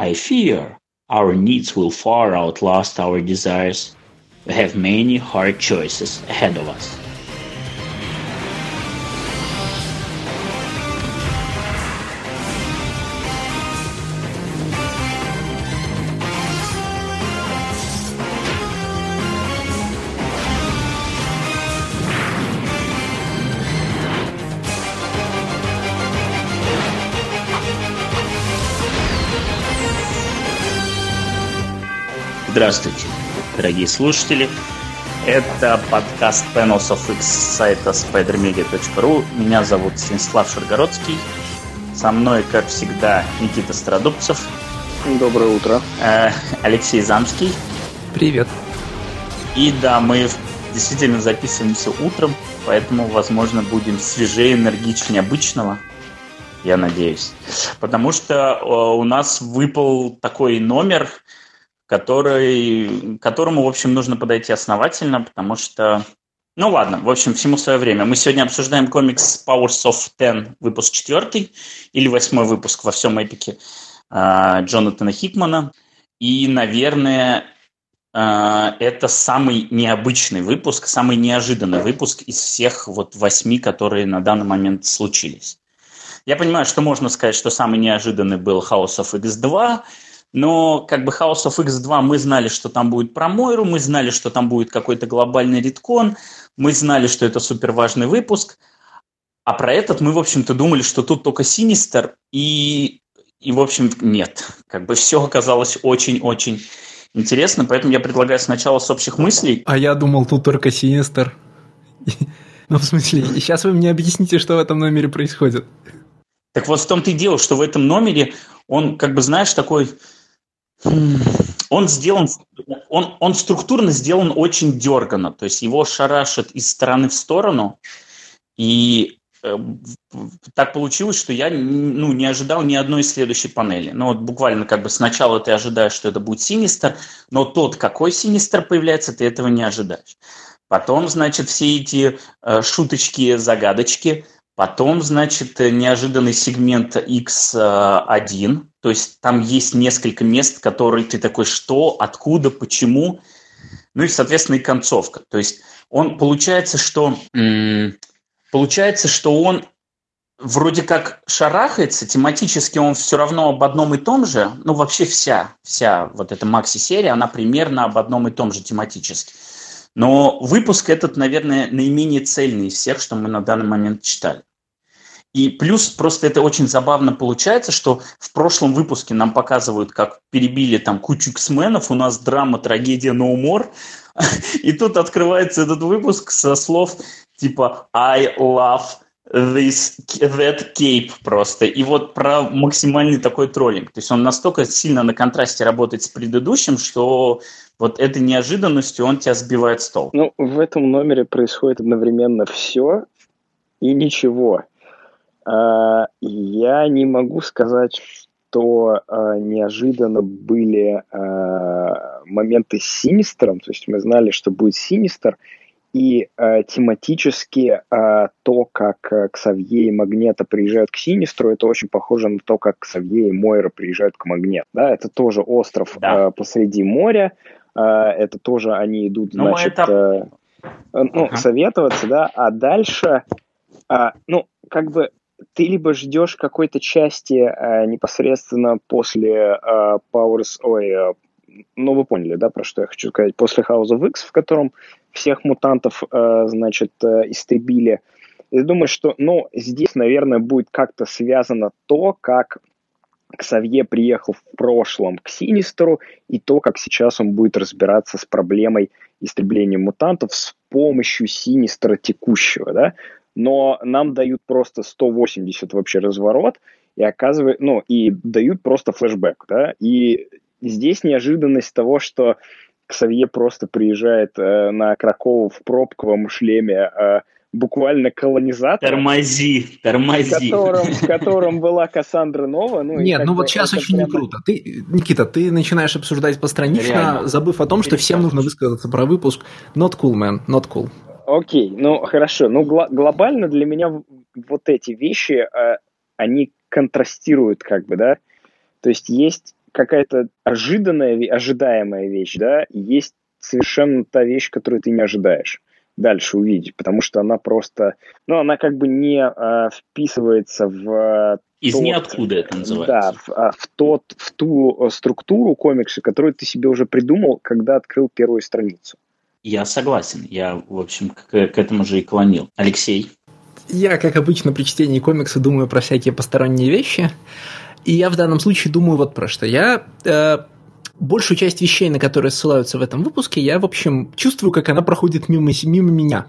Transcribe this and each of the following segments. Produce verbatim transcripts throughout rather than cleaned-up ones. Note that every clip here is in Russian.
I fear our needs will far outlast our desires. We have many hard choices ahead of us. Здравствуйте, дорогие слушатели. Это подкаст Panels of X сайта spider media точка ru. Меня зовут Станислав Шаргородский. Со мной, как всегда, Никита Стародубцев. Доброе утро. Алексей Замский. Привет. И да, мы действительно записываемся утром, поэтому, возможно, будем свежее, энергичнее обычного. Я надеюсь. Потому что у нас выпал такой номер, который, к которому, в общем, нужно подойти основательно, потому что... Ну ладно, в общем, всему свое время. Мы сегодня обсуждаем комикс Powers of Ten, выпуск четвертый, или восьмой выпуск во всем эпике Джонатана Хикмана. И, наверное, это самый необычный выпуск, самый неожиданный выпуск из всех вот восьми, которые на данный момент случились. Я понимаю, что можно сказать, что самый неожиданный был House of X два, но как бы House of X два мы знали, что там будет про Мойру, мы знали, что там будет какой-то глобальный редкон, мы знали, что это суперважный выпуск, а про этот мы, в общем-то, думали, что тут только Синистер, и, и в общем, нет. Как бы все оказалось очень-очень интересно, поэтому я предлагаю сначала с общих мыслей. А я думал, тут только Синистер. Ну, в смысле, сейчас вы мне объясните, что в этом номере происходит. Так вот в том-то и дело, что в этом номере он, как бы, знаешь, такой... Он сделан, он, он структурно сделан очень дерганно, то есть его шарашат из стороны в сторону, и э, так получилось, что я ну, не ожидал ни одной следующей панели. Ну вот буквально как бы сначала ты ожидаешь, что это будет Синистер, но тот, какой Синистер появляется, ты этого не ожидаешь. Потом, значит, все эти э, шуточки-загадочки. Потом, значит, неожиданный сегмент икс один, то есть там есть несколько мест, которые ты такой, что, откуда, почему, ну и, соответственно, и концовка. То есть он, получается, что, м- получается, что он вроде как шарахается, тематически он все равно об одном и том же, ну вообще вся, вся вот эта макси-серия, она примерно об одном и том же тематически. Но выпуск этот, наверное, наименее цельный из всех, что мы на данный момент читали. И плюс просто это очень забавно получается, что в прошлом выпуске нам показывают, как перебили там кучу X-менов, у нас драма, трагедия, no more. И тут открывается этот выпуск со слов типа I love this, that cape просто. И вот про максимальный такой троллинг. То есть он настолько сильно на контрасте работает с предыдущим, что вот этой неожиданностью он тебя сбивает с толку. Ну, в этом номере происходит одновременно все и ничего. Uh, я не могу сказать, что uh, неожиданно были uh, моменты с Синистером, то есть мы знали, что будет Синистер, и uh, тематически uh, то, как uh, Ксавье и Магнето приезжают к Синистеру, это очень похоже на то, как Ксавье и Мойра приезжают к Магнету. Да, это тоже остров да. uh, посреди моря, uh, это тоже они идут, ну, значит, это... uh, ну, ага. советоваться, да, а дальше, uh, ну, как бы ты либо ждешь какой-то части э, непосредственно после э, Powers, ой, э, ну вы поняли, да, про что я хочу сказать, после House of X, в котором всех мутантов, э, значит, э, истребили. И думаю, что, ну, здесь, наверное, будет как-то связано то, как Ксавье приехал в прошлом к Синистеру, и то, как сейчас он будет разбираться с проблемой истребления мутантов с помощью Синистера текущего, да. Но нам дают просто сто восемьдесят вообще разворот, и оказывает, ну, и дают просто флешбэк, да, и здесь неожиданность того, что Ксавье просто приезжает э, на Кракову в пробковом шлеме, э, буквально колонизатор. Тормози, тормози. В котором, в котором была Кассандра Нова. Ну, Нет, ну вот сейчас очень прямо... не круто. Ты, Никита, ты начинаешь обсуждать постранично, Реально. забыв о том, что всем нужно высказаться про выпуск. Not cool, man, not cool. Окей, ну хорошо. Ну гл- глобально для меня вот эти вещи, э, они контрастируют как бы, да. То есть есть какая-то ожиданная, ожидаемая вещь, да, есть совершенно та вещь, которую ты не ожидаешь дальше увидеть, потому что она просто, ну, она как бы не а, вписывается в... Из тот, ниоткуда это называется. Да, в, в, тот, в ту структуру комикса, которую ты себе уже придумал, когда открыл первую страницу. Я согласен. Я, в общем, к, к этому же и клонил. Алексей? Я, как обычно, при чтении комикса думаю про всякие посторонние вещи. И я в данном случае думаю вот про что. Я... Э, большую часть вещей, на которые ссылаются в этом выпуске, я, в общем, чувствую, как она проходит мимо, мимо меня.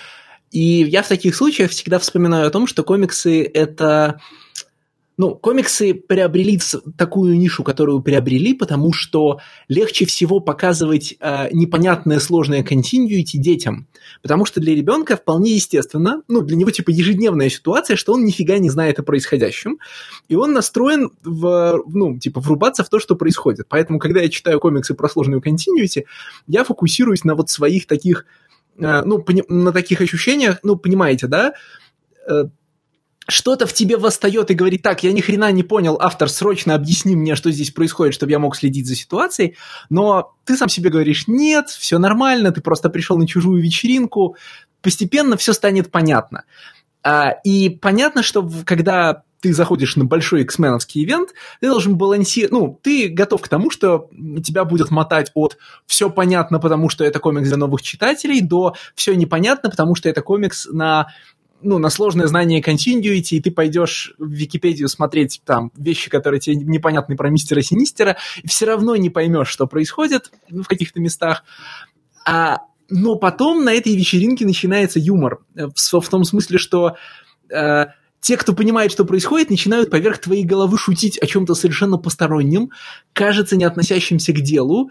И я в таких случаях всегда вспоминаю о том, что комиксы – это... Ну, комиксы приобрели такую нишу, которую приобрели, потому что легче всего показывать э, непонятное сложное континьюити детям. Потому что для ребенка вполне естественно, ну, для него типа ежедневная ситуация, что он нифига не знает о происходящем, и он настроен в, ну, типа, врубаться в то, что происходит. Поэтому, когда я читаю комиксы про сложную континьюити, я фокусируюсь на вот своих таких, э, ну, пони- на таких ощущениях, ну, понимаете, да, э, что-то в тебе восстает и говорит: так, я ни хрена не понял, автор, срочно объясни мне, что здесь происходит, чтобы я мог следить за ситуацией, но ты сам себе говоришь: нет, все нормально, ты просто пришел на чужую вечеринку, постепенно все станет понятно. А, и понятно, что когда ты заходишь на большой X-меновский ивент, ты должен балансировать, ну, ты готов к тому, что тебя будет мотать от «все понятно, потому что это комикс для новых читателей» до «все непонятно, потому что это комикс на... ну, на сложное знание continuity, и ты пойдешь в Википедию смотреть там вещи, которые тебе непонятны про мистера Синистера, и все равно не поймешь, что происходит в каких-то местах. А, но потом на этой вечеринке начинается юмор. В, в том смысле, что э, те, кто понимает, что происходит, начинают поверх твоей головы шутить о чем-то совершенно постороннем, кажется, не относящимся к делу,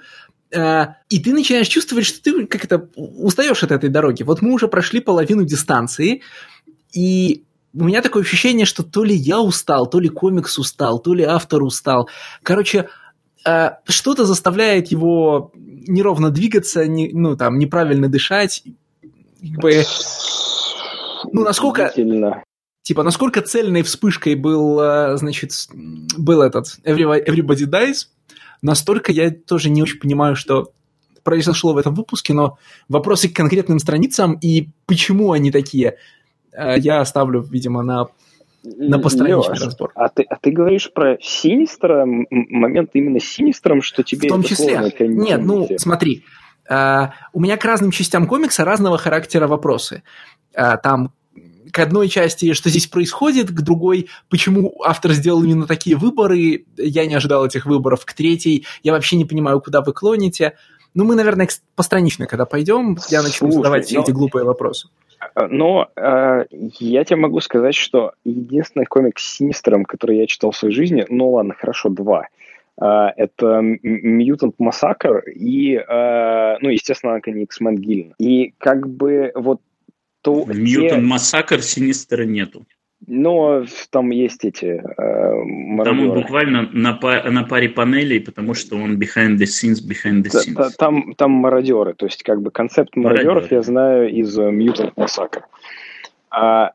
и ты начинаешь чувствовать, что ты как это устаешь от этой дороги. Вот мы уже прошли половину дистанции, и у меня такое ощущение, что то ли я устал, то ли комикс устал, то ли автор устал. Короче, что-то заставляет его неровно двигаться, не, ну, там, неправильно дышать. Как бы, ну, насколько... Типа, насколько цельной вспышкой был, значит, был этот Everybody Dies, настолько я тоже не очень понимаю, что произошло в этом выпуске, но вопросы к конкретным страницам и почему они такие, я оставлю, видимо, на, на постраничный Лёш, разбор. А ты, а ты говоришь про Синистера, момент именно с Синистером, что тебе... В том числе. Нет, ну, смотри, у меня к разным частям комикса разного характера вопросы. Там к одной части, что здесь происходит, к другой, почему автор сделал именно такие выборы, я не ожидал этих выборов, к третьей, я вообще не понимаю, куда вы клоните. Ну, мы, наверное, постранично, когда пойдем, я начну Слушай, задавать все но... эти глупые вопросы. Но э, я тебе могу сказать, что единственный комикс с Синистером, который я читал в своей жизни, ну ладно, хорошо, два, э, это Mutant Massacre и, э, ну, естественно, X-Men Gillen. И как бы вот то... Mutant Massacre Синистера нету. Но там есть эти э, мародеры. Там он буквально на, па- на паре панелей, потому что он behind the scenes, behind the scenes. Та- та- там, там мародеры, то есть как бы концепт мародеров Мародеры. Я знаю из Mutant Massacre. А,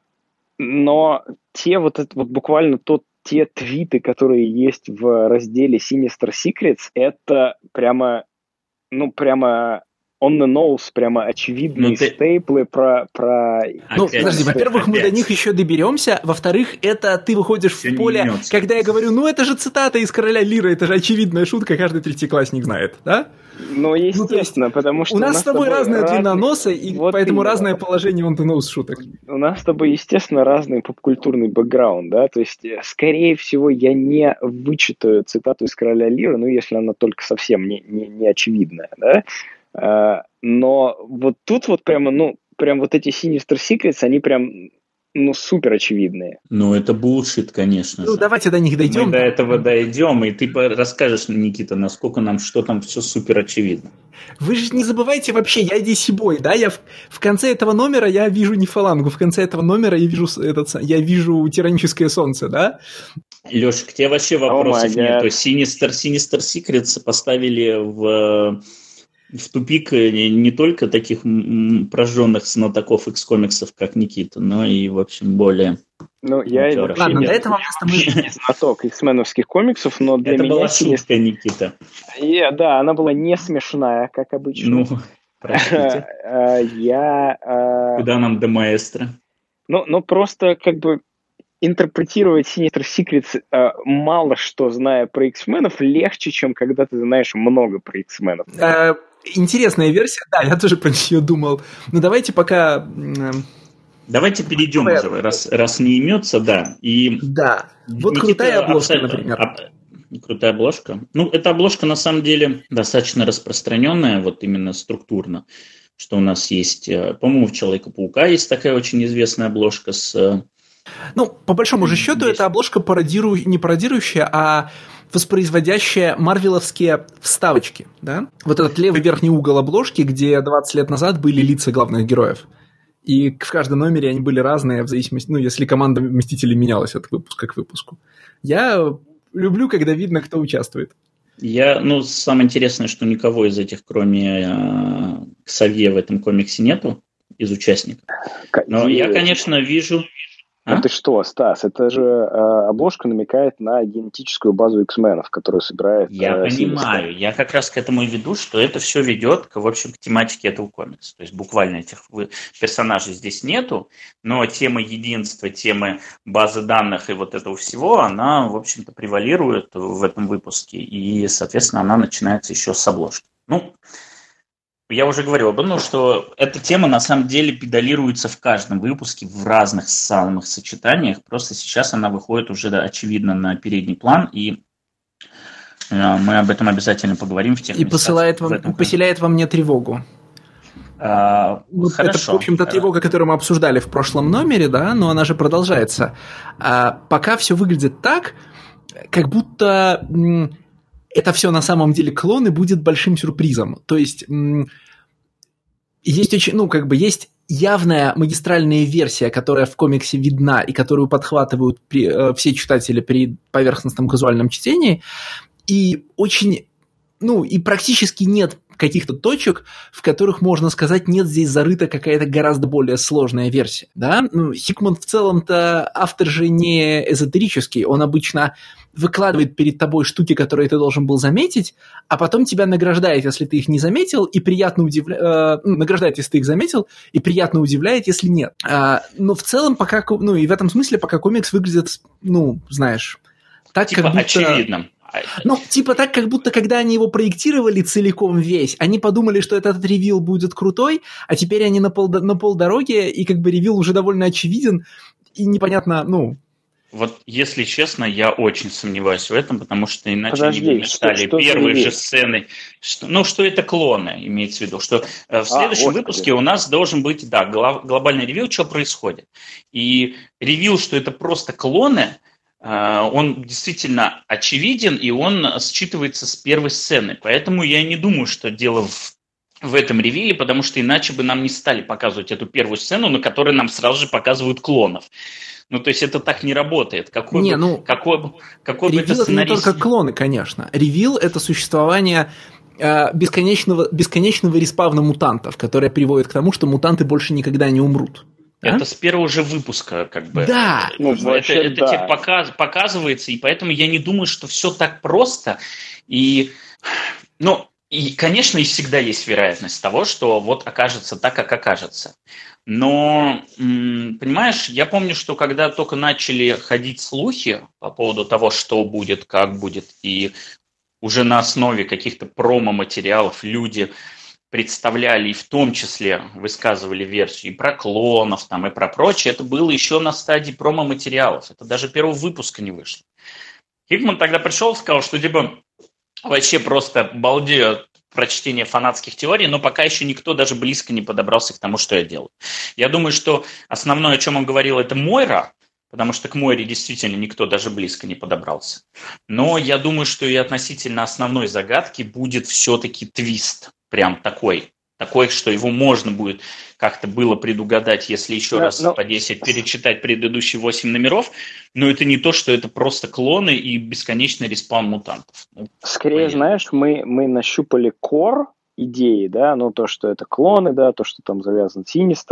но те вот, это, вот буквально тот, те твиты, которые есть в разделе Sinister Secrets, это прямо, ну прямо... on the nose, прямо очевидные ну, ты... стейплы про... про... Ну, опять, подожди, во-первых, опять. Мы до них еще доберемся, во-вторых, это ты выходишь Все в поле, когда я говорю, ну, это же цитата из «Короля Лира», это же очевидная шутка, каждый третьеклассник знает, да? Ну, естественно, ну, потому что... У нас, у нас с тобой разная разный... длина носа, и вот поэтому именно. Разное положение on the nose шуток. У нас с тобой, естественно, разный попкультурный бэкграунд, да, то есть, скорее всего, я не вычитаю цитату из «Короля Лира», ну, если она только совсем не, не, не очевидная, да, Uh, но вот тут вот прямо, ну, прям вот эти Sinister Secrets, они прям, ну, супер очевидные. Ну, это булшит, конечно Ну, же. давайте до них дойдем. Мы до этого дойдем, и ты расскажешь, Никита, насколько нам, что там все супер очевидно. Вы же не забывайте вообще, я ди си-бой, да, я в, в конце этого номера я вижу не фалангу, в конце этого номера я вижу, этот, я вижу тираническое солнце, да? Леша, к тебе вообще вопросов oh нету. Sinister, Sinister Secrets поставили в... в тупик не, не только таких прожженных знатоков икс-комиксов, как Никита, но и, в общем, более Ну, я и вообще Ладно, не до этого места мы... знаток иксменовских комиксов, но для Это меня... была шутка, Никита. И, да, она была не смешная, как обычно. Ну, простите. Я... Куда нам до маэстро? Ну, ну, просто как бы интерпретировать Sinister Secrets э, мало что, зная про X-менов, легче, чем когда ты знаешь много про X-менов. Э, интересная версия, да, я тоже про нее думал. Но давайте пока... Э, давайте перейдем уже, раз, раз не имется, да. И да, вот Никита, крутая обложка, абсолютно, например. Об, крутая обложка. Ну, эта обложка, на самом деле, достаточно распространенная, вот именно структурно, что у нас есть, по-моему, в Человека-паука есть такая очень известная обложка с... Ну, по большому же счету, это обложка пародиру... не пародирующая, а воспроизводящая марвеловские вставочки, да? Вот этот левый верхний угол обложки, где двадцать лет назад были лица главных героев. И в каждом номере они были разные, в зависимости, ну, если команда Мстителей менялась от выпуска к выпуску. Я люблю, когда видно, кто участвует. Я, ну, самое интересное, что никого из этих, кроме э, Ксавье, в этом комиксе нету, из участников. Но я, конечно, вижу... А? Это что, Стас? Это же э, обложка намекает на генетическую базу X-менов, которую собирает... Я э, понимаю. Сильвестр. Я как раз к этому и веду, что это все ведет, к, в общем, к тематике этого комикса. То есть буквально этих персонажей здесь нету, но тема единства, тема базы данных и вот этого всего, она, в общем-то, превалирует в этом выпуске. И, соответственно, она начинается еще с обложки. Ну... Я уже говорил об этом, что эта тема на самом деле педалируется в каждом выпуске в разных самых сочетаниях. Просто сейчас она выходит уже, да, очевидно, на передний план, и э, мы об этом обязательно поговорим в тех и местах. Посылает вам, и поселяет во мне тревогу. А, вот хорошо. Это, в общем-то, тревога, которую мы обсуждали в прошлом номере, да, но она же продолжается. А, пока все выглядит так, как будто... М- это все на самом деле клон и будет большим сюрпризом. То есть есть очень, ну, как бы есть явная магистральная версия, которая в комиксе видна и которую подхватывают при, э, все читатели при поверхностном казуальном чтении. И очень, ну, и практически нет каких-то точек, в которых можно сказать, нет, здесь зарыта какая-то гораздо более сложная версия. Да? Ну, Хикман в целом-то автор же не эзотерический, он обычно выкладывает перед тобой штуки, которые ты должен был заметить, а потом тебя награждает, если ты их не заметил, и приятно удивляет, э, награждает, если ты их заметил, и приятно удивляет, если нет. А, но в целом пока, ну и в этом смысле пока комикс выглядит, ну, знаешь, так типа как будто... очевидным. Ну, типа так, как будто, когда они его проектировали целиком весь, они подумали, что этот ревил будет крутой, а теперь они на, пол, на полдороге, и как бы ревил уже довольно очевиден, и непонятно, ну... Вот, если честно, я очень сомневаюсь в этом, потому что иначе Подожди, они бы не стали что, что первой же сценой. Что, ну, что это клоны, имеется в виду. Что в следующем а, выпуске у нас должен быть, да, глобальный ревил, что происходит. И ревил, что это просто клоны... он действительно очевиден, и он считывается с первой сцены. Поэтому я не думаю, что дело в, в этом ревиле, потому что иначе бы нам не стали показывать эту первую сцену, на которой нам сразу же показывают клонов. Ну, то есть это так не работает. Какой не, бы, ну, какой, какой бы это ревил сценарий... это не только клоны, конечно. Ревил – это существование э, бесконечного, бесконечного респавна мутантов, которое приводит к тому, что мутанты больше никогда не умрут. Это а? с первого же выпуска, как бы. Да. Ну, вообще, это это да. тебе показ, показывается, и поэтому я не думаю, что все так просто. И, ну, и, конечно, и всегда есть вероятность того, что вот окажется так, как окажется. Но, понимаешь, я помню, что когда только начали ходить слухи по поводу того, что будет, как будет, и уже на основе каких-то промо-материалов люди представляли и в том числе высказывали версию и про клонов там, и про прочее, это было еще на стадии промо-материалов. Это даже первого выпуска не вышло. Хикман тогда пришел и сказал, что типа вообще просто балдею от прочтения фанатских теорий, но пока еще никто даже близко не подобрался к тому, что я делаю. Я думаю, что основное, о чем он говорил, это Мойра, потому что к Мойре действительно никто даже близко не подобрался. Но я думаю, что и относительно основной загадки будет все-таки твист. Прям такой, такой, что его можно будет как-то было предугадать, если еще но, раз но... по десять перечитать предыдущие восемь номеров, но это не то, что это просто клоны и бесконечный респаун мутантов. Ну, скорее, понятно. Знаешь, мы, мы нащупали кор идеи, да, ну то, что это клоны, да, то, что там завязан Синистер,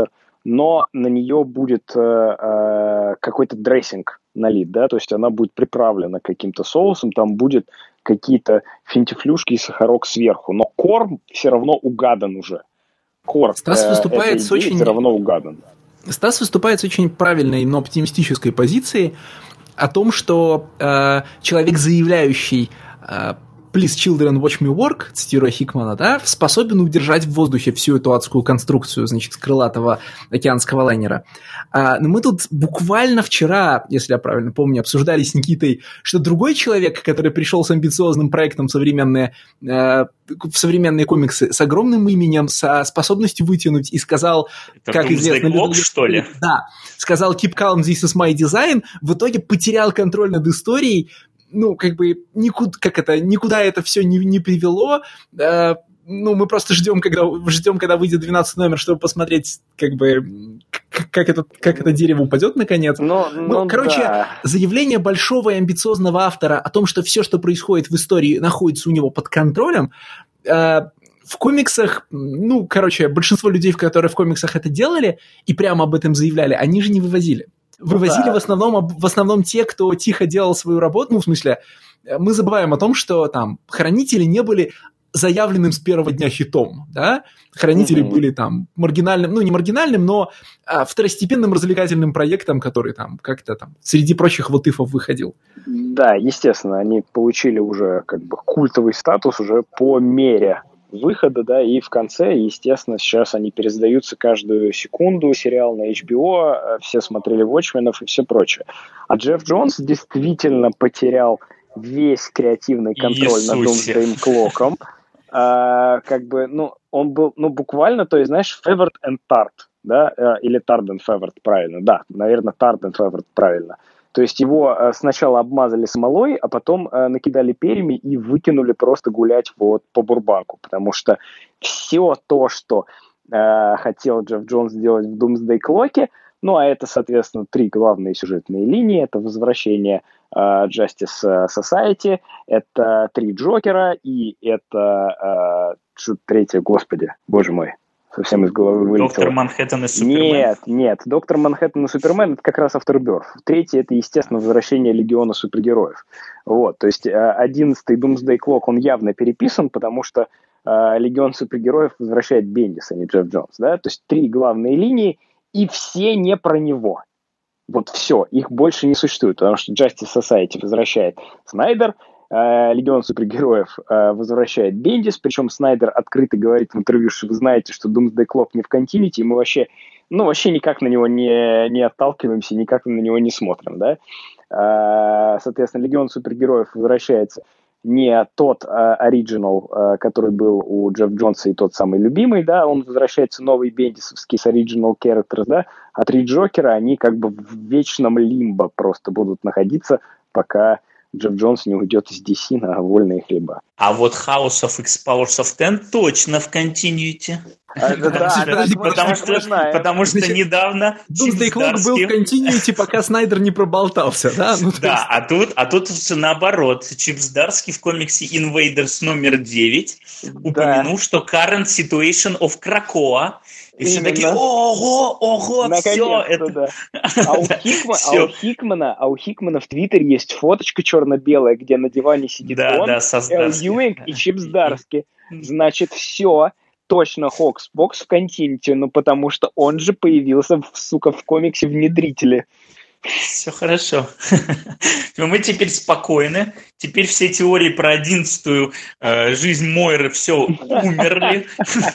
но на нее будет э, э, какой-то дрессинг налит, да, то есть она будет приправлена каким-то соусом, там будет какие-то финтифлюшки и сахарок сверху, но корм все равно угадан уже. Корм Стас э, выступает с очень... все равно угадан. Стас выступает с очень правильной, но оптимистической позиции о том, что э, человек, заявляющий э, «Please, children, watch me work», цитируя Хикмана, да, способен удержать в воздухе всю эту адскую конструкцию, значит, крылатого океанского лайнера. А, но мы тут буквально вчера, если я правильно помню, обсуждали с Никитой, что другой человек, который пришел с амбициозным проектом современные, э, в современные комиксы, с огромным именем, со способностью вытянуть, и сказал, это как известно... Clock, что ли? Да, сказал «Keep calm, this is my design», в итоге потерял контроль над историей, ну, как бы, никуда, как это, никуда это все не, не привело. Э, ну, мы просто ждем, когда, ждем, когда выйдет двенадцатый номер, чтобы посмотреть, как бы, как, как, это, как это дерево упадет, наконец. Но, ну, ну, короче, да. заявление большого и амбициозного автора о том, что все, что происходит в истории, находится у него под контролем, э, в комиксах, ну, короче, большинство людей, которые в комиксах это делали и прямо об этом заявляли, они же не вывозили. Вывозили да. в основном, в основном те, кто тихо делал свою работу. Ну, в смысле, мы забываем о том, что там хранители не были заявленным с первого дня хитом, да? Хранители mm-hmm. были там маргинальным, ну, не маргинальным, но а, второстепенным развлекательным проектом, который там как-то там среди прочих вот-ифов выходил. Да, естественно, они получили уже как бы культовый статус уже по мере выхода, да, и в конце, естественно, сейчас они пересдаются каждую секунду, сериал на эйч би о, все смотрели «Watchmen'ов» и все прочее. А Джефф Джонс действительно потерял весь креативный контроль Иисусе. над Doomsday Clock'ом. А, как бы, ну, он был, ну, буквально, то есть, знаешь, Favored and Tart, да, или Tart and Favored, правильно, да, наверное, Tart and Favored, правильно. То есть его сначала обмазали смолой, а потом накидали перьями и выкинули просто гулять вот по Бурбаку. Потому что все то, что э, хотел Джефф Джонс сделать в Doomsday Clock'е, ну, а это, соответственно, три главные сюжетные линии. Это возвращение э, Justice Society, это три Джокера и это... Э, что третье, господи, боже мой. Совсем из головы вылетело. Доктор Манхэттен и Супермен? Нет, нет. Доктор Манхэттен и Супермен — это как раз Afterbirth. Третий — это, естественно, возвращение Легиона супергероев. Вот, то есть одиннадцатый Doomsday Clock, он явно переписан, потому что э, Легион супергероев возвращает Бендис, а не Джефф Джонс. Да? То есть три главные линии, и все не про него. Вот все, их больше не существует, потому что Justice Society возвращает Снайдер, Легион супергероев э, возвращает Бендис, причем Снайдер открыто говорит в интервью, что вы знаете, что Doomsday Clock не в континьюти, и мы вообще, ну, вообще никак на него не, не отталкиваемся, никак на него не смотрим, да. Э, соответственно, Легион супергероев возвращается не тот оригинал, э, э, который был у Джефф Джонса и тот самый любимый, да, он возвращается новый бендисовский с оригинал characters, да, а три Джокера, они как бы в вечном лимбо просто будут находиться, пока Джефф Джонс не уйдет из ди си на вольные хлеба. А вот House of X Powers of Ten точно в континьюити. Потому что недавно Doomsday Clock был в континьюити, пока Снайдер не проболтался, да? Да, а тут а тут все наоборот. Чип Здарский в комиксе Invaders номер девять упомянул, что current situation of Krakoa. И все такие, ого, ого, все это. Да. А, у Хикма, а, у Хикмана, а у Хикмана в Твиттере есть фоточка черно-белая, где на диване сидит да, он, да, Эл Юинг и Чип Здарский. Значит, все, точно Хоксбокс в континьюти, ну потому что он же появился, сука, в комиксе «Внедрители». Все хорошо. Мы теперь спокойны. Теперь все теории про одиннадцатую э, жизнь Мойры все умерли.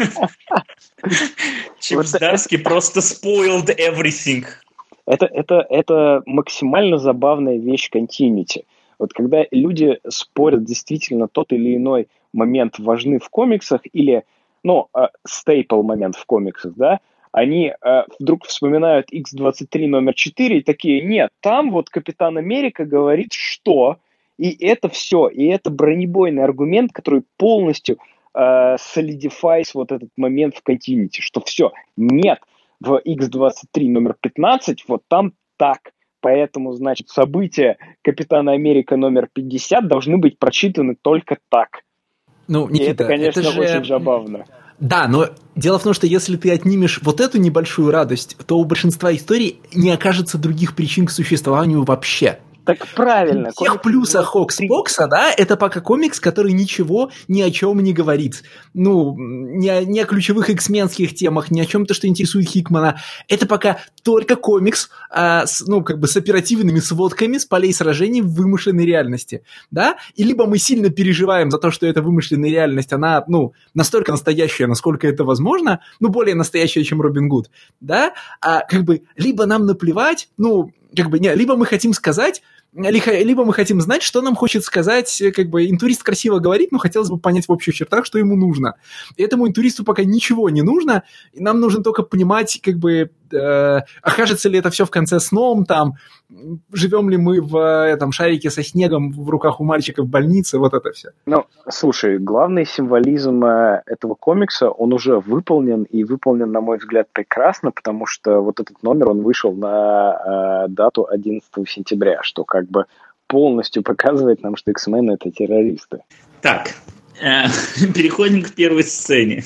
Чип Здарский просто spoiled everything. Это, это, это максимально забавная вещь континьюти. Вот когда люди спорят, действительно тот или иной момент важны в комиксах или, ну, стейпл момент в комиксах, да, они э, вдруг вспоминают икс двадцать три номер четыре и такие, нет, там вот Капитан Америка говорит, что, и это все, и это бронебойный аргумент, который полностью э, solidify вот этот момент в континьюти, что все, нет, в икс двадцать три номер пятнадцать вот там так, поэтому, значит, события Капитана Америка номер пятьдесят должны быть прочитаны только так. Ну, Никита, и это, конечно, это же... очень забавно. Да, но дело в том, что если ты отнимешь вот эту небольшую радость, то у большинства историй не окажется других причин к существованию вообще. Так правильно. В всех плюсах Хокс-Покса, да, это пока комикс, который ничего ни о чем не говорит. Ну, ни о, ни о ключевых иксменских темах, ни о чем-то, что интересует Хикмана. Это пока только комикс, а, с, ну, как бы с оперативными сводками с полей сражений в вымышленной реальности, да. И либо мы сильно переживаем за то, что эта вымышленная реальность, она, ну, настолько настоящая, насколько это возможно, ну, более настоящая, чем Робин Гуд, да, а как бы либо нам наплевать, ну, как бы, не, либо мы хотим сказать, либо мы хотим знать, что нам хочет сказать, как бы, интурист красиво говорит, но хотелось бы понять в общих чертах, что ему нужно. И этому интуристу пока ничего не нужно, и нам нужно только понимать, как бы, э, окажется ли это все в конце сном, там, живем ли мы в этом шарике со снегом в руках у мальчика в больнице, вот это все. Ну, слушай, главный символизм этого комикса, он уже выполнен, и выполнен, на мой взгляд, прекрасно, потому что вот этот номер, он вышел на э, дату одиннадцатого сентября, что как бы полностью показывает нам, что X-Men — это террористы. Так, э, переходим к первой сцене.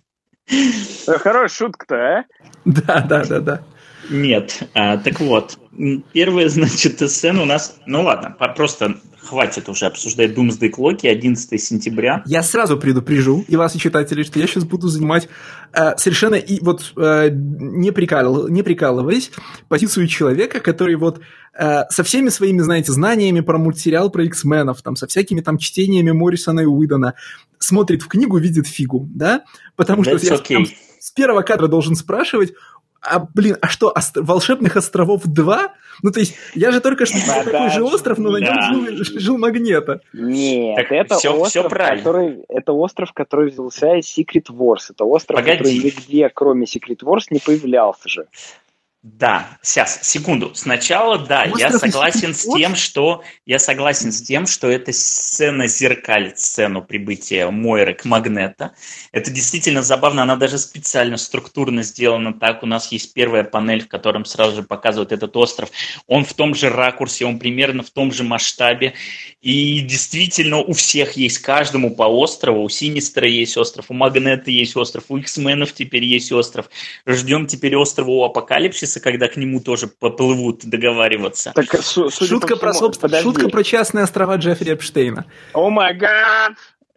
Хорошая шутка-то, а? Да, да, да, да. Нет. А, так вот, первая, значит, сцена у нас... Ну ладно, просто хватит уже обсуждать Doomsday Clock, одиннадцатого сентября. Я сразу предупрежу и вас, и читателей, что я сейчас буду занимать э, совершенно и вот э, не, прикал, не прикалываясь позицию человека, который вот э, со всеми своими, знаете, знаниями про мультсериал про X-менов, там, со всякими там чтениями Моррисона и Уидона смотрит в книгу, видит фигу, да? Потому That's что я okay. там, с первого кадра должен спрашивать: а, блин, а что, ост- волшебных островов два? Ну, то есть, я же только что Да, такой да, же остров, но на нем да. жил, жил Магнето. Нет, Так это всё- всё остров, правильно. который, это остров, который взялся из Secret Wars. Это остров, Погоди. который нигде, кроме Secret Wars, не появлялся же. Да, сейчас, секунду. Сначала, да, Остров я из согласен Secret с тем, что я согласен с тем, что эта сцена зеркалит сцену прибытия Мойры к Магнето. Это действительно забавно, она даже специально структурно сделана так. У нас есть первая панель, в котором сразу же показывают этот остров. Он в том же ракурсе, он примерно в том же масштабе. И действительно у всех есть, каждому по острову. У Синистера есть остров, у Магнето есть остров, у X-менов теперь есть остров. Ждем теперь острова у Апокалипсиса, когда к нему тоже поплывут договариваться. Так, су- судя Шутка по про, всему- собственно, подожди. шутка про частные острова Джеффри Эпштейна. О май гад!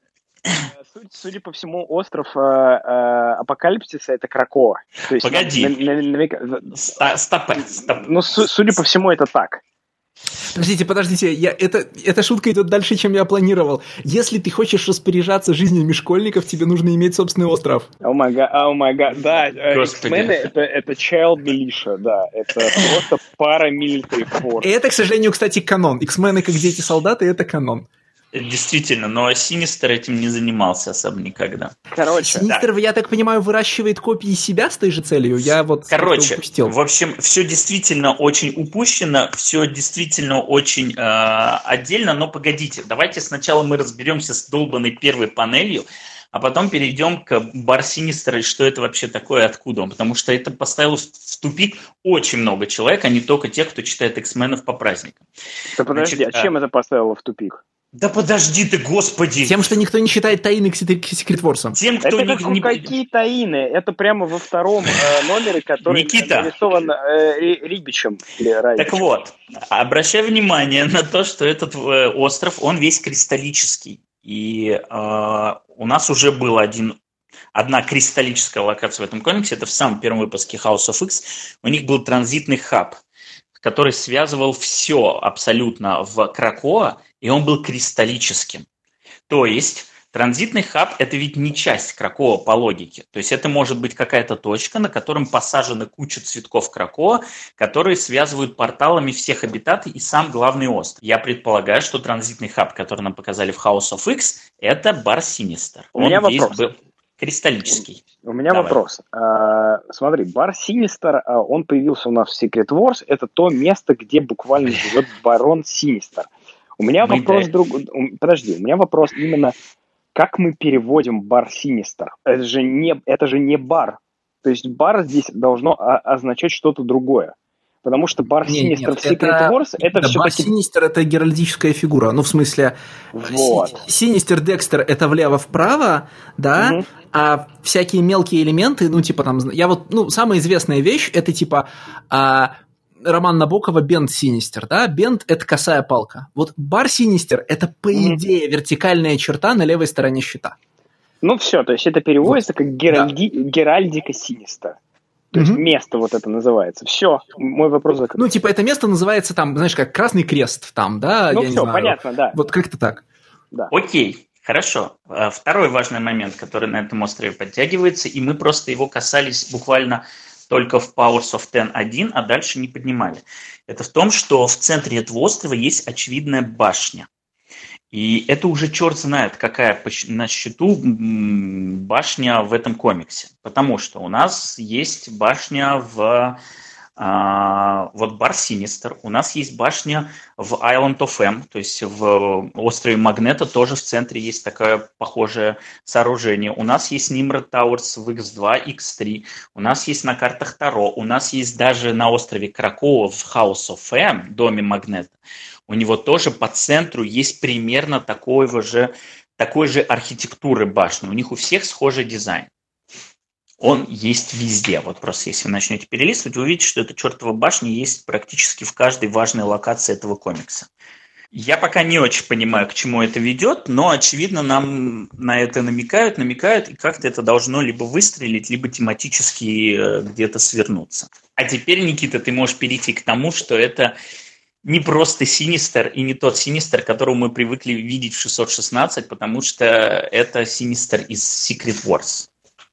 Судя, судя по всему, остров э, э, Апокалипсиса — это Кракоа. То есть, Погоди. на- на- наверняка- Ста- Стопэ, стоп. Ну, су- судя по всему, это так. Подождите, подождите, я, это, эта шутка идет дальше, чем я планировал. Если ты хочешь распоряжаться жизнями школьников, тебе нужно иметь собственный остров. О май гад, о май гад, да, э, Господи. X-Men — это, это child militia, да, это просто paramilitary force. И это, к сожалению, кстати, канон. X-мены как дети-солдаты, это канон. Действительно, но Синистер этим не занимался особо никогда. Короче, Синистер, я так понимаю, выращивает копии себя с той же целью? Я вот Короче, упустил. в общем, все действительно очень упущено, все действительно очень э, отдельно, но погодите, давайте сначала мы разберемся с долбанной первой панелью, а потом перейдем к Бар Синистера и что это вообще такое, откуда он, потому что это поставило в тупик очень много человек, а не только тех, кто читает X-менов по праздникам. да подожди, Значит, а чем это поставило в тупик? Да подожди ты, господи! Тем, что никто не считает тайны к Secret Wars. Тем, кто Это не- как, не... какие таины? Это прямо во втором э, номере, который Никита. нарисован э, Ри- Рибичем. Или Райбичем. Так вот, обращай внимание на то, что этот э, остров, он весь кристаллический. И э, у нас уже был один, одна кристаллическая локация в этом комиксе, это в самом первом выпуске House of X. У них был транзитный хаб, который связывал все абсолютно в Кракоа, и он был кристаллическим. То есть транзитный хаб – это ведь не часть Кракоа по логике. То есть это может быть какая-то точка, на котором посажена куча цветков Кракоа, которые связывают порталами всех обитатов и сам главный остров. Я предполагаю, что транзитный хаб, который нам показали в House of X, это Бар Синистер. У меня Он весь вопрос. был кристаллический. У меня Давай. вопрос. А, смотри, Бар Синистер, а, он появился у нас в Secret Wars. Это то место, где буквально живет барон Синистер. У меня Мы вопрос да. друг... у- Подожди, у меня вопрос именно, как мы переводим Бар Синистер? Это же не, это же не бар. То есть бар здесь должно о- означать что-то другое. Потому что Бар Синистер в Secret это, Wars это да, все-таки... Бар Синистер это геральдическая фигура. Ну, в смысле, вот. Синистер Декстер это влево-вправо, да, угу. А всякие мелкие элементы, ну, типа там... Я вот, ну, самая известная вещь, это типа... А, роман Набокова «Бенд Синистер», да? Бенд – это косая палка. Вот Бар Синистер – это, по mm-hmm. идее, вертикальная черта на левой стороне щита. Ну все, то есть это переводится вот. как Геральди... да. Геральдика Синистер. То mm-hmm. есть место вот это называется. Все, мой вопрос закрыт. Ну, типа это место называется там, знаешь, как Красный Крест там, да? Ну Я все, понятно, да. Вот как-то так. Да. Окей. Хорошо. Второй важный момент, который на этом острове подтягивается, и мы просто его касались буквально только в Powers of Ten один, а дальше не поднимали. Это в том, что в центре этого острова есть очевидная башня. И это уже черт знает, какая на счету башня в этом комиксе. Потому что у нас есть башня в... А, вот Бар Синистер, у нас есть башня в Island of M, то есть в острове Магнета тоже в центре есть такое похожее сооружение. У нас есть Nimrod Towers в икс два, икс три, у нас есть на картах Таро, у нас есть даже на острове Кракоа в House of M, доме Магнета. У него тоже по центру есть примерно такой же, такой же архитектуры башни. У них у всех схожий дизайн. Он есть везде. Вот просто если вы начнете перелистывать, вы увидите, что эта чертова башня есть практически в каждой важной локации этого комикса. Я пока не очень понимаю, к чему это ведет, но, очевидно, нам на это намекают, намекают, и как-то это должно либо выстрелить, либо тематически где-то свернуться. А теперь, Никита, ты можешь перейти к тому, что это не просто Синистер и не тот Синистер, которого мы привыкли видеть в шестьсот шестнадцать, потому что это Синистер из Secret Wars.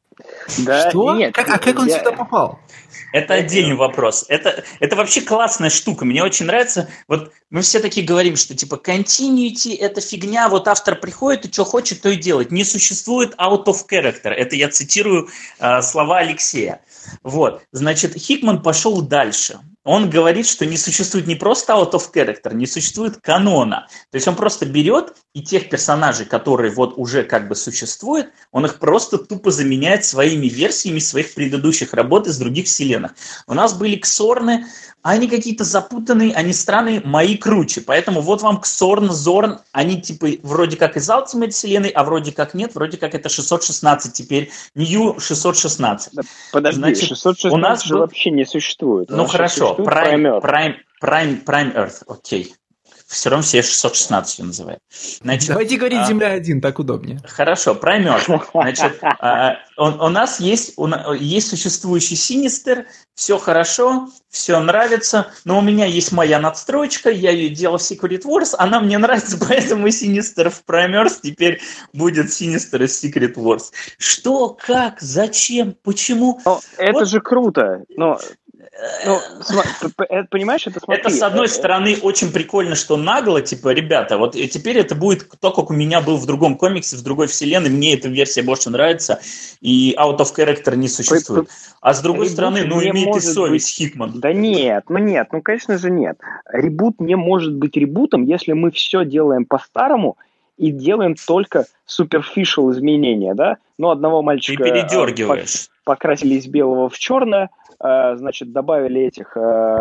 Да, что? Нет, как, а как он я... сюда попал? Это отдельный вопрос. Это, это вообще классная штука. Мне очень нравится. Вот мы все такие говорим, что типа continuity – это фигня. Вот автор приходит и что хочет, то и делает. Не существует out of character. Это я цитирую э, слова Алексея. Вот. Значит, Хикман пошел дальше. Он говорит, что не существует не просто out of character, не существует канона. То есть он просто берет и тех персонажей, которые вот уже как бы существуют, он их просто тупо заменяет своими версиями своих предыдущих работ из других вселенных. У нас были Ксорны, они какие-то запутанные, они странные, мои круче. Поэтому вот вам Ксорн, Зорн, они типа вроде как из Ultimate вселенной, а вроде как нет, вроде как это шестьсот шестнадцать теперь, New шестьсот шестнадцать. Подожди, Значит, шестьсот шестнадцать у нас же был... вообще не существует. Ну хорошо, Prime, Prime, Prime, Prime Earth, окей. Все равно все шестьсот шестнадцать ее называют. Значит, давайте говорить а, Земля один, так удобнее. Хорошо, Prime Earth. Значит, а, он, у нас есть, у, есть существующий Синистер, все хорошо, все нравится, но у меня есть моя надстроечка, я ее делал в Secret Wars, она мне нравится, поэтому Синистер в Prime Earth теперь будет Синистер из Secret Wars. Что, как, зачем, почему? Но это вот. же круто, но... Ну, понимаешь, это смотри. Это, с одной стороны, очень прикольно, что нагло, типа, ребята, вот теперь это будет то, как у меня был в другом комиксе, в другой вселенной, мне эта версия больше нравится, и out of character не существует. А с другой стороны, ну, имей ты совесть, Хикман. Да нет, ну нет, ну, конечно же нет. Ребут не может быть ребутом, если мы все делаем по-старому и делаем только superficial изменения, да? Ну, одного мальчика... Ты передергиваешь. Покрасили из белого в черное, значит, добавили этих э,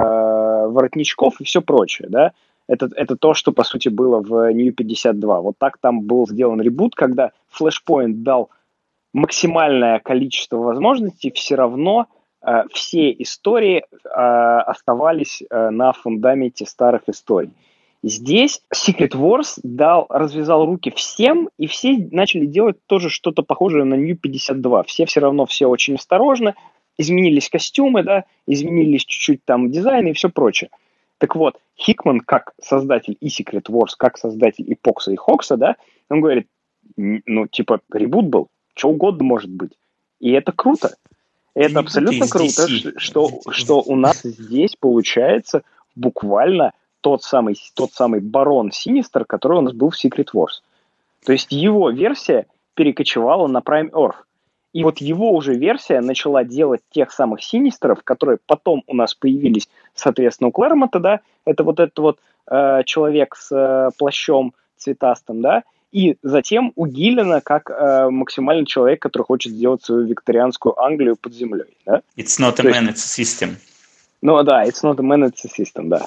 воротничков и все прочее, да, это, это то, что, по сути, было в New пятьдесят два. Вот так там был сделан ребут, когда Flashpoint дал максимальное количество возможностей, все равно э, все истории э, оставались э, на фундаменте старых историй. Здесь Secret Wars дал, развязал руки всем, и все начали делать тоже что-то похожее на New пятьдесят два. Все все равно, все очень осторожны, изменились костюмы, да, изменились чуть-чуть там дизайны и все прочее. Так вот, Хикман, как создатель и Secret Wars, как создатель и Покса, и Хокса, да, он говорит, ну, типа, ребут был, что угодно может быть. И это круто. Это ребут абсолютно круто, что, что у нас здесь получается буквально тот самый, тот самый барон Синистер, который у нас был в Secret Wars. То есть его версия перекочевала на Prime Earth. И вот его уже версия начала делать тех самых Синистеров, которые потом у нас появились, соответственно, у Клэрмонта, да, это вот этот вот э, человек с э, плащом цветастым, да, и затем у Гиллена как э, максимальный человек, который хочет сделать свою викторианскую Англию под землей, да. It's not a man, it's a system. Ну да, it's not a managed system, да.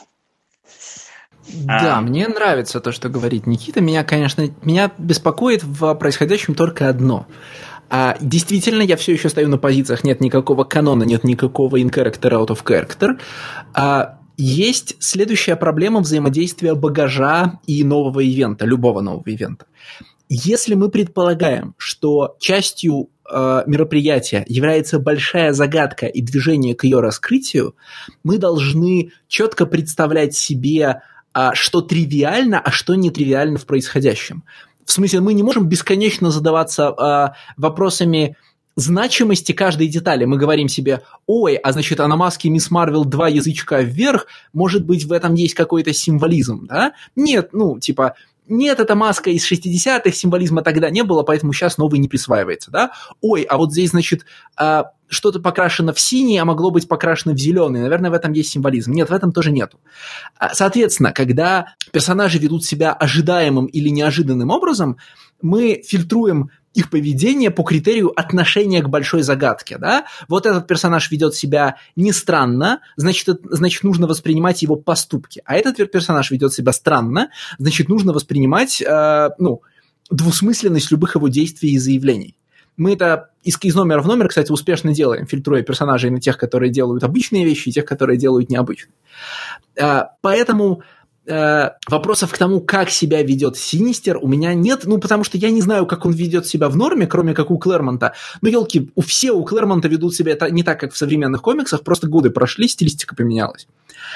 Да, а... мне нравится то, что говорит Никита. Меня, конечно, меня беспокоит в происходящем только одно. А, действительно, я все еще стою на позициях, нет никакого канона, нет никакого in character, out of character. А, есть следующая проблема взаимодействия багажа и нового ивента, любого нового ивента. Если мы предполагаем, что частью э, мероприятия является большая загадка и движение к ее раскрытию, мы должны четко представлять себе, э, что тривиально, а что нетривиально в происходящем. В смысле, мы не можем бесконечно задаваться э, вопросами значимости каждой детали. Мы говорим себе, ой, а значит, а на маске Мисс Марвел два язычка вверх, может быть, в этом есть какой-то символизм, да? Нет, ну, типа... Нет, эта маска из шестидесятых, символизма тогда не было, поэтому сейчас новый не присваивается, да? Ой, а вот здесь, значит, что-то покрашено в синий, а могло быть покрашено в зеленый. Наверное, в этом есть символизм. Нет, в этом тоже нету. Соответственно, когда персонажи ведут себя ожидаемым или неожиданным образом, мы фильтруем их поведение по критерию отношения к большой загадке, да? Вот этот персонаж ведет себя не странно, значит, значит, нужно воспринимать его поступки. А этот персонаж ведет себя странно, значит, нужно воспринимать, э, ну, двусмысленность любых его действий и заявлений. Мы это из, из номера в номер, кстати, успешно делаем, фильтруя персонажей на тех, которые делают обычные вещи, и тех, которые делают необычные. Э, поэтому... вопросов к тому, как себя ведет Синистер, у меня нет, ну, потому что я не знаю, как он ведет себя в норме, кроме как у Клэрмонта. Ну, елки, у все у Клэрмонта ведут себя не так, как в современных комиксах, просто годы прошли, стилистика поменялась.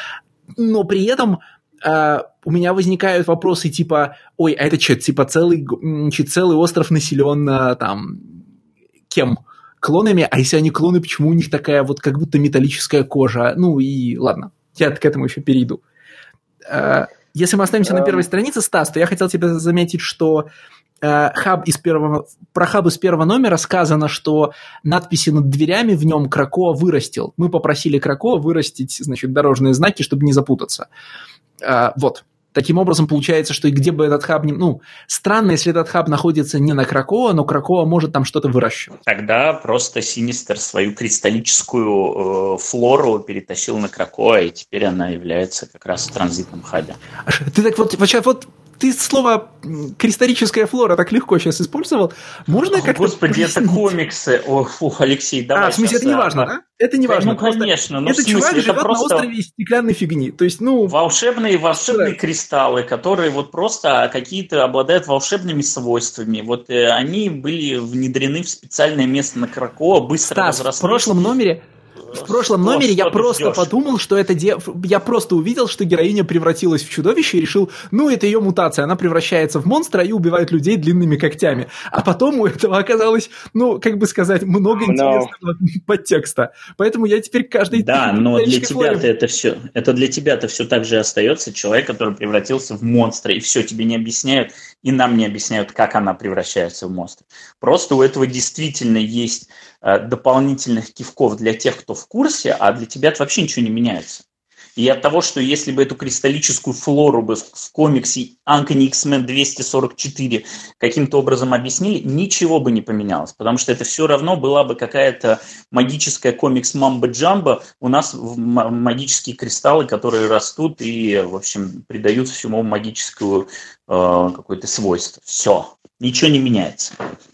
Но при этом э, у меня возникают вопросы типа, ой, а это что, типа целый, целый остров населен там кем? Клонами? А если они клоны, почему у них такая вот как будто металлическая кожа? Ну и ладно, я к этому еще перейду. Если мы останемся um... на первой странице, Стас, то я хотел тебе заметить, что э, хаб из первого, про хаб из первого номера сказано, что надписи над дверями в нем Кракоа вырастил. Мы попросили Кракоа вырастить, значит, дорожные знаки, чтобы не запутаться. Э, вот. Таким образом, получается, что и где бы этот хаб... Не... Ну, странно, если этот хаб находится не на Кракоа, но Кракоа может там что-то выращивать. Тогда просто Синистер свою кристаллическую э, флору перетащил на Кракоа, и теперь она является как раз в транзитном хабе. Ты так вот... вот, вот ты слово «кристаллическая флора» так легко сейчас использовал. Можно О, как-то Господи, пояснить? Это комиксы. О, фу, Алексей, давай. А, в смысле, сейчас, это не важно, да? Это не важно. Ну, конечно. Ну, это смысле, чувак это живет просто... на острове из стеклянной фигни. То есть, ну... Волшебные, волшебные что? Кристаллы, которые вот просто какие-то обладают волшебными свойствами. Вот э, они были внедрены в специальное место на Кракоа, быстро Стас, разрослись. в прошлом номере... В прошлом что, номере что я просто ждешь? подумал, что это де... я просто увидел, что героиня превратилась в чудовище и решил, ну, это ее мутация, она превращается в монстра и убивает людей длинными когтями. А потом у этого оказалось, ну, как бы сказать, много no. интересного подтекста. Поэтому я теперь каждый... Да, но для тебя-то это все, это для тебя-то все так же остается человек, который превратился в монстра, и все, тебе не объясняют, и нам не объясняют, как она превращается в монстра. Просто у этого действительно есть э, дополнительных кивков для тех, кто в курсе, а для тебя это вообще ничего не меняется. И от того, что если бы эту кристаллическую флору бы в комиксе Uncanny X-Men двести сорок четыре каким-то образом объяснили, ничего бы не поменялось, потому что это все равно была бы какая-то магическая комикс мамбо-джамбо, у нас магические кристаллы, которые растут и, в общем, придают всему магическую э, какое-то свойство. Все, ничего не меняется.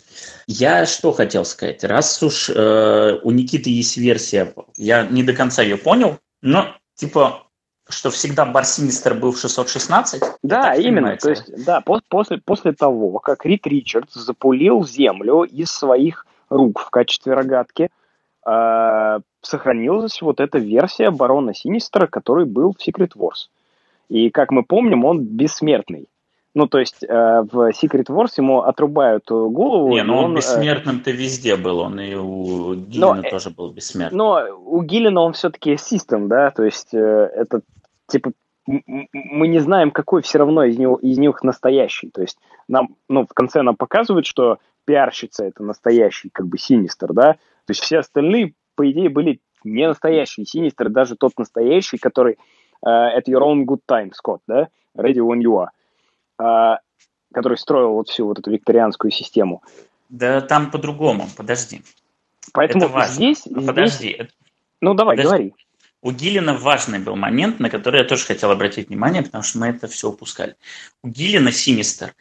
Я что хотел сказать, раз уж э, у Никиты есть версия, я не до конца ее понял, но типа, что всегда Бар Синистер был в шестьсот шестнадцать? Да, именно. То есть, да, после, после того, как Рид Ричардс запулил землю из своих рук в качестве рогатки, э, сохранилась вот эта версия Барона Синистера, который был в Secret Wars. И, как мы помним, он бессмертный. Ну, то есть, э, в Secret Wars ему отрубают голову. Не, ну он, он бессмертным-то э... везде был, он и у Гиллина но, тоже был бессмертным. Но у Гиллина он все-таки систем, да, то есть, э, это, типа, мы не знаем, какой все равно из, него, из них настоящий. То есть, нам, ну, в конце нам показывают, что пиарщица это настоящий, как бы, Синистер, да, то есть, все остальные, по идее, были не настоящие. Синистер, даже тот настоящий, который э, at your own good time, Скотт, да, ready when you are. Который строил вот всю вот эту викторианскую систему. Да там по-другому, подожди. Поэтому здесь... здесь... Подожди. Ну, давай, подожди. говори. у Гиллина важный был момент, на который я тоже хотел обратить внимание, потому что мы это все упускали. У Гиллина Синистер,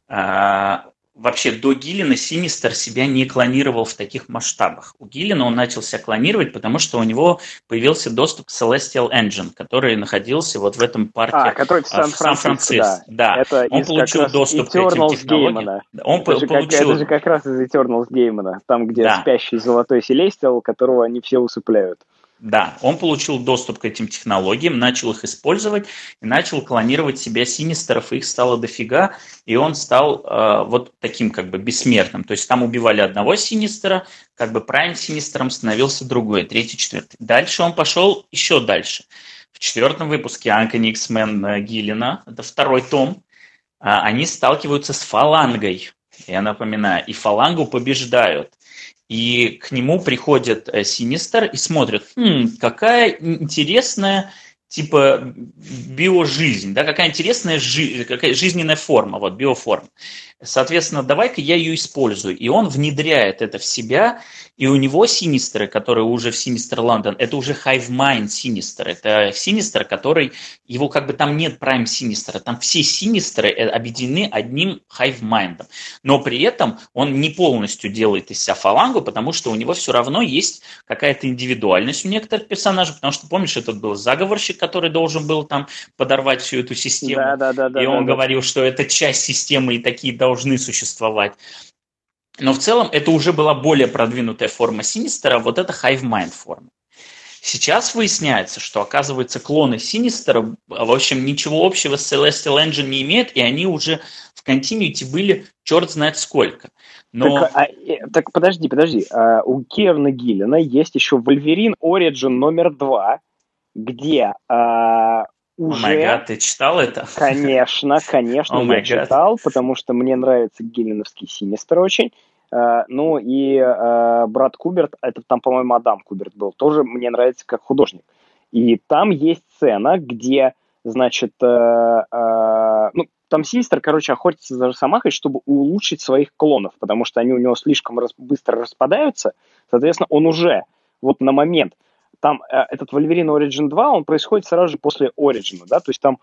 а, вообще до Гиллина Синистер себя не клонировал в таких масштабах. У Гиллина он начал себя клонировать, потому что у него появился доступ к Celestial Engine, который находился вот в этом парке а, который в Сан-Франциско. Сан-Франциско Да. Да. Это он получил доступ Eternals к этим технологиям. Геймана. Он это, же получил... как, это же как раз из Eternals Геймана, там, где да. спящий золотой Селестиал, которого они все усыпляют. Да, он получил доступ к этим технологиям, начал их использовать и начал клонировать себя синистеров, их стало дофига, и он стал э, вот таким как бы бессмертным. То есть там убивали одного синистера, как бы прайм синистером становился другой, третий, четвертый. Дальше он пошел еще дальше. В четвертом выпуске Uncanny X-Men Гиллина, это второй том, э, они сталкиваются с фалангой, я напоминаю, и фалангу побеждают. И к нему приходит Синистер и смотрит, хм, какая интересная типа биожизнь, да, какая интересная жи- какая жизненная форма, вот биоформа. Соответственно, давай-ка я ее использую. И он внедряет это в себя, и у него Синистеры, которые уже в Синистер Лондон, это уже Hive Mind Синистер. Это Синистер, который, его как бы там нет Prime Синистера, там все Синистеры объединены одним Hive Mind. Но при этом он не полностью делает из себя фалангу, потому что у него все равно есть какая-то индивидуальность у некоторых персонажей, потому что, помнишь, этот был заговорщик, который должен был там подорвать всю эту систему, да, да, да, да, и он да, говорил, да. что это часть системы, и такие должны существовать. Но в целом это уже была более продвинутая форма Синистера, вот это Hive Mind форма. Сейчас выясняется, что, оказывается, клоны Синистера, в общем, ничего общего с Celestial Engine не имеют, и они уже в континьюти были черт знает сколько. Но... Так, а, так подожди, подожди. А, у Киерна Гиллина есть еще Wolverine Origin номер два, где а, уже... О май гад, ты читал это? Конечно, конечно, oh я читал, потому что мне нравится гиллиновский Синистер очень. Uh, ну и uh, брат Куберт, это там, по-моему, Адам Куберт был, тоже мне нравится как художник. И там есть сцена, где, значит, uh, uh, ну, там Синистер, короче, охотится за Росомахой, чтобы улучшить своих клонов, потому что они у него слишком рас- быстро распадаются. Соответственно, он уже вот на момент, там uh, этот Wolverine Origin два, он происходит сразу же после Origin, да, то есть там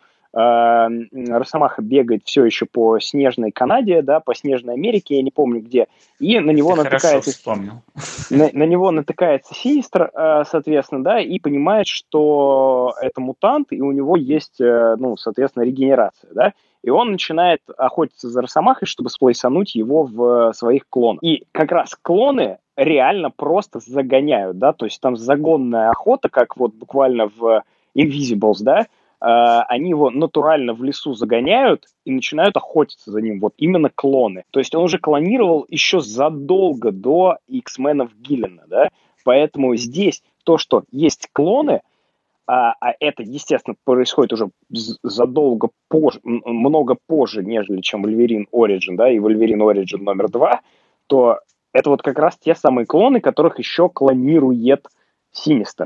Росомаха бегает все еще по снежной Канаде, да, по снежной Америке, я не помню где, и на него Ты натыкается на, на него натыкается Синистер, соответственно, да, и понимает, что это мутант, и у него есть, ну, соответственно, регенерация, да, и он начинает охотиться за Росомахой, чтобы сплейсануть его в своих клонах. И как раз клоны реально просто загоняют, да, то есть там загонная охота, как вот буквально в Invisibles, да, они его натурально в лесу загоняют и начинают охотиться за ним. Вот именно клоны. То есть он уже клонировал еще задолго до X-менов Гиллина, да? Поэтому здесь то, что есть клоны, а, а это, естественно, происходит уже задолго позже, много позже, нежели чем Wolverine Origin, да, и Wolverine Origin номер два, то это вот как раз те самые клоны, которых еще клонирует Синистер.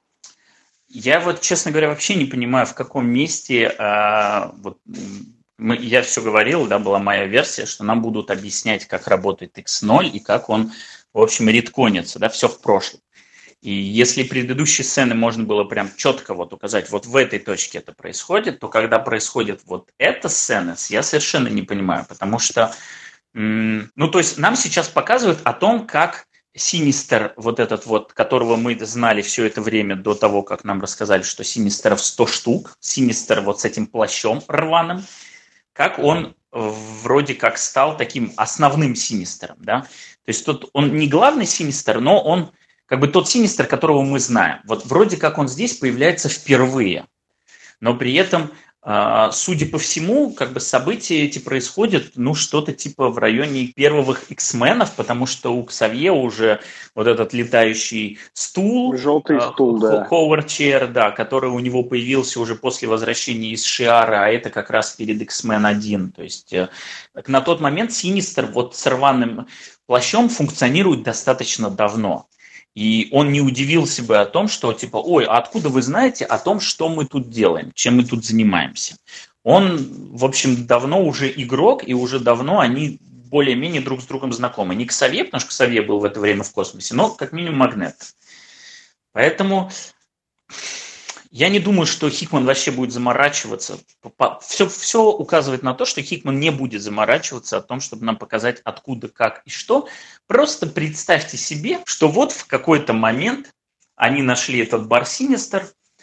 Я вот, честно говоря, вообще не понимаю, в каком месте, а, вот, мы, я все говорил, да, была моя версия, что нам будут объяснять, как работает икс ноль и как он, в общем, редконится, да, все в прошлом. И если предыдущие сцены можно было прям четко вот указать, вот в этой точке это происходит, то когда происходит вот эта сцена, я совершенно не понимаю, потому что, м- ну, то есть нам сейчас показывают о том, как Синистер, вот этот вот, которого мы знали все это время до того, как нам рассказали, что Синистеров сто штук, Синистер вот с этим плащом рваным, как он вроде как стал таким основным Синистером, да? То есть тут он не главный Синистер, но он как бы тот Синистер, которого мы знаем. Вот вроде как он здесь появляется впервые, но при этом, судя по всему, как бы события эти происходят, ну, что-то типа в районе первых X-менов, потому что у Ксавье уже вот этот летающий стул, желтый стул, да, Howard Chair, да, который у него появился уже после возвращения из Шиара, а это как раз перед X-Men один. То есть на тот момент Синистер вот с рваным плащом функционирует достаточно давно. И он не удивился бы о том, что типа, ой, а откуда вы знаете о том, что мы тут делаем, чем мы тут занимаемся? Он, в общем, давно уже игрок, и уже давно они более-менее друг с другом знакомы. Не Ксавье, потому что Ксавье был в это время в космосе, но как минимум Магнет. Поэтому Я не думаю, что Хикман вообще будет заморачиваться. Все, все указывает на то, что Хикман не будет заморачиваться о том, чтобы нам показать откуда, как и что. Просто представьте себе, что вот в какой-то момент они нашли этот бар Синистер,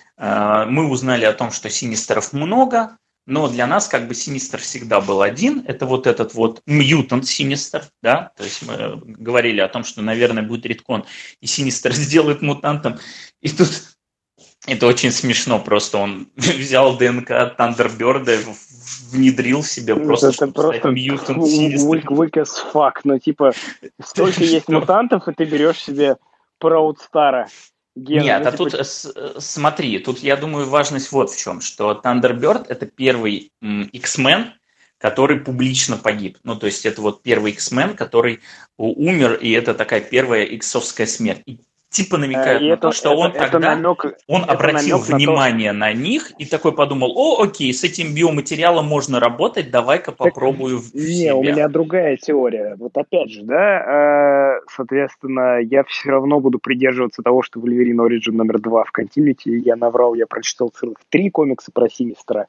мы узнали о том, что Синистеров много, но для нас как бы Синистер всегда был один. Это вот этот вот мьютант Синистер, да, то есть мы говорили о том, что, наверное, будет редкон, и Синистер сделает мутантом, и тут... Это очень смешно, просто он взял ДНК Тандерберда, внедрил себе просто, это просто weak as fuck, ну типа столько есть мутантов, и ты берешь себе Проудстара. Нет, а тут смотри, тут я думаю важность вот в чем, что Тандерберд это первый X-Men, который публично погиб. Ну, то есть это вот первый X-Men, который умер, и это такая первая иксовская смерть. Типа намекают и на это, то, что это, он это тогда намек, он обратил внимание на, то, на них и такой подумал: о, окей, с этим биоматериалом можно работать, давай-ка так, попробую в не, себя. У меня другая теория. Вот опять же, да, соответственно, я все равно буду придерживаться того, что Wolverine Origin номер два в Continuity. Я наврал, я прочитал целых три комикса про Синистера.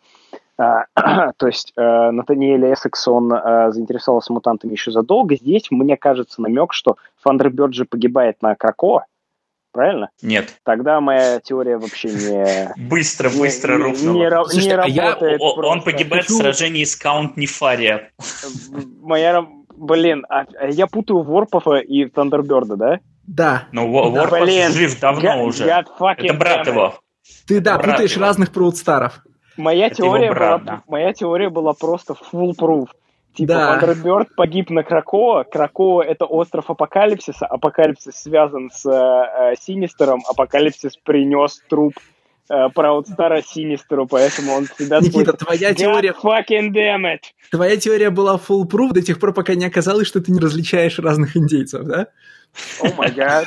То есть Натаниэль Эссекс, он заинтересовался мутантами еще задолго. Здесь, мне кажется, намек, что Thunderbird же погибает на Кракоа. Правильно? Нет. Тогда моя теория вообще не... Быстро, не, быстро рухнула. Не, не, Слушайте, не работает. Я, он погибает Хочу... в сражении с Каунт Нефария. Моя... Блин, а, я путаю Ворпафа и Тандерберда, да? Да. Ну, Ворпаф Блин, жив давно God, уже. God Это брат damn. его. Ты, да, брат путаешь его. разных проудстаров. Моя теория, брат, была, да. моя теория была просто full-proof. Типа, да. Тандерберд погиб на Кракоа. Кракоа — это остров Апокалипсиса. Апокалипсис связан с э, Синистером. Апокалипсис принес труп э, Праудстара Синистеру, поэтому он всегда... Никита, твоя теория... fucking damn it! Твоя теория была full-proof до тех пор, пока не оказалось, что ты не различаешь разных индейцев, да? О май гад.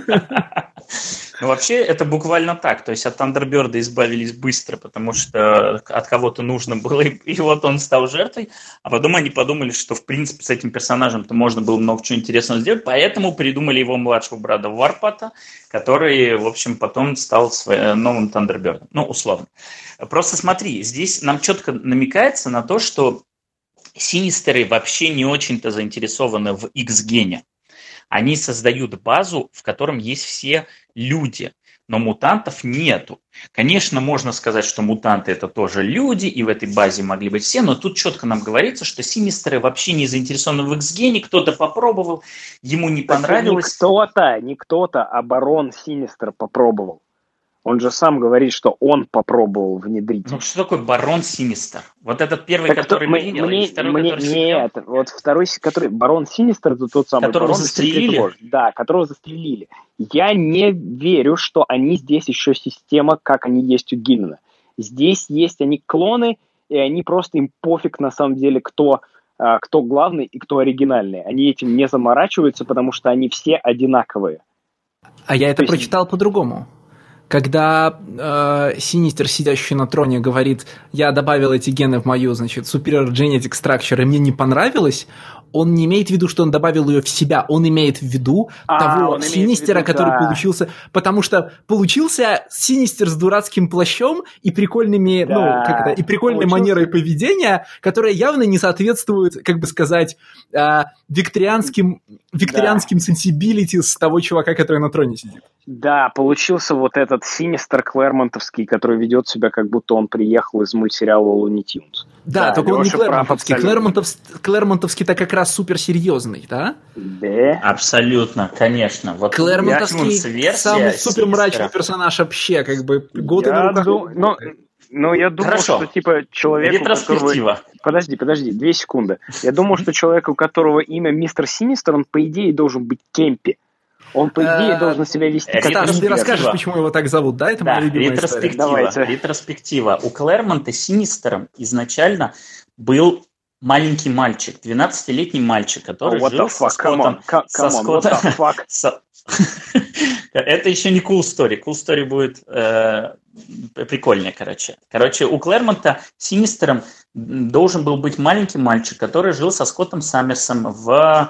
Ну, вообще, это буквально так. То есть от Тандерберда избавились быстро, потому что от кого-то нужно было, и, и вот он стал жертвой. А потом они подумали, что, в принципе, с этим персонажем-то можно было много чего интересного сделать, поэтому придумали его младшего брата Варпата, который, в общем, потом стал своим новым Тандербердом. Ну, условно. Просто смотри, здесь нам четко намекается на то, что Синистеры вообще не очень-то заинтересованы в X-гене. Они создают базу, в котором есть все люди, но мутантов нету. Конечно, можно сказать, что мутанты это тоже люди, и в этой базе могли быть все, но тут четко нам говорится, что Синистеры вообще не заинтересованы в X-гене, кто-то попробовал, ему не понравилось. Не кто-то, не кто-то, а барон Синистер попробовал. Он же сам говорит, что он попробовал внедрить. Ну, что такое барон Синистер? Вот этот первый, так который мы видели, мне, и второй, мне, который Нет, сидел? Вот второй, который... Барон Синистер, это тот самый... Которого барон, застрелили? Да, которого застрелили. Я не верю, что они здесь еще система, как они есть у Гиллена. Здесь есть они клоны, и они просто им пофиг, на самом деле, кто, кто главный и кто оригинальный. Они этим не заморачиваются, потому что они все одинаковые. А я это То прочитал есть... по-другому. Когда э, Синистер, сидящий на троне, говорит: я добавил эти гены в мою, значит, Superior Genetic Structure, и мне не понравилось, он не имеет в виду, что он добавил ее в себя, он имеет в виду а, того Синистера, виду, который да. получился, потому что получился Синистер с дурацким плащом и прикольными, да. ну, как это, и прикольной получился. манерой поведения, которая явно не соответствует, как бы сказать, э, викторианским, викторианским да. sensibilities того чувака, который на троне сидит. Да, получился вот этот Синистер Клэрмонтовский, который ведет себя, как будто он приехал из мультсериала Луни Тюнс. Да, да, только он не Клэрмонтовский. Клэрмонтовский, Клэрмонтовский-то как раз суперсерьезный, да? Да. Абсолютно, конечно. Вот Клэрмонтовский самый супер мрачный персонаж вообще, как бы годы на руках. Дум... Но, но я думаю, Хорошо. что типа человеку, которого... Подожди, подожди, две секунды. Я думаю, что человек, у которого имя Мистер Синистер, он по идее должен быть Кемпи. Он, по идее, должен себя вести как Стас, ты расскажешь, почему его так зовут, да? Это да, моя любимая ретроспектива, история. Ретроспектива. У Клэрмонта Синистером изначально был маленький мальчик, двенадцатилетний мальчик, который oh, жил со Скоттом. Со Скоттом. Это еще не cool story. Cool story будет э, прикольнее, короче. Короче, у Клэрмонта Синистером должен был быть маленький мальчик, который жил со Скоттом Саммерсом в...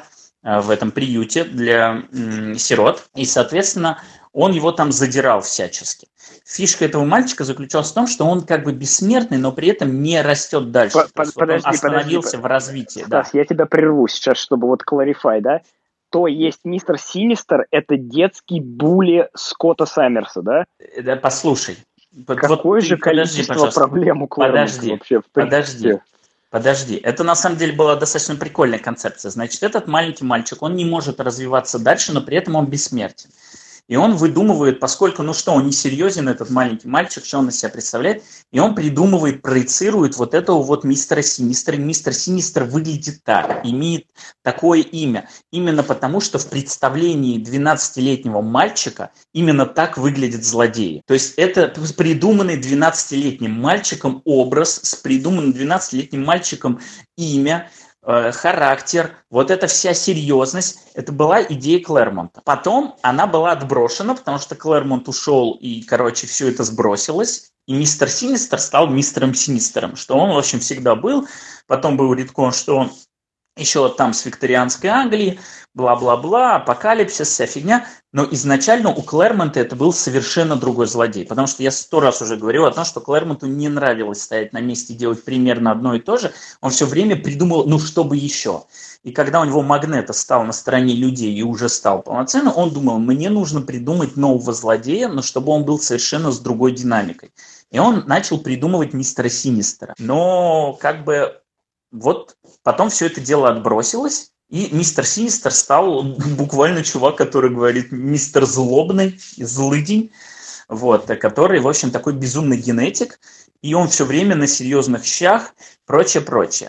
в этом приюте для м, сирот, и, соответственно, он его там задирал всячески. Фишка этого мальчика заключалась в том, что он как бы бессмертный, но при этом не растет дальше. По- подожди, вот он остановился подожди, в развитии. Стас, да. я тебя прерву сейчас, чтобы вот clarify, да? То есть мистер Синистер — это детский булли Скотта Саммерса, да? Да, послушай. Какое вот же ты, количество подожди, проблем у Клэрмонта подожди, вообще в принципе? Подожди. Подожди, это на самом деле была достаточно прикольная концепция. Значит, этот маленький мальчик, он не может развиваться дальше, но при этом он бессмертен. И он выдумывает, поскольку, ну что, он несерьезен, этот маленький мальчик, что он из себя представляет, и он придумывает, проецирует вот этого вот мистера Синистера. Мистер Синистер выглядит так, имеет такое имя. Именно потому, что в представлении двенадцатилетнего мальчика именно так выглядят злодеи. То есть это придуманный двенадцатилетним мальчиком образ, с придуманным двенадцатилетним мальчиком имя, характер, вот эта вся серьезность, это была идея Клэрмонта. Потом она была отброшена, потому что Клэрмонт ушел, и, короче, все это сбросилось, и мистер Синистер стал мистером Синистером, что он, в общем, всегда был. Потом был редкон, что он еще там с викторианской Англии, бла-бла-бла, апокалипсис, вся фигня. Но изначально у Клэрмонта это был совершенно другой злодей. Потому что я сто раз уже говорил о том, что Клэрмонту не нравилось стоять на месте и делать примерно одно и то же. Он все время придумал, ну, что бы еще. И когда у него Магнето стал на стороне людей и уже стал полноценным, он думал, мне нужно придумать нового злодея, но чтобы он был совершенно с другой динамикой. И он начал придумывать мистера Синистера. Но как бы вот потом все это дело отбросилось, и мистер Синистер стал буквально чувак, который говорит мистер Злобный, злыдень, вот, который, в общем, такой безумный генетик, и он все время на серьезных щах, прочее-прочее.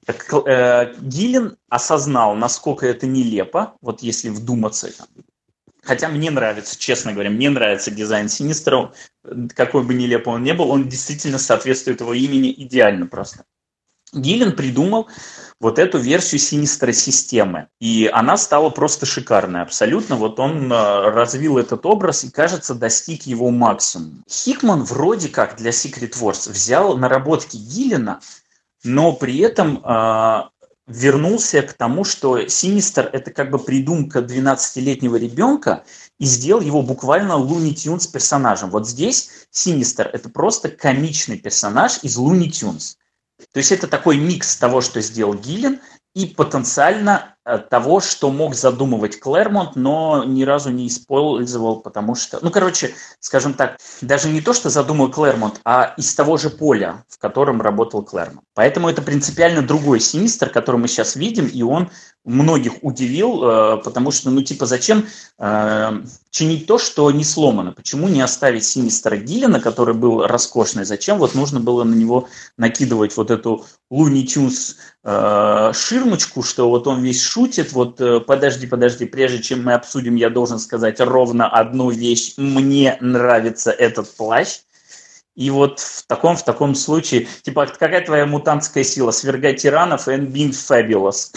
Гиллен осознал, насколько это нелепо, вот если вдуматься. Хотя мне нравится, честно говоря, мне нравится дизайн Синистера, какой бы нелепо он ни был, он действительно соответствует его имени идеально просто. Гиллен придумал вот эту версию Синистера системы, и она стала просто шикарной абсолютно. Вот он развил этот образ и, кажется, достиг его максимума. Хикман вроде как для Secret Wars взял наработки Гиллена, но при этом э, вернулся к тому, что Синистер – это как бы придумка двенадцатилетнего ребенка, и сделал его буквально Луни Тюнс персонажем. Вот здесь Синистер – это просто комичный персонаж из Луни Тюнс. То есть это такой микс того, что сделал Гиллен, и потенциально того, что мог задумывать Клэрмонт, но ни разу не использовал, потому что... Ну, короче, скажем так, даже не то, что задумал Клэрмонт, а из того же поля, в котором работал Клэрмонт. Поэтому это принципиально другой Синистер, который мы сейчас видим, и он многих удивил, потому что, ну, типа, зачем э, чинить то, что не сломано? Почему не оставить Синистера Гиллена, который был роскошный? Зачем вот нужно было на него накидывать вот эту Луни Тюнс э, ширмочку, что вот он весь шутит, вот э, подожди, подожди, прежде чем мы обсудим, я должен сказать ровно одну вещь. Мне нравится этот плащ. И вот в таком, в таком случае, типа, какая твоя мутантская сила? Свергать тиранов and being fabulous.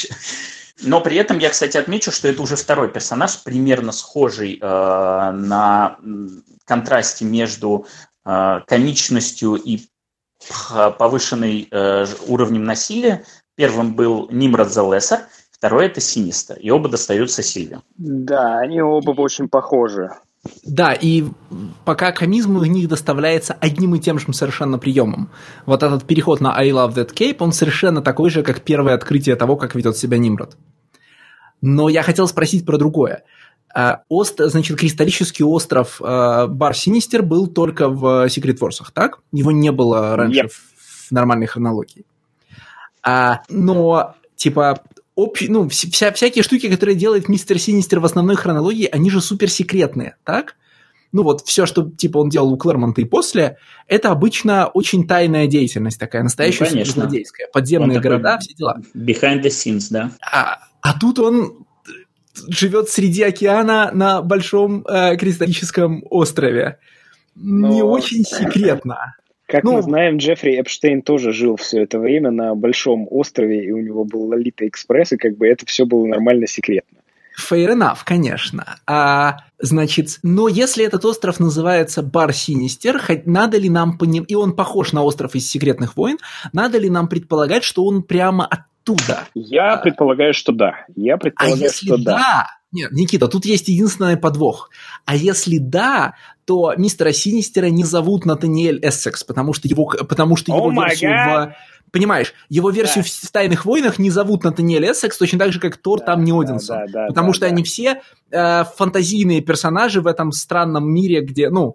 Но при этом я, кстати, отмечу, что это уже второй персонаж, примерно схожий э, на контрасте между э, комичностью и повышенным э, уровнем насилия. Первым был Нимрод the Lesser, второй это Синистер. И оба достаются Сильве. Да, они оба очень похожи. Да, и пока комизм в них доставляется одним и тем же совершенно приемом. Вот этот переход на I Love That Cape, он совершенно такой же, как первое открытие того, как ведет себя Нимрод. Но я хотел спросить про другое. Ост, значит, кристаллический остров Бар Синистер был только в Secret Wars, так? Его не было раньше yep. в нормальной хронологии. А, но, типа... Общ... Ну, вся, всякие штуки, которые делает мистер Синистер в основной хронологии, они же суперсекретные, так? Ну вот, все, что типа он делал у Клэрмонта и после, это обычно очень тайная деятельность такая, настоящая ну, суперзлодейская. Подземные он города, все дела. Behind the scenes, да. А, а тут он живет среди океана на большом э, кристаллическом острове. Но... Не очень секретно. Как ну, мы знаем, Джеффри Эпштейн тоже жил все это время на большом острове, и у него был Лолита Экспресс, и как бы это все было нормально секретно. Fair enough, конечно. А, значит, но если этот остров называется Бар Синистер, надо ли нам поним... и он похож на остров из «Секретных войн», надо ли нам предполагать, что он прямо оттуда оттуда. Я предполагаю, что да. Я предполагаю, а если что да... да... Нет, Никита, тут есть единственный подвох. А если да, то мистера Синистера не зовут Натаниэль Эссекс, потому что его, потому что его oh версию в... Понимаешь, его версию да. в «Тайных войнах» не зовут Натаниэль Эссекс, точно так же, как Тор да, там не Одинсон. Да, да, да, потому да, что да. они все э, фантазийные персонажи в этом странном мире, где, ну...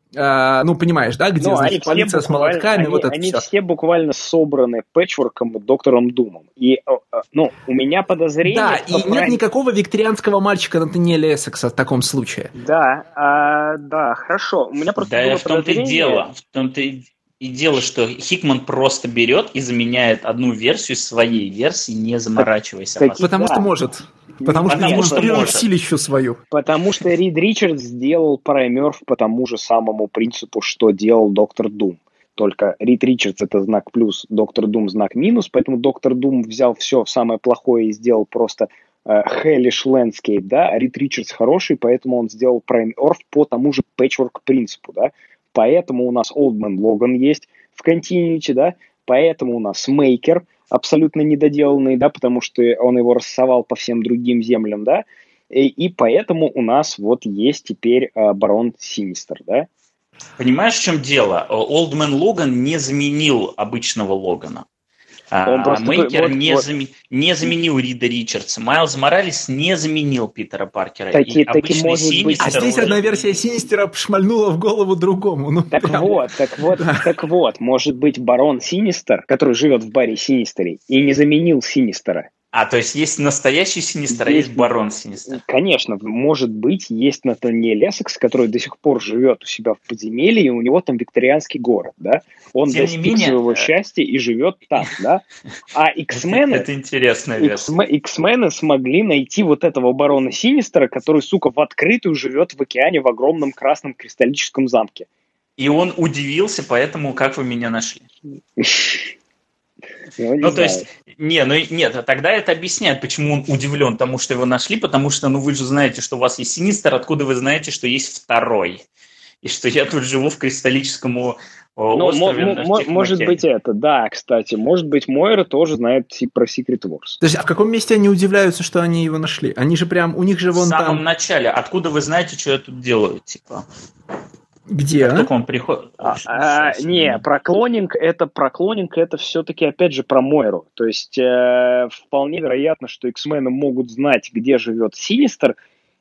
Uh, ну, понимаешь, да, где, ну, значит, полиция с молотками, они, вот это они все. все буквально собраны пэтчворком доктором Думом. И, ну, у меня подозрение... Да, и нет правильно... никакого викторианского мальчика Натаниэля Эссекса в таком случае. Да, а, да, хорошо. У меня просто да, было в том-то подозрение... и дело, в том-то и, и дело, что Хикман просто берет и заменяет одну версию своей версии, не заморачиваясь. Так, потому да. что может. Потому, потому что, что может. Силищу свою. Потому что Рид Ричардс сделал праймерф по тому же самому принципу, что делал Доктор Дум. Только Рид Ричардс — это знак плюс, Доктор Дум — знак минус, поэтому Доктор Дум взял все самое плохое и сделал просто э, hellish landscape, да, а Рид Ричардс хороший, поэтому он сделал праймерф по тому же patchwork принципу, да. Поэтому у нас Old Man Logan есть в Continuity, да, поэтому у нас Мейкер абсолютно недоделанный, да, потому что он его рассовал по всем другим землям, да, и, и поэтому у нас вот есть теперь э, Барон Синистер, да. Понимаешь, в чем дело? Old Man Logan не заменил обычного Логана. Он а Мейкер вот, не, вот. Зам... не заменил Рида Ричардса. Майлз Моралес не заменил Питера Паркера. Таки, и таки может Синистер быть. А здесь уже... одна версия Синистера шмальнула в голову другому. Ну, так прям... вот, так вот, так вот, может быть, Барон Синистер, который живет в баре Синистере, и не заменил Синистера. А, то есть есть настоящий Синистер, а есть Барон Синистер. Конечно, может быть, есть Натаниэль Эссекс, который до сих пор живет у себя в подземелье, и у него там викторианский город, да? Он Тем достиг менее... своего счастья и живет там, да? А X-мены... Это интересная версия. X-мены смогли найти вот этого Барона Синистера, который, сука, в открытую живет в океане в огромном красном кристаллическом замке. И он удивился, поэтому как вы меня нашли? Ну, ну то есть, не, ну нет, а тогда это объясняет, почему он удивлен тому, что его нашли, потому что, ну вы же знаете, что у вас есть Синистер, откуда вы знаете, что есть второй, и что я тут живу в кристаллическом ну, острове. М- м- может быть это, да, кстати, может быть Мойра тоже знает про Secret Wars. То есть, а в каком месте они удивляются, что они его нашли? Они же прям, у них же вон там... В самом там... начале, откуда вы знаете, что я тут делаю, типа... Где? Как только он приходит... А, а, не, про клонинг это, про клонинг это все-таки опять же про Мойру. То есть э, вполне вероятно, что X-мены могут знать, где живет Синистер,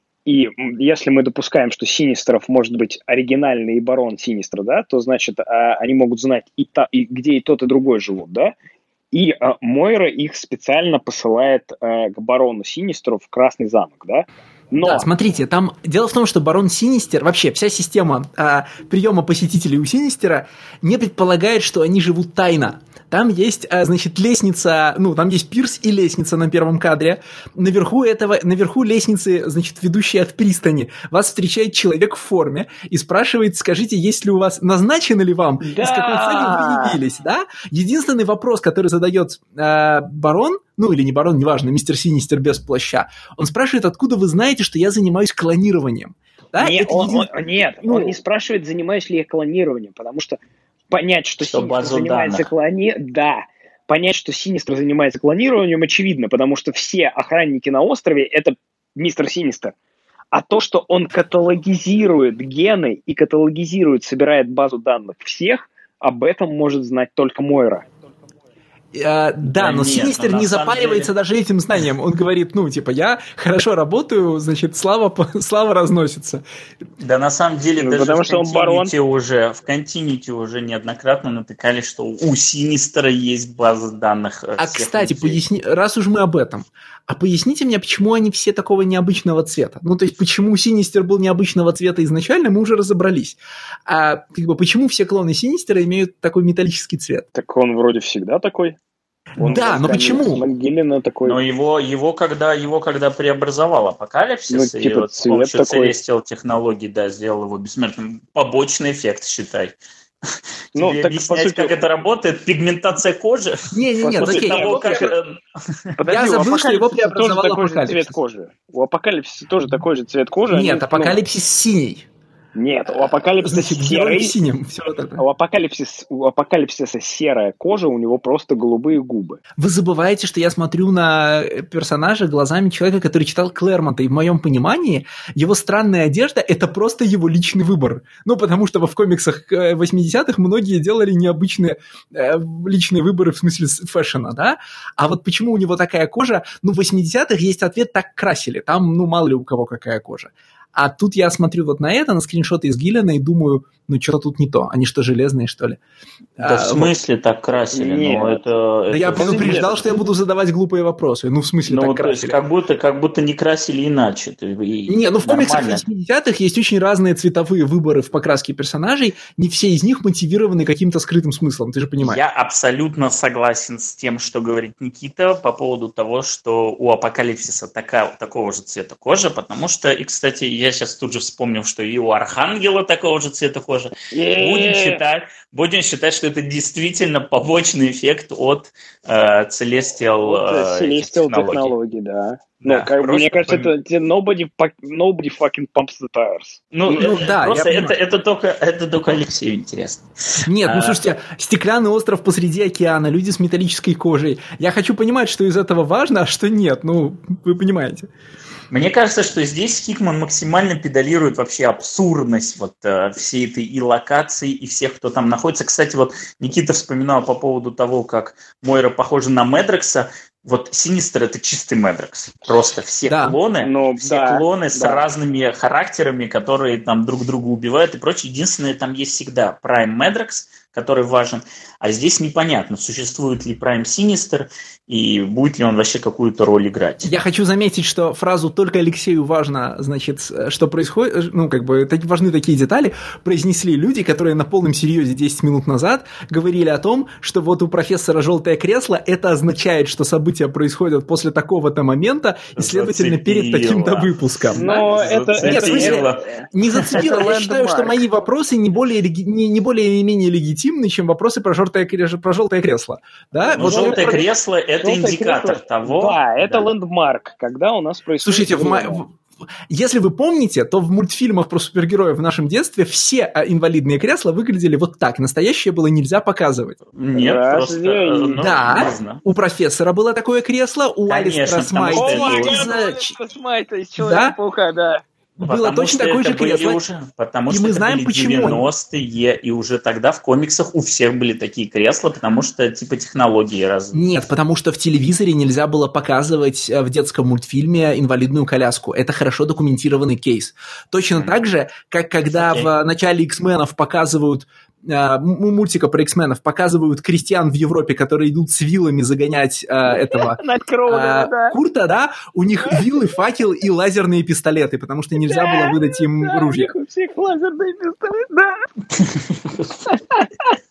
и если мы допускаем, что Синистеров может быть оригинальный и Барон Синистер, да, то значит э, они могут знать и, та, и где и тот, и другой живут, да, и э, Мойра их специально посылает э, к Барону Синистеру в Красный замок, да. Но... Да, смотрите, там дело в том, что Барон Синистер, вообще вся система а, приема посетителей у Синистера не предполагает, что они живут тайно. Там есть, а, значит, лестница, ну, там есть пирс и лестница на первом кадре. Наверху этого, наверху лестницы, значит, ведущей от пристани, вас встречает человек в форме и спрашивает, скажите, есть ли у вас, назначено ли вам, да! и с какой целью вы явились, да? Единственный вопрос, который задает а, Барон, ну, или не Барон, неважно, мистер Синистер без плаща, он спрашивает, откуда вы знаете, что я занимаюсь клонированием. Да? Нет, он, един... он, нет ну... он не спрашивает, занимаюсь ли я клонированием, потому что понять, что, что Синистер занимается клонированием, да, понять, что Синистер занимается клонированием, очевидно, потому что все охранники на острове — это мистер Синистер. А то, что он каталогизирует гены и каталогизирует, собирает базу данных всех, об этом может знать только Мойра. Uh, да, да, но нет, Синистер не запаривается деле... даже этим знанием. Он говорит, ну, типа, я хорошо работаю, значит, слава, слава разносится. Да, на самом деле, ну, даже потому в что он барон. Уже, в Continuity уже неоднократно натыкали, что у Синистера есть база данных. А, кстати, поясни, раз уж мы об этом, а поясните мне, почему они все такого необычного цвета? Ну, то есть, почему Синистер был необычного цвета изначально, мы уже разобрались. А как бы, почему все клоны Синистера имеют такой металлический цвет? Так он вроде всегда такой. Он да, но почему? Такой... Но его, его, когда, его когда преобразовал Апокалипсис, ну, и типа вот с помощью такой... Celestial технологий, да, сделал его бессмертным. Побочный эффект, считай. Ну, Тебе так, объяснять, сути... как это работает? Пигментация кожи? Не-не-не, окей. Того, как... Подожди, я забыл, что его преобразовал Апокалипсис. Цвет кожи. У Апокалипсиса тоже такой же цвет кожи. Нет, они, Апокалипсис ну... синий. Нет, у Апокалипсиса Значит, серый... в синем. Все вот это. У, Апокалипсис, у Апокалипсиса серая кожа, у него просто голубые губы. Вы забываете, что я смотрю на персонажа глазами человека, который читал Клэрмонта, и в моем понимании его странная одежда – это просто его личный выбор. Ну, потому что в комиксах восьмидесятых многие делали необычные э, личные выборы в смысле фэшена, да? А вот почему у него такая кожа? Ну, в восьмидесятых есть ответ – так красили. Там, ну, мало ли у кого какая кожа. А тут я смотрю вот на это, на скриншоты из Гиллена и думаю, ну что-то тут не то. Они что, железные, что ли? Да а, в смысле вот. Так красили? Нет. Ну, это, да это... я предупреждал, что я буду задавать глупые вопросы. Ну, в смысле ну, так то красили? есть, как будто, как будто не красили иначе. И не, ну в комиксах нормально. восьмидесятых есть очень разные цветовые выборы в покраске персонажей. Не все из них мотивированы каким-то скрытым смыслом, ты же понимаешь. Я абсолютно согласен с тем, что говорит Никита по поводу того, что у Апокалипсиса такая, такого же цвета кожа, потому что, и, кстати, я сейчас тут же вспомнил, что и у Архангела такого же цвета кожи. Будем считать, будем считать, что это действительно побочный эффект от э, Celestial, э, Celestial технологий. технологий, да. Ну, да, как, мне кажется, пом... это nobody, nobody fucking pumps the tires. Ну, ну это, да, просто это, это, только, это только Алексею интересно. Нет, ну слушайте, стеклянный остров посреди океана, люди с металлической кожей. Я хочу понимать, что из этого важно, а что нет. Ну, вы понимаете. Мне кажется, что здесь Хикман максимально педалирует вообще абсурдность вот э, всей этой и локации, и всех, кто там находится. Кстати, вот Никита вспоминал по поводу того, как Мойра похожа на Медрекса. Вот Синистер — это чистый Медрекс. Просто все да. клоны, ну, все да, клоны да. с разными характерами, которые там друг друга убивают и прочее. Единственное, там есть всегда Prime Медрекс, который важен. А здесь непонятно, существует ли Prime Sinister и будет ли он вообще какую-то роль играть. Я хочу заметить, что фразу «только Алексею важно», значит, что происходит, ну, как бы, важны такие детали, произнесли люди, которые на полном серьезе десять минут назад говорили о том, что вот у профессора «Желтое кресло» это означает, что события происходят после такого-то момента и, следовательно, зацепило. Перед таким-то выпуском. Но да? это, Нет, это, это, не зацепило. Я считаю, что мои вопросы не более, не, не более менее легитимны, чем вопросы про желтое, про желтое кресло. Да? Вот желтое про... кресло – это желтое индикатор кресло, того… Да, это да. лендмарк, когда у нас происходит… Слушайте, в ма... если вы помните, то в мультфильмах про супергероев в нашем детстве все инвалидные кресла выглядели вот так. Настоящее было нельзя показывать. Нет, Разве? просто… Ну, да, у профессора было такое кресло, у Алистера Смайта из Человека-паука, да. Было потому точно такое же кресло. Уже, потому и что мы это знаем, были почему. девяностые, и уже тогда в комиксах у всех были такие кресла, потому что типа технологии разные. Нет, потому что в телевизоре нельзя было показывать в детском мультфильме инвалидную коляску. Это хорошо документированный кейс. Точно mm. так же, как когда okay. в начале X-менов показывают мультика про X-менов показывают крестьян в Европе, которые идут с вилами загонять э, этого э, Курта, да, у них вилы, факел и лазерные пистолеты, потому что нельзя было выдать им да, ружья. У всех лазерные пистолеты, да.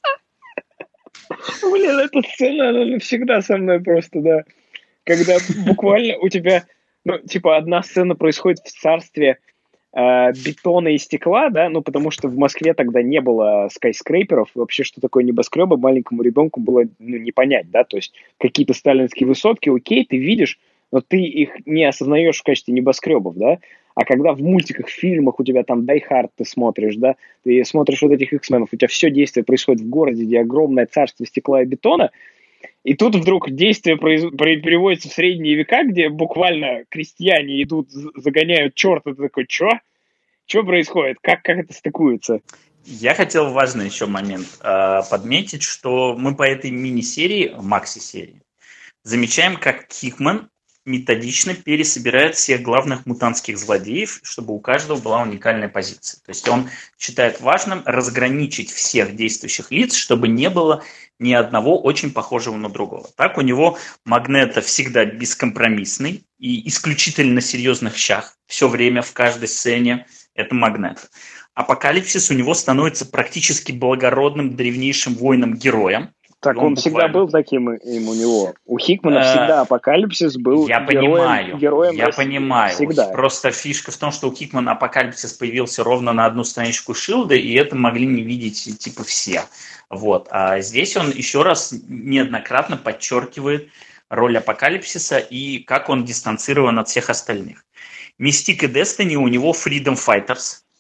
Блин, эта сцена, она всегда со мной просто, да. Когда буквально у тебя, ну, типа, одна сцена происходит в царстве бетона и стекла, да, ну, потому что в Москве тогда не было скайскрейперов, вообще, что такое небоскребы, маленькому ребенку было, ну, не понять, да, то есть какие-то сталинские высотки, окей, ты видишь, но ты их не осознаешь в качестве небоскребов, да, а когда в мультиках, в фильмах у тебя там Die Hard ты смотришь, да, ты смотришь вот этих X-менов, у тебя все действие происходит в городе, где огромное царство стекла и бетона, и тут вдруг действие произ... переводится в средние века, где буквально крестьяне идут, загоняют черта, ты такой, чё? Что происходит? Как, как это стыкуется? Я хотел важный еще момент э, подметить, что мы по этой мини-серии, макси-серии, замечаем, как Хикман методично пересобирает всех главных мутантских злодеев, чтобы у каждого была уникальная позиция. То есть он считает важным разграничить всех действующих лиц, чтобы не было ни одного очень похожего на другого. Так у него Магнето всегда бескомпромиссный и исключительно на серьезных щах. Все время в каждой сцене это Магнето. Апокалипсис у него становится практически благородным древнейшим воином-героем. Так он, он всегда буквально... был таким им у него. У Хикмана всегда Апокалипсис был я героем, понимаю, героем Я России. понимаю. Всегда. Просто фишка в том, что у Хикмана Апокалипсис появился ровно на одну страничку Шилда, и это могли не видеть типа все. Вот. А здесь он еще раз неоднократно подчеркивает роль Апокалипсиса и как он дистанцирован от всех остальных. Мистик и Destiny у него Freedom Fighters.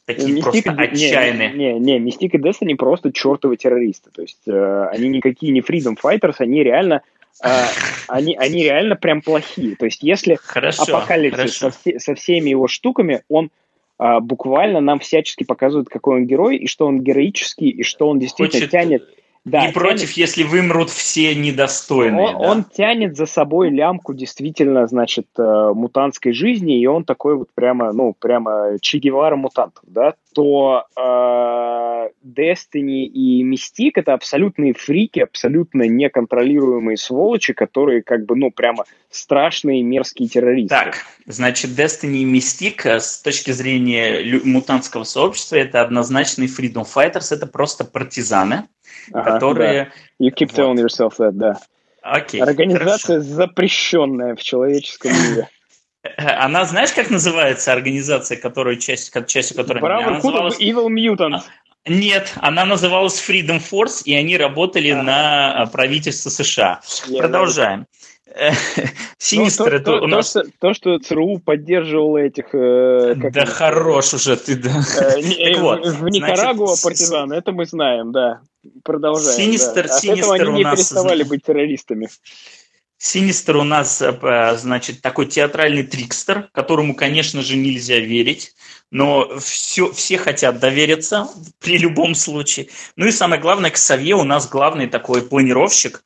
такие Mystique просто и, отчаянные. Не, не, не, Mystique и Destiny просто чертовы террористы. То есть э, они никакие не Freedom Fighters, они реально, э, они, они реально прям плохие. То есть если Хорошо, Апокалипсис со, хорошо. все, со всеми его штуками, он э, буквально нам всячески показывает, какой он герой, и что он героический, и что он действительно Хочет тянет... Да, не против, тянет, если вымрут все недостойные. он, да. он тянет за собой лямку действительно, значит, э, мутантской жизни, и он такой вот прямо, ну, прямо Че Гевара мутантов, да, то э, Destiny и Mystique — это абсолютные фрики, абсолютно неконтролируемые сволочи, которые как бы, ну, прямо страшные мерзкие террористы. Так, значит, Destiny и Mystique с точки зрения лю- мутантского сообщества это однозначные Freedom Fighters, это просто партизаны, Ага, которые... да. You keep telling Вот. yourself that, да. Окей, Организация, хорошо. запрещенная в человеческом мире. Она, знаешь, как называется организация, которую, часть, как- частью которой... Она Brotherhood of называлась... Evil Mutants. Нет, она называлась Freedom Force, и они работали Ага. на а, правительство США. Я Продолжаем. Синистер, Ну, это то, у то, нас... То, что, то, что ЦРУ поддерживало этих... Э, как Да они, хорош уже ты, да. э, не- Так в- вот, в Никарагуа значит, партизаны, это мы знаем, да. Продолжаем. Синистер, да. От Синистер этого они у не нас... переставали быть террористами. Синистер у нас, э, значит, такой театральный трикстер, которому, конечно же, нельзя верить, но все, все хотят довериться при любом случае. Ну и самое главное, Ксавье у нас главный такой планировщик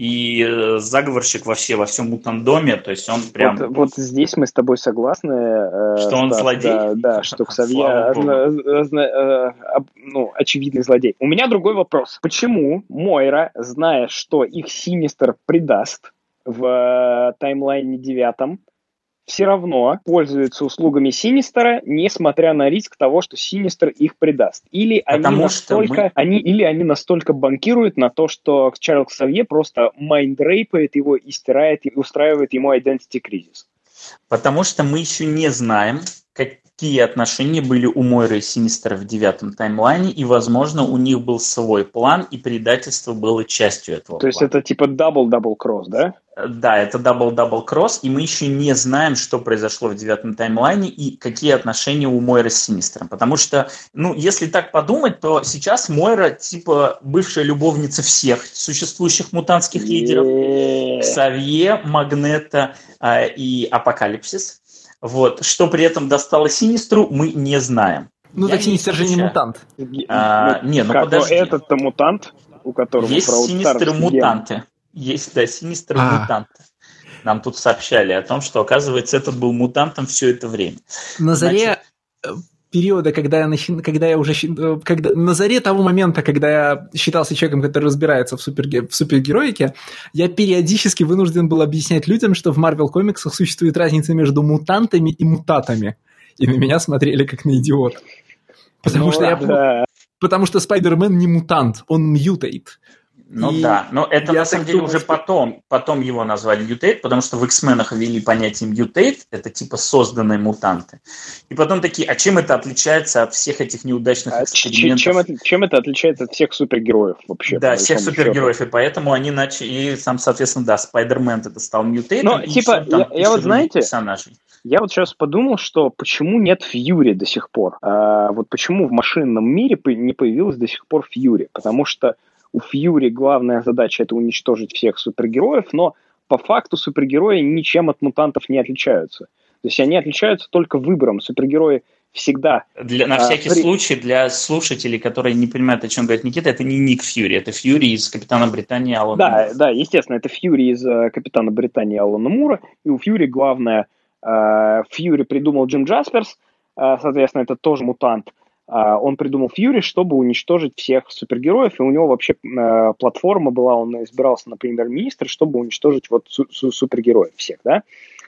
и э, заговорщик вообще во всем мутандоме, то есть он прям... Вот, вот здесь мы с тобой согласны. Э, Что он Стас, злодей? Да, да, что Ксавье Слава богу. озна- озна- э, об- ну, очевидный злодей. У меня другой вопрос. Почему Мойра, зная, что их Синистер предаст в э, таймлайне девятом, все равно пользуются услугами Синистера, несмотря на риск того, что Синистер их предаст? Или они Потому что настолько, мы- они, или они настолько банкируют на то, что Чарльз Ксавье просто майндрейпает его и стирает, и устраивает ему identity кризис? Потому что мы еще не знаем, какие отношения были у Мойры и Синистера в девятом таймлайне, и, возможно, у них был свой план, и предательство было частью этого То есть плана. это типа дабл-дабл-кросс, да? Да, это дабл-дабл-кросс, и мы еще не знаем, что произошло в девятом таймлайне и какие отношения у Мойры с Синистером. Потому что, ну, если так подумать, то сейчас Мойра типа бывшая любовница всех существующих мутантских лидеров. Е-е-е. Ксавье, Магнета э, и Апокалипсис. Вот. Что при этом достало Синистру, мы не знаем. Ну Я так Синистер же не исключаю. мутант. А, не, ну как, подожди. Этот-то мутант, у которого Есть проудстаровский ген. Синистры-мутанты. Есть, да, Синистры-мутанты. Нам тут сообщали о том, что, оказывается, этот был мутантом все это время. На заре Значит, периода, когда я, начи... когда я уже... щи- Когда... На заре того момента, когда я считался человеком, который разбирается в, суперге... в супергероике, я периодически вынужден был объяснять людям, что в Marvel комиксах существует разница между мутантами и мутатами. И на меня смотрели как на идиота. Потому, Ну что, я... да. Потому что Спайдермен не мутант, он мьютейт. ну И да, но это я на самом так деле думал, уже что- потом, потом его назвали мьютейт, потому что в X-менах ввели понятие мьютейт, это типа созданные мутанты. И потом такие, а чем это отличается от всех этих неудачных А ч- экспериментов? чем, отли- чем это отличается от всех супергероев вообще? Да, по всех большому супергероев, и поэтому они начали, и сам, соответственно, да, Спайдермен это стал мьютейтом, Но, и типа, еще там я- я тысяча вот, других знаете, персонажей. Я вот сейчас подумал, что почему нет Фьюри до сих пор? А, вот почему в машинном мире по- не появилось до сих пор Фьюри? Потому что у Фьюри главная задача – это уничтожить всех супергероев, но по факту супергерои ничем от мутантов не отличаются. То есть они отличаются только выбором. Супергерои всегда... Для, на А, всякий при- случай, для слушателей, которые не понимают, о чем говорит Никита, это не Ник Фьюри, это Фьюри из «Капитана Британии» Алана Да, Мура. да, естественно, это Фьюри из э, «Капитана Британии» Алана Мура, и у Фьюри главное... э, Фьюри придумал Джим Джасперс, э, соответственно, это тоже мутант. Э, он придумал Фьюри, чтобы уничтожить всех супергероев, и у него вообще э, платформа была, он избирался на премьер-министра, чтобы уничтожить вот су- су- супергероев всех, да.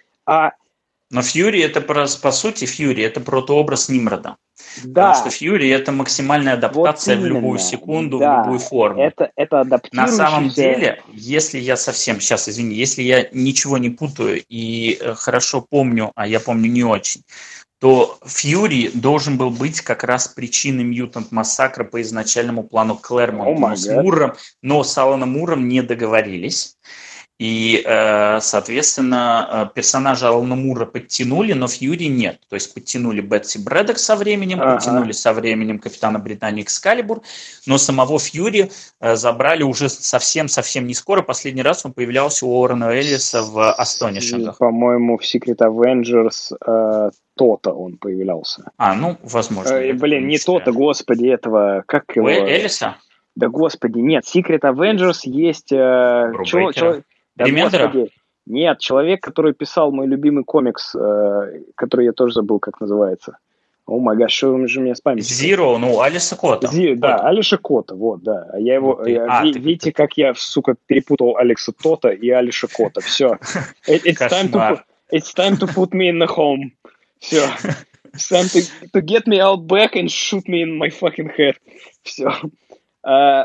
А Но Фьюри это, про, по сути, Фьюри это протообраз Нимрода. да, Потому что Фьюри это максимальная адаптация вот в любую именно, секунду, да, в любую форму. это, это На адаптирующийся... самом деле, если я совсем, сейчас, извини, если я ничего не путаю и э, хорошо помню, а я помню не очень, то Фьюри должен был быть как раз причиной мьютант-массакра по изначальному плану Клэрмонта. Oh my но, с God. Муром, но с Аланом Муром не договорились. И, соответственно, персонажа Алана Мура подтянули, но Фьюри нет. То есть подтянули Бетси Брэддок со временем, ага. подтянули со временем Капитана Британии Экскалибур, но самого Фьюри забрали уже совсем-совсем не скоро. Последний раз он появлялся у Уоррена Эллиса в Астонишингах. По-моему, в Secret Avengers э, то-то он появлялся. А, ну, возможно. Э, блин, не то-то, господи, этого... Как его? Эллиса? Да, господи, нет. Secret Avengers есть... Э, чё, чё, да, господи, нет, человек, который писал мой любимый комикс, э, который я тоже забыл, как называется. О май гаш, что же меня с памятью? Zero, ну, Алиса Кота. Зи, да, Алиша Кота, вот, да. А я его, я, а, ви, ты, видите, ты... как я, сука, перепутал Алекса Тота и Алиша Кота. Все. It, it's, time to put, it's time to put me in the home. Все. It's time to, to get me out back and shoot me in my fucking head. Все. Uh,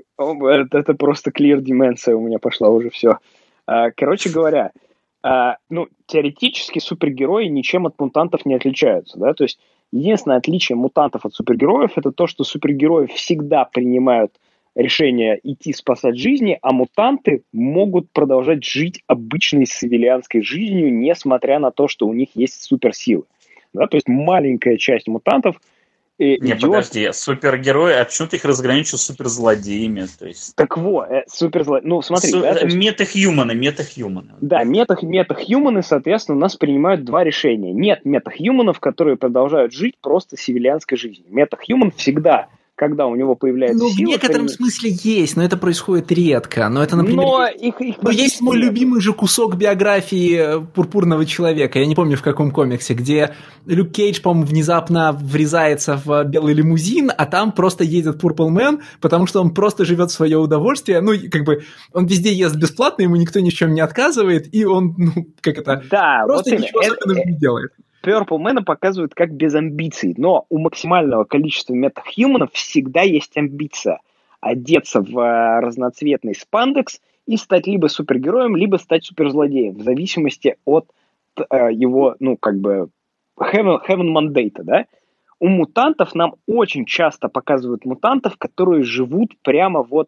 это просто clear dementia у меня пошла уже, все. Uh, короче говоря, uh, ну, теоретически супергерои ничем от мутантов не отличаются, да, то есть единственное отличие мутантов от супергероев это то, что супергерои всегда принимают решение идти спасать жизни, а мутанты могут продолжать жить обычной цивилианской жизнью, несмотря на то, что у них есть суперсилы, да, то есть маленькая часть мутантов Не, идет... подожди, супергерои, а почему ты их разграничил с суперзлодеями? То есть... Так вот, э, суперзлодеи, ну смотри. Су- да, есть... Метахьюманы, метахьюманы. Да, метах, метахьюманы, соответственно, у нас принимают два решения. Нет метахьюманов, которые продолжают жить просто цивилианской жизнью. Метахьюман всегда, когда у него появляется ну, сила... Ну, в некотором при... смысле есть, но это происходит редко. Но это, например... Но их, их ну, есть мой любимый же кусок биографии Пурпурного Человека, я не помню в каком комиксе, где Люк Кейдж, по-моему, внезапно врезается в белый лимузин, а там просто едет Purple Man, потому что он просто живет в свое удовольствие. Ну, как бы, он везде ест бесплатно, ему никто ни в чем не отказывает, и он, ну, как это, да, просто вот ничего особенного не делает. Purple Man показывают как без амбиций, но у максимального количества метахьюманов всегда есть амбиция одеться в uh, разноцветный спандекс и стать либо супергероем, либо стать суперзлодеем, в зависимости от uh, его, ну, как бы, heaven, heaven mandate, да? У мутантов нам очень часто показывают мутантов, которые живут прямо вот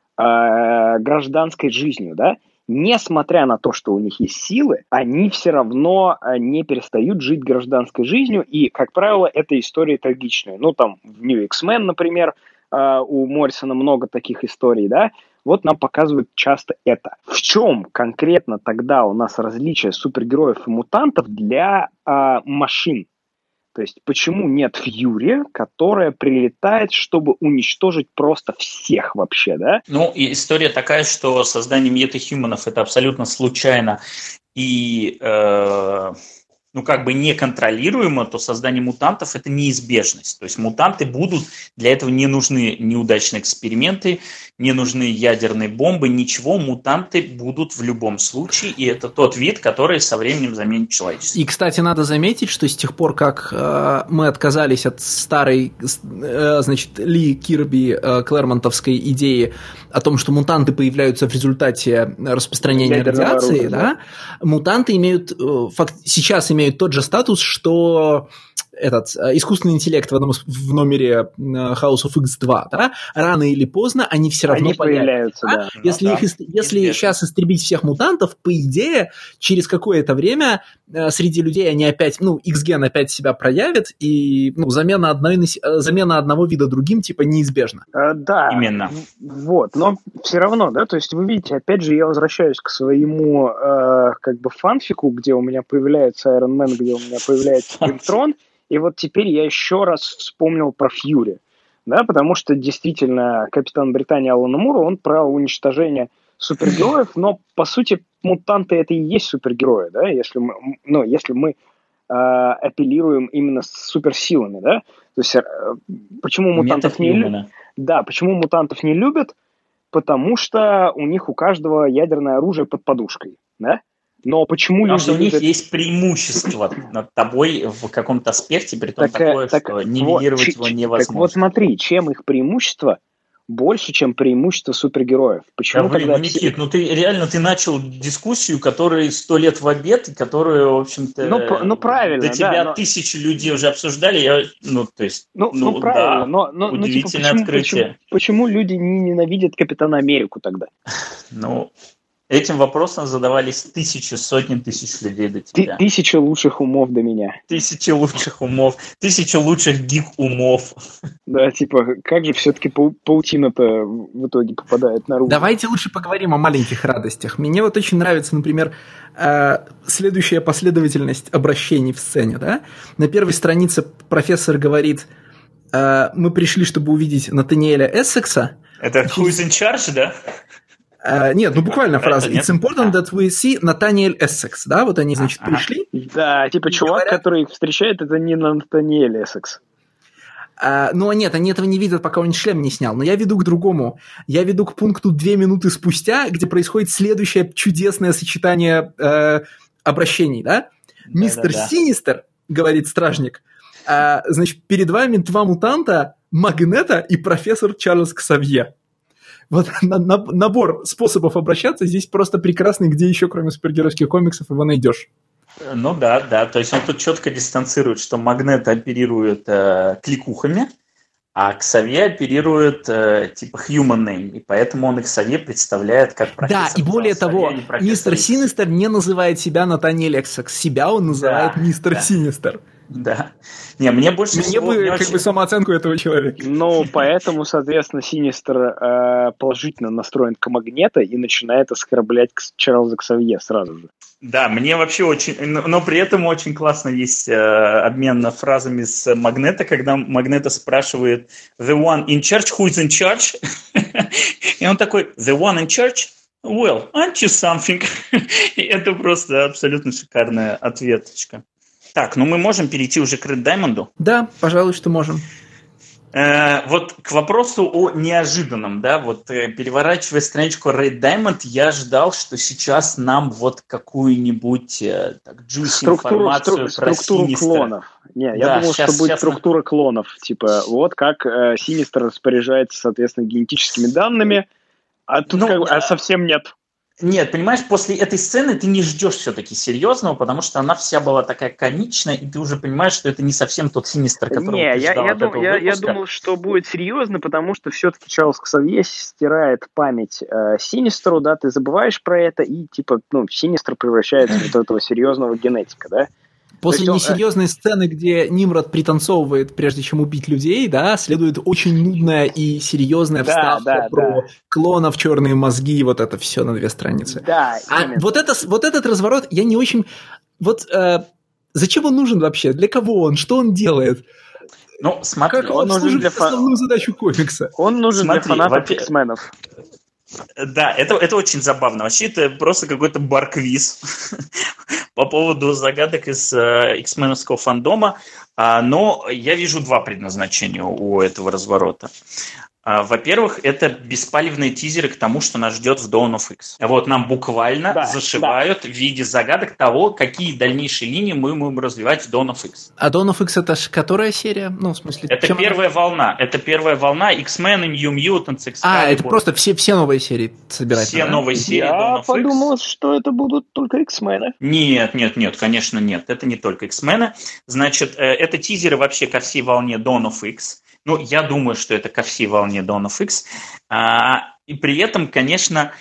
uh, гражданской жизнью, да? Несмотря на то, что у них есть силы, они все равно не перестают жить гражданской жизнью, и, как правило, это истории трагичные. Ну, там, в New X-Men, например, у Моррисона много таких историй, да, вот нам показывают часто это. В чем конкретно тогда у нас различие супергероев и мутантов для а, машин? То есть, почему нет Фьюри, которая прилетает, чтобы уничтожить просто всех вообще, да? Ну, и история такая, что создание метахьюманов – это абсолютно случайно и, э, ну, как бы неконтролируемо, то создание мутантов – это неизбежность. То есть, мутанты будут, для этого не нужны неудачные эксперименты, не нужны ядерные бомбы, ничего, мутанты будут в любом случае, и это тот вид, который со временем заменит человечество. И, кстати, надо заметить, что с тех пор, как э, мы отказались от старой, э, значит, Ли Кирби э, клэрмонтовской идеи о том, что мутанты появляются в результате распространения радиации, да, мутанты имеют, э, факт, сейчас имеют тот же статус, что этот искусственный интеллект в, одном, в номере House of X два, да, рано или поздно они все равно они появляются. Да? Да? Если, ну, их, да. если сейчас истребить всех мутантов, по идее, через какое-то время среди людей они опять, ну, X-ген опять себя проявит, и ну, замена, одной, замена одного вида другим типа неизбежна. А, да, именно. Вот, но все равно, да, то есть вы видите, опять же, я возвращаюсь к своему э, как бы фанфику, где у меня появляется Iron Man, где у меня появляется Квинтрон. И вот теперь я еще раз вспомнил про Фьюри, да, потому что действительно Капитан Британии Алана Мура, он про уничтожение супергероев, но по сути мутанты это и есть супергерои, да, если мы, ну, если мы э, апеллируем именно с суперсилами, да, то есть э, почему мутантов не любят? Да, почему мутантов не любят? Потому что у них у каждого ядерное оружие под подушкой, да. Но почему Потому люди что у них любят... есть преимущество над тобой в каком-то аспекте, при том так, такое, так, что нивелировать вот, его невозможно. Так вот смотри, чем их преимущество больше, чем преимущество супергероев. Почему, да, блин, когда ну, все... Никит, ну ты реально ты начал дискуссию, которая сто лет в обед, и которую, в общем-то, ну, ну, правильно, до тебя да, но... тысячи людей уже обсуждали, я, ну, то есть, ну, ну, ну правильно, да, но, но, удивительное ну, типа, почему, открытие. Почему, почему люди не ненавидят Капитана Америку тогда? Ну... Этим вопросом задавались тысячи, сотни тысяч людей до тебя. Тысячи лучших умов до меня. Тысячи лучших умов. Тысячи лучших гик-умов. Да, типа, как же все-таки пау- паутина-то в итоге попадает наружу? Давайте лучше поговорим о маленьких радостях. Мне вот очень нравится, например, следующая последовательность обращений в сцене. Да? На первой странице профессор говорит: мы пришли, чтобы увидеть Натаниэля Эссекса. Это who is in charge, да? Uh, нет, ну буквально фраза. It's important that we see Натаниэль Эссекс. Да, вот они, значит, ага. пришли. Да, типа чувак, говорят, который их встречает, это не Натаниэль Эссекс. Uh, ну, нет, они этого не видят, пока он шлем не снял. Но я веду к другому. Я веду к пункту две минуты спустя, где происходит следующее чудесное сочетание uh, обращений, да? Мистер Синистер, говорит стражник, uh, значит, перед вами два мутанта, Магнета и профессор Чарльз Ксавье. Вот на, на, набор способов обращаться здесь просто прекрасный, где еще, кроме супергеройских комиксов, его найдешь. Ну да, да, то есть он тут четко дистанцирует, что Магнет оперирует э, кликухами, а Ксавье оперирует э, типа human name, и поэтому он Ксавье представляет как профессор. Да, и более того, мистер Синистер не называет себя Натаниэль Эссекс, себя он называет да, мистер да. Синистер. Да. Не, мне больше мне всего... Мне бы, мне как очень... бы, самооценку этого человека. Ну, поэтому, соответственно, Синистер э, положительно настроен к Магнета и начинает оскорблять Чарльза Ксавье сразу же. Да, мне вообще очень... Но при этом очень классно есть э, обмен фразами с Магнета, когда Магнета спрашивает «The one in charge, who is in charge?» И он такой «The one in charge? Well, aren't you something?» И это просто абсолютно шикарная ответочка. Так, ну мы можем перейти уже к Ред Даймонду? Да, пожалуй, что можем. Э, вот к вопросу о неожиданном, да, вот э, переворачивая страничку Red Diamond, я ждал, что сейчас нам вот какую-нибудь э, так, juicy структуру, информацию стру- про структуру Синистера. клонов. Не, я да, думал, сейчас, что будет сейчас структура мы... клонов. Типа, вот как э, Синистер распоряжается, соответственно, генетическими данными, а тут ну, как бы, да. а совсем нет. Нет, понимаешь, после этой сцены ты не ждешь все-таки серьезного, потому что она вся была такая комичная, и ты уже понимаешь, что это не совсем тот Синистер, которого не, ты я, ждал я, от дум, этого я, выпуска. я думал, что будет серьезно, потому что все-таки Чарльз Ксавье стирает память э, Синистеру, да, ты забываешь про это, и типа, ну, Синистер превращается в вот этого серьезного генетика, да. После несерьезной он... сцены, где Нимрод пританцовывает, прежде чем убить людей, да, следует очень нудная и серьезная да, вставка да, про да. клонов, черные мозги, и вот это все на две страницы. Да, а вот, это, вот этот разворот, я не очень... Вот э, зачем он нужен вообще? Для кого он? Что он делает? Ну, смотри, как он, он нужен для основную фа... задачу комикса? Он нужен смотри, для фанатов во- X-менов. Да, это, это очень забавно. Вообще, это просто какой-то бар-квиз по поводу загадок из э, X-меновского фандома. А, но я вижу два предназначения у этого разворота. А, во-первых, это беспалевные тизеры к тому, что нас ждет в Dawn of X. Вот нам буквально да, зашивают да. в виде загадок того, какие дальнейшие линии мы будем развивать в Dawn of X. А Dawn of X это ж которая серия? Ну, в смысле... Это первая она? волна. Это первая волна X-Men, New Mutants, Excalibur. А, это просто все, все новые серии собирать. Все да? новые серии Я Dawn of подумал, X. что это будут только X-мены. Нет, нет, нет, конечно нет. Это не только X-мены. Значит, это тизеры вообще ко всей волне Dawn of X. Ну, я думаю, что это ко всей волне Dawn of X. А, и при этом, конечно,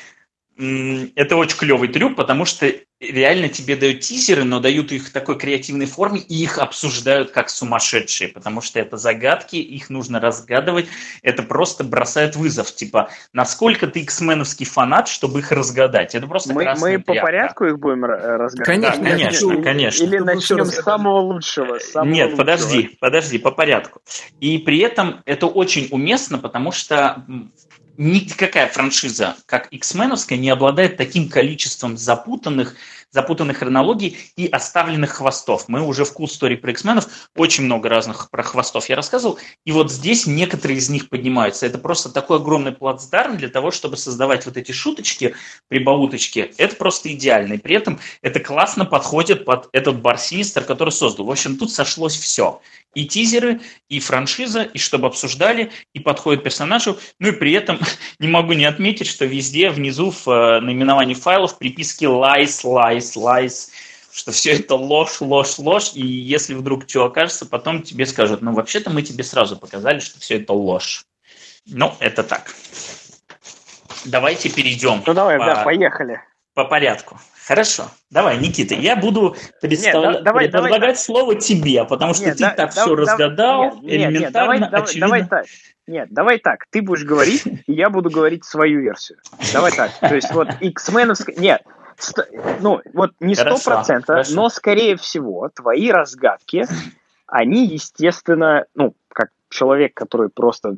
это очень клевый трюк, потому что реально тебе дают тизеры, но дают их в такой креативной форме, и их обсуждают как сумасшедшие, потому что это загадки, их нужно разгадывать. Это просто бросает вызов. Типа, насколько ты иксменовский фанат, чтобы их разгадать? Это просто мы, красная Мы по тряпка. порядку их будем разгадывать? Конечно, да, конечно, или, конечно. Или начнем с самого лучшего. С самого Нет, лучшего. подожди, подожди, по порядку. И при этом это очень уместно, потому что никакая франшиза, как X-меновская, не обладает таким количеством запутанных, запутанных хронологий и оставленных хвостов. Мы уже в Cool Story про X-менов очень много разных про хвостов я рассказывал, и вот здесь некоторые из них поднимаются. Это просто такой огромный плацдарм для того, чтобы создавать вот эти шуточки, прибауточки. Это просто идеально. И при этом это классно подходит под этот бар Синистер, который создал. В общем, тут сошлось все. И тизеры, и франшиза, и чтобы обсуждали, и подходит персонажу. Ну и при этом не могу не отметить, что везде внизу в э, наименовании файлов приписки lies, lies, lies, что все это ложь, ложь, ложь. И если вдруг что окажется, потом тебе скажут, ну вообще-то мы тебе сразу показали, что все это ложь. Ну, это так. Давайте перейдем. Ну давай, по... да, поехали. По порядку. Хорошо. Давай, Никита, я буду представля... нет, давай, предлагать давай, слово тебе, потому что нет, ты да, так да, все да, разгадал, нет, элементарно, нет, давай, очевидно. Давай так. Нет, давай так. Ты будешь говорить, и я буду говорить свою версию. Давай так. То есть вот X-меновская... Нет, ст... ну вот не сто процентов, но скорее всего твои разгадки, они, естественно, ну, как человек, который просто...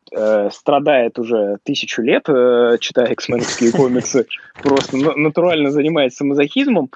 страдает уже тысячу лет, читая X-меновские комиксы, просто натурально занимается мазохизмом,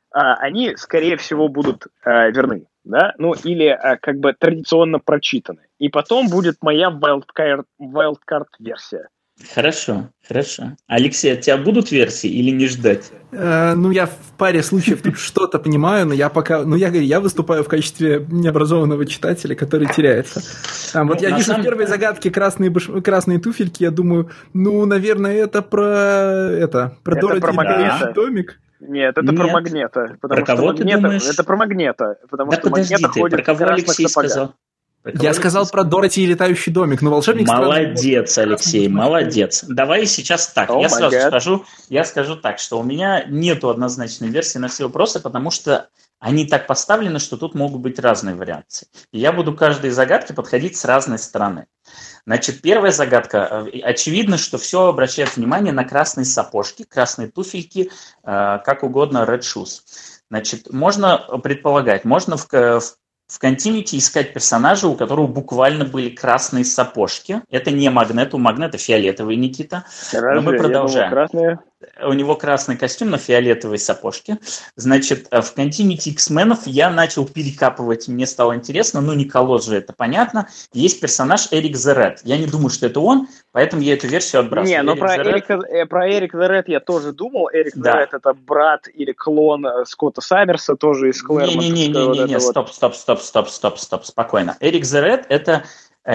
они, скорее всего, будут верны, да, ну, или как бы традиционно прочитаны. И потом будет моя wildcard, wildcard версия. Хорошо, хорошо. Алексей, от тебя будут версии или не ждать? Э, ну, я в паре случаев тут что-то понимаю, но я пока... Ну, я говорю, я выступаю в качестве необразованного читателя, который теряется. Там, вот ну, я вижу самом... в первой загадке красные, баш... красные туфельки, я думаю, ну, наверное, это про... Это, про это Дороти да. домик. Нет, это Нет. про Магнета. Про кого что ты Магнета... думаешь? Это про Магнета. Потому да что подожди Магнета ты, ходит про кого Алексей сапогах. сказал? Я сказал про Дороти и летающий домик, но волшебник... Молодец, Алексей, молодец. Давай сейчас так, oh я сразу God. скажу, я скажу так, что у меня нету однозначной версии на все вопросы, потому что они так поставлены, что тут могут быть разные вариации. И я буду к каждой загадке подходить с разной стороны. Значит, первая загадка. Очевидно, что все обращает внимание на красные сапожки, красные туфельки, как угодно, red shoes. Значит, можно предполагать, можно в, в В Continuity искать персонажа, у которого буквально были красные сапожки. Это не Магнет, у Магнета фиолетовый, Никита. Разве? Но мы продолжаем. Красные. У него красный костюм, но фиолетовые сапожки. Значит, в Continuity X-менов я начал перекапывать, мне стало интересно, ну не колосс же, это понятно. Есть персонаж Эрик the Red. Я не думаю, что это он, поэтому я эту версию отбрасываю. Не, но про Эрика, про Эрик the Red я тоже думал. Эрик да. the Red это брат или клон Скотта Саммерса, тоже из Клэрмонта. Не-не-не, стоп, стоп, стоп, стоп, стоп, стоп, спокойно. Эрик the Red это,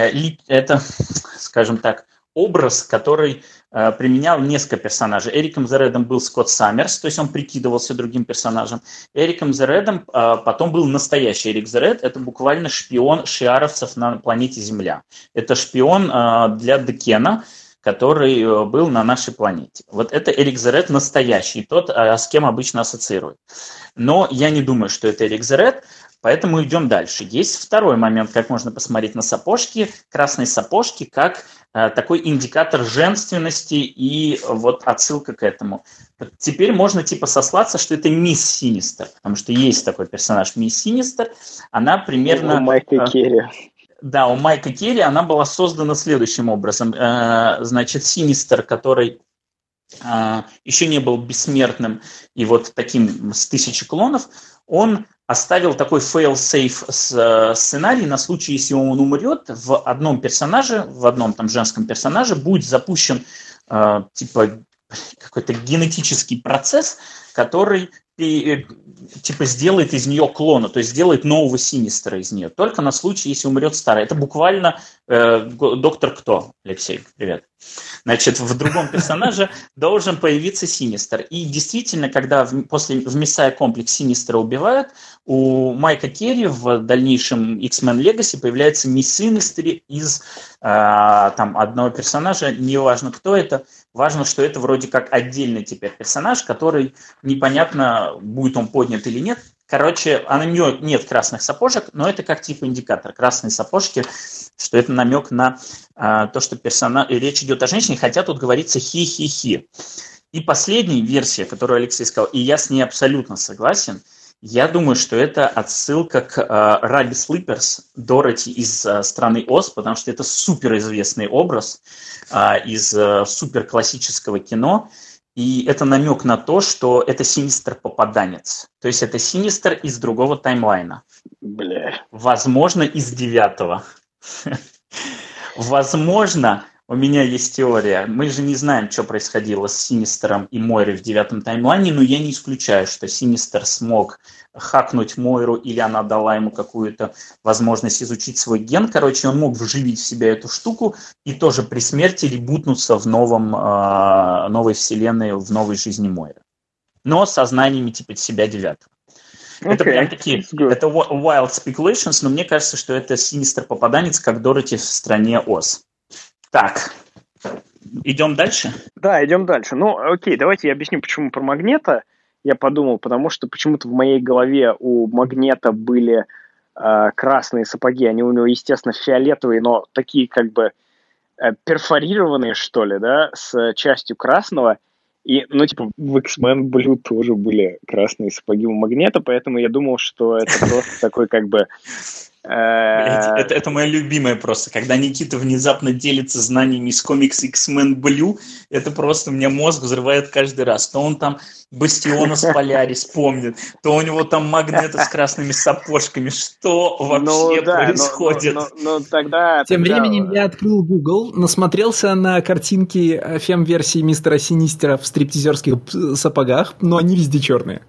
это, скажем так, образ, который э, применял несколько персонажей. Эриком the Red'ом был Скотт Саммерс, то есть он прикидывался другим персонажем. Эриком the Red'ом э, потом был настоящий Эрик the Red, это буквально шпион шиаровцев на планете Земля. Это шпион э, для Декена, который э, был на нашей планете. Вот это Эрик the Red настоящий, тот, э, с кем обычно ассоциируют. Но я не думаю, что это Эрик the Red. Поэтому идем дальше. Есть второй момент, как можно посмотреть на сапожки. Красные сапожки как э, такой индикатор женственности и вот отсылка к этому. Теперь можно типа сослаться, что это мисс Синистер, потому что есть такой персонаж мисс Синистер. Она примерно... У Майка э, Керри. Да, у Майка Керри она была создана следующим образом. Э, значит, Синистер, который... Uh, еще не был бессмертным и вот таким с тысячи клонов, он оставил такой fail-safe сценарий на случай, если он умрет, в одном персонаже, в одном там женском персонаже будет запущен uh, типа какой-то генетический процесс, который типа сделает из нее клона, то есть сделает нового Синистера из нее, только на случай, если умрет старый. Это буквально э, доктор Кто, Алексей, привет. Значит, в другом персонаже должен появиться Синистер. И действительно, когда в, после, в Мессайя комплекс Синистера убивают, у Майка Керри в дальнейшем X-Men Legacy появляется мисс Синистер из э, там, одного персонажа, неважно кто это, важно, что это вроде как отдельный теперь персонаж, который непонятно, будет он поднят или нет. Короче, на нее нет красных сапожек, но это как типа индикатор. Красные сапожки, что это намек на а, то, что персонаж... речь идет о женщине, хотя тут говорится хи-хи-хи. И последняя версия, которую Алексей сказал, и я с ней абсолютно согласен, я думаю, что это отсылка к uh, Рабби Слиперс, Дороти из uh, страны Оз, потому что это суперизвестный образ uh, из uh, суперклассического кино. И это намек на то, что это Синистер-попаданец. То есть это Синистер из другого таймлайна. Бля. Возможно, из девятого. Возможно, у меня есть теория. Мы же не знаем, что происходило с Синистером и Мойрой в девятом таймлайне, но я не исключаю, что Синистер смог хакнуть Мойру, или она дала ему какую-то возможность изучить свой ген. Короче, он мог вживить в себя эту штуку и тоже при смерти ребутнуться в новом, э, новой вселенной, в новой жизни Мойры. Но со знаниями типа себя девятого. Okay, это прям такие, это wild speculations, но мне кажется, что это Синистер-попаданец, как Дороти в стране Оз. Так, идем дальше? Да, идем дальше. Ну, окей, давайте я объясню, почему про Магнета я подумал, потому что почему-то в моей голове у Магнета были э, красные сапоги, они у него, естественно, фиолетовые, но такие как бы э, перфорированные, что ли, да, с частью красного. И, ну, типа, в X-Men Blue тоже были красные сапоги у Магнета, поэтому я думал, что это просто такой как бы... Блядь, это, это моя любимая просто. Когда Никита внезапно делится знаниями из комикса X-Men Blue, это просто у меня мозг взрывает каждый раз. То он там Бастиона с Полярис помнит, то у него там Магнета с красными сапожками. Что вообще ну, да, происходит? Но, но, но, но тогда, Тем тогда... временем я открыл Google, насмотрелся на картинки фем-версии Мистера Синистера в стриптизерских сапогах, но они везде черные.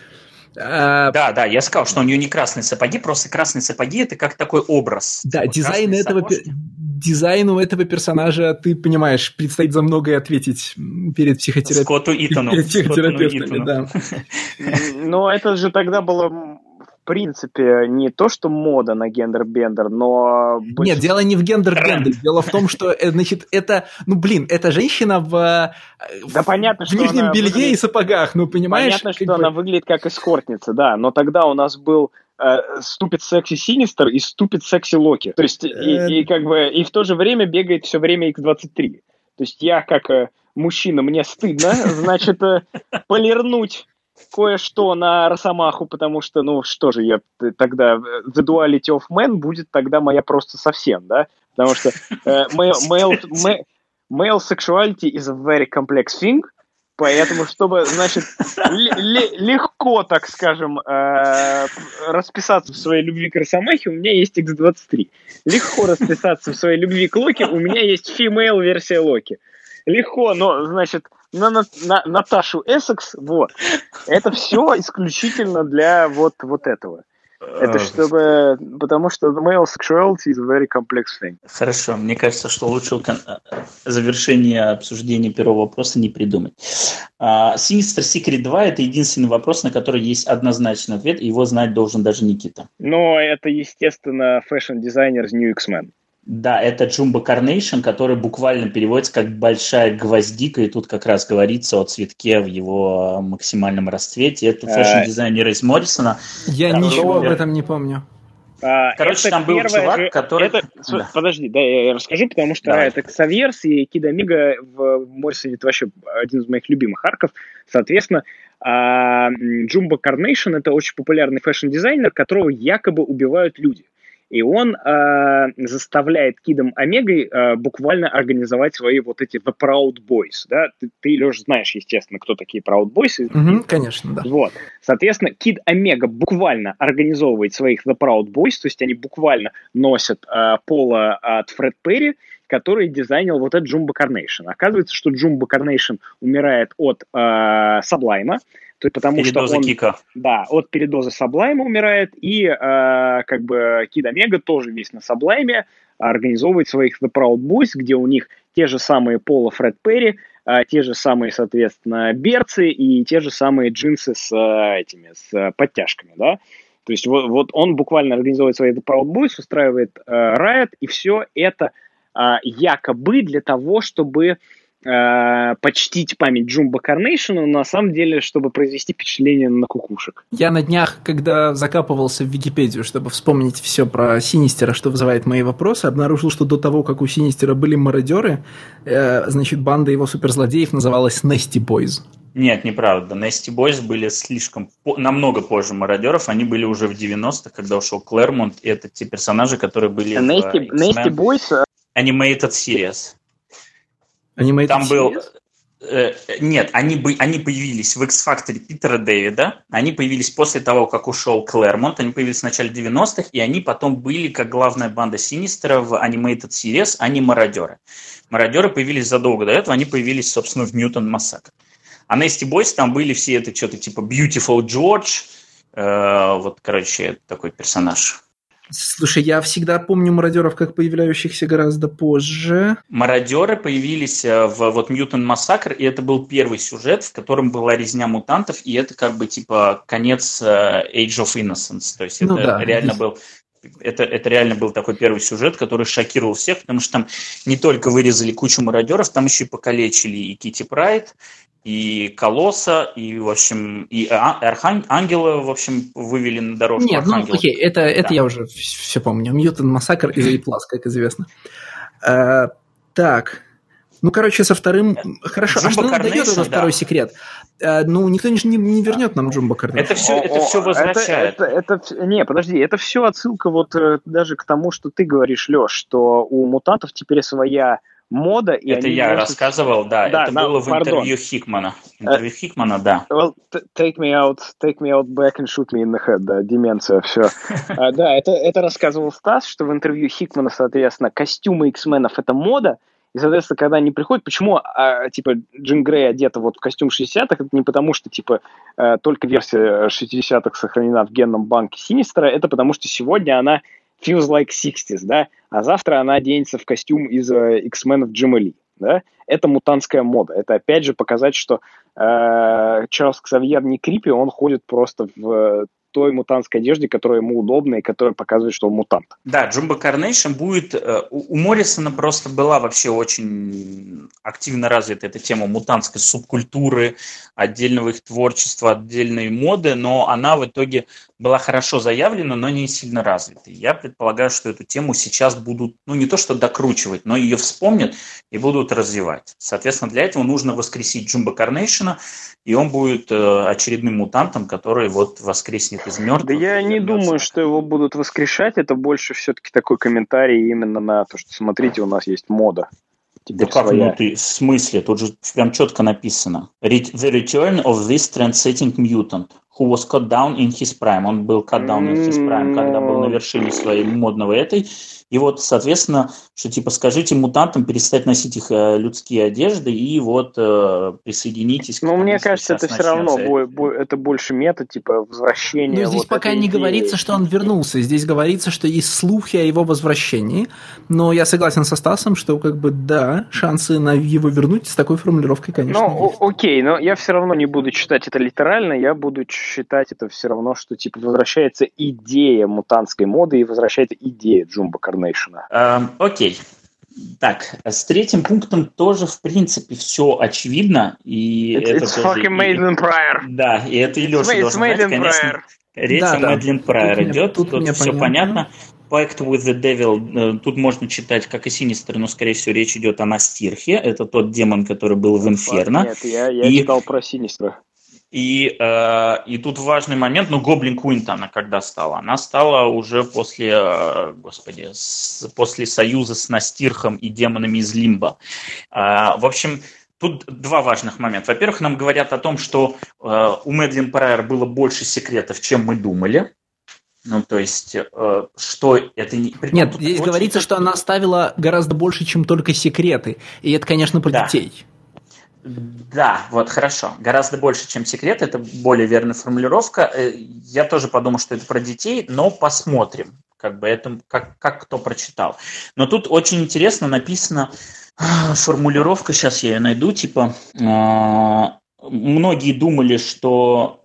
А... Да, да, я сказал, что у нее не красные сапоги, просто красные сапоги это как такой образ. Да, типа дизайн этого, дизайну этого персонажа, ты понимаешь, предстоит за многое ответить перед психотерапевтом. Скотту Итану. Перед психотерапевтами, да. Но это же тогда было... В принципе, не то, что мода на гендер-бендер, но... Нет, дело не в гендер-бендере. Дело в том, что, значит, это... Ну, блин, это женщина в, да в, понятно, в нижнем белье выглядит... и сапогах, ну, понимаешь? Понятно, что бы... она выглядит как эскортница, да, но тогда у нас был ступид секси Синистер и ступид секси Локи. То есть, и, и как бы, и в то же время бегает все время икс двадцать три. То есть я, как мужчина, мне стыдно, значит, полирнуть кое-что на Росомаху, потому что, ну, что же, я тогда... The Duality of Man будет тогда моя просто совсем, да? Потому что uh, male, male, male sexuality is a very complex thing, поэтому, чтобы, значит, л- легко, так скажем, э- расписаться в своей любви к Росомахе, у меня есть икс двадцать три. Легко расписаться в своей любви к Локи, у меня есть female-версия Локи. Легко, но, значит... На, на, на Наташу Эссекс, вот. Это все исключительно для вот, вот этого. Это чтобы... Потому что male sexuality is a very complex thing. Хорошо. Мне кажется, что лучше завершение обсуждения первого вопроса не придумать. Sinister Secret два – это единственный вопрос, на который есть однозначный ответ, и его знать должен даже Никита. Но это, естественно, фэшн-дизайнер из New X-Men. Да, это Jumbo Carnation, который буквально переводится как «большая гвоздика», и тут как раз говорится о цветке в его максимальном расцвете. Это фэшн-дизайнер из Моррисона. Я который... ничего об этом не помню. Короче, это там был чувак, же... который... Это... Да. Подожди, да, я расскажу, потому что Давай. это Ксавьерс и Кид Омега в Моррисоне это вообще один из моих любимых арков. Соответственно, Jumbo Carnation – это очень популярный фэшн-дизайнер, которого якобы убивают люди. И он э, заставляет Кидом Омегой э, буквально организовать свои вот эти The Proud Boys. Да? Ты, ты, Леш, знаешь, естественно, кто такие Proud Boys. Mm-hmm, конечно, да. Вот. Соответственно, Кид Омега буквально организовывает своих The Proud Boys, то есть они буквально носят э, поло от Фред Перри, который дизайнил вот этот Jumbo Carnation. Оказывается, что Jumbo Carnation умирает от э, Саблайма, потому передоза что он, Кика. Да, от передоза Саблайма умирает, и э, как бы Кид Омега тоже весь на Саблайме организовывает своих The Proud Boys, где у них те же самые Поло Фред Перри, э, те же самые, соответственно, берцы и те же самые джинсы с э, этими, с подтяжками, да. То есть вот, вот он буквально организовывает свои The Proud Boys, устраивает э, Riot, и все это э, якобы для того, чтобы почтить память Jumbo Carnation, но на самом деле, чтобы произвести впечатление на кукушек. Я на днях, когда закапывался в Википедию, чтобы вспомнить все про Синистера, что вызывает мои вопросы, обнаружил, что до того, как у Синистера были мародеры, э, значит, банда его суперзлодеев называлась Nasty Boys. Нет, неправда. Nasty Boys были слишком... намного позже мародеров. Они были уже в девяностых, когда ушел Клэрмонт. И это те персонажи, которые были Nasty, в Nasty Boys... Animated Series. Animated Там series? был... Э, нет, они, бы, они появились в X-Factor Питера Дэвида. Они появились после того, как ушел Клэрмонт. Они появились в начале девяностых, и они потом были как главная банда Синистера в Animated Series, а не мародеры. Мародеры появились задолго до этого, они появились, собственно, в Mutant Massacre. А Nasty Boys там были все это что-то типа Beautiful George. Э, вот, короче, такой персонаж. Слушай, я всегда помню мародеров как появляющихся гораздо позже. Мародеры появились в вот Mutant Massacre, и это был первый сюжет, в котором была резня мутантов, и это как бы типа конец Age of Innocence. То есть ну это да, реально здесь... был это, это реально был такой первый сюжет, который шокировал всех, потому что там не только вырезали кучу мародеров, там еще и покалечили и Китти Прайд, и Колосса, и, в общем, и Архангела, Ангела, в общем, вывели на дорожку. Нет, Архангела. ну окей, это, это да. я уже все помню. Мьютон Массакр из A+, как известно. А, так... Ну, короче, со вторым... Хорошо, Джумбо а что нам Карнейшн, дает этот да. второй секрет? А, ну, никто не, не вернет нам Джумбо Карнейшн. Это все, это все возвращает. Это, это, это, не, подожди, это все отсылка вот даже к тому, что ты говоришь, Леш, что у мутантов теперь своя мода. И это они я носят... рассказывал, да, да это да, было в пардон. интервью Хикмана. Интервью uh, Хикмана, да. Well, take me out, take me out back and shoot me in the head, да, деменция, все. uh, да, это, это рассказывал Стас, что в интервью Хикмана, соответственно, костюмы X-менов — это мода. И, соответственно, когда они приходят, почему, а, типа, Джин Грей одета вот в костюм шестидесятых, это не потому, что, типа, э, только версия шестидесятых сохранена в генном банке Синистера, это потому, что сегодня она feels like sixties, да, а завтра она оденется в костюм из э, X-менов Джима Ли, да. Это мутантская мода. Это, опять же, показать, что э, Чарльз Ксавьер не крипи, он ходит просто в той мутантской одежде, которая ему удобна и которая показывает, что он мутант. Да, Джумбо Карнейшн будет... У Моррисона просто была вообще очень активно развита эта тема мутантской субкультуры, отдельного их творчества, отдельной моды, но она в итоге была хорошо заявлена, но не сильно развита. Я предполагаю, что эту тему сейчас будут, ну не то что докручивать, но ее вспомнят и будут развивать. Соответственно, для этого нужно воскресить Джумбо Карнейшна, и он будет очередным мутантом, который вот воскреснет из мертвых. Да я не думаю, что его будут воскрешать. Это больше все-таки такой комментарий именно на то, что смотрите, у нас есть мода. Да как, своя. Ну ты, в смысле? Тут же прям четко написано. The return of this trend-setting mutant, who was cut down in his prime. Он был cut down in his prime, когда был на вершине своей модного этой. И вот, соответственно, что типа скажите мутантам перестать носить их э, людские одежды и вот э, присоединитесь к Ну, мне кажется, это все равно бо- бо- это больше мета, типа возвращение. Ну, здесь вот пока не идеи. Говорится, что он вернулся. Здесь говорится, что есть слухи о его возвращении. Но я согласен со Стасом, что как бы да, шансы на его вернуть с такой формулировкой, конечно, Ну, есть. О- окей, но я все равно не буду читать это литерально, я буду считать это все равно, что типа возвращается идея мутантской моды и возвращается идея Джумбо Карнейшна. Um, окей. Так, с третьим пунктом тоже, в принципе, все очевидно. И it's это it's тоже, fucking Madeline Pryor. Да, и это и Леша должен знать, конечно. Речь да, о да. Мэдлин Прайер идет, тут, тут, тут все понятно. Pact with the Devil, тут можно читать, как и Синистер, но, скорее всего, речь идет о Настирхе. Это тот демон, который был в Инферно. Нет, я, я и... читал про Синистера. И, э, и тут важный момент, ну, Гоблин Квинт она когда стала? Она стала уже после, э, господи, с, после союза с Настирхом и демонами из Лимба. Э, в общем, тут два важных момента. Во-первых, нам говорят о том, что э, у Мэдлин Прайер было больше секретов, чем мы думали. Ну, то есть, э, что это не... Притом, Нет, здесь очень... говорится, что она оставила гораздо больше, чем только секреты. И это, конечно, про да. детей. Да, вот хорошо. Гораздо больше, чем секрет. Это более верная формулировка. Я тоже подумал, что это про детей, но посмотрим, как бы это, как, как кто прочитал. Но тут очень интересно написано формулировка, сейчас я ее найду, типа многие думали, что,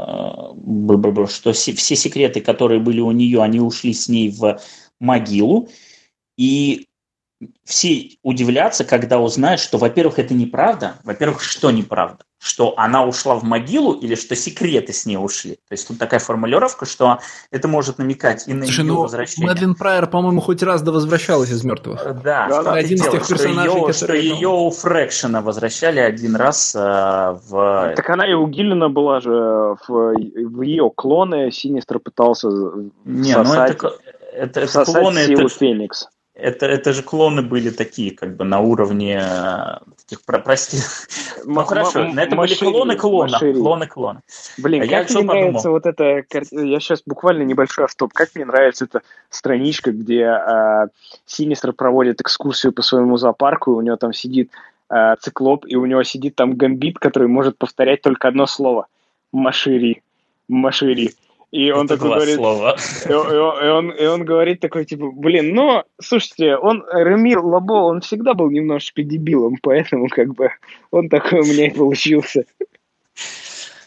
что все секреты, которые были у нее, они ушли с ней в могилу, и все удивлятся, когда узнают, что, во-первых, это неправда. Во-первых, что неправда? Что она ушла в могилу или что секреты с ней ушли? То есть тут такая формулировка, что это может намекать и на Слушай, ее ну, возвращение. Мэдлин Прайер, по-моему, хоть раз да возвращалась из мертвых. Да, да, да один из тех персонажей, что ее, которые... Что ее у Фрэкшена возвращали один раз э, в... Так она и у Гиллина была же в, в ее клоны. Синистер пытался Не, всосать, ну это, это, это всосать клоны, силу это... Феникс. Это, это же клоны были такие, как бы на уровне таких, про, прости. Ну хорошо, м- это были клоны клона, клоны клона. Блин, а как мне нравится вот эта, я сейчас буквально небольшой автоп, как мне нравится эта страничка, где э, Синистер проводит экскурсию по своему зоопарку, и у него там сидит э, циклоп, и у него сидит там гамбит, который может повторять только одно слово. Машири, Машири. И он это такой говорит, и он, и, он, и он говорит такой, типа, блин, ну, слушайте, он, Ремир Лабо, он всегда был немножечко дебилом, поэтому, как бы, он такой у меня и получился.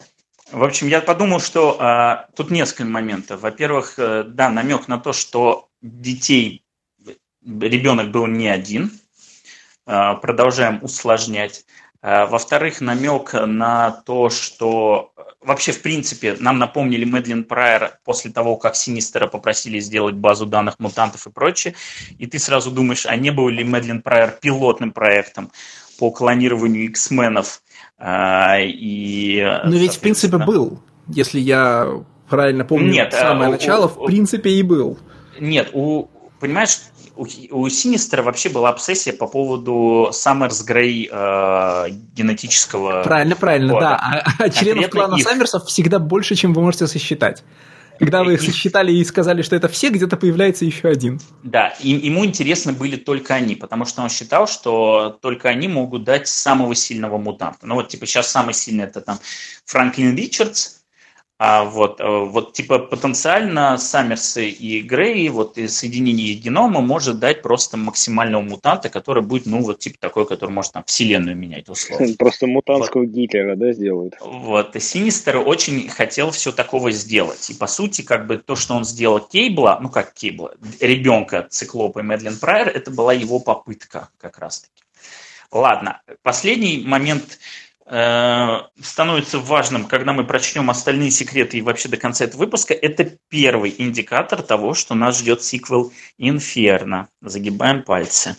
В общем, я подумал, что а, тут несколько моментов. Во-первых, да, намек на то, что детей ребенок был не один. А, продолжаем усложнять. А, во-вторых, намек на то, что вообще, в принципе, нам напомнили Мэдлин Прайер после того, как Синистера попросили сделать базу данных мутантов и прочее. И ты сразу думаешь, а не был ли Мэдлин Прайер пилотным проектом по клонированию X-менов? А, и, Но ведь, в принципе, был. Если я правильно помню, нет, самое у, начало, у, в принципе, и был. Нет, у, понимаешь, у, у Синистера вообще была обсессия по поводу Саммерс Грей э, генетического Правильно, правильно, кода. да. А, а членов клана их... Саммерсов всегда больше, чем вы можете сосчитать. Когда вы их сосчитали и сказали, что это все, где-то появляется еще один. Да, и ему интересны были только они, потому что он считал, что только они могут дать самого сильного мутанта. Ну вот, типа, сейчас самый сильный это там Франклин Ричардс, а вот, вот типа, потенциально Саммерсы и Грей, вот, и соединение генома может дать просто максимального мутанта, который будет, ну, вот, типа, такой, который может там вселенную менять, условно. Просто мутантского вот. Гитлера, да, сделают. Вот, и Синистер очень хотел все такого сделать. И, по сути, как бы, то, что он сделал Кейбла, ну, как Кейбла, ребенка Циклопа и Мэдлин Прайер, это была его попытка, как раз-таки. Ладно, последний момент становится важным, когда мы прочтем остальные секреты и вообще до конца этого выпуска, это первый индикатор того, что нас ждет сиквел Инферно. Загибаем пальцы.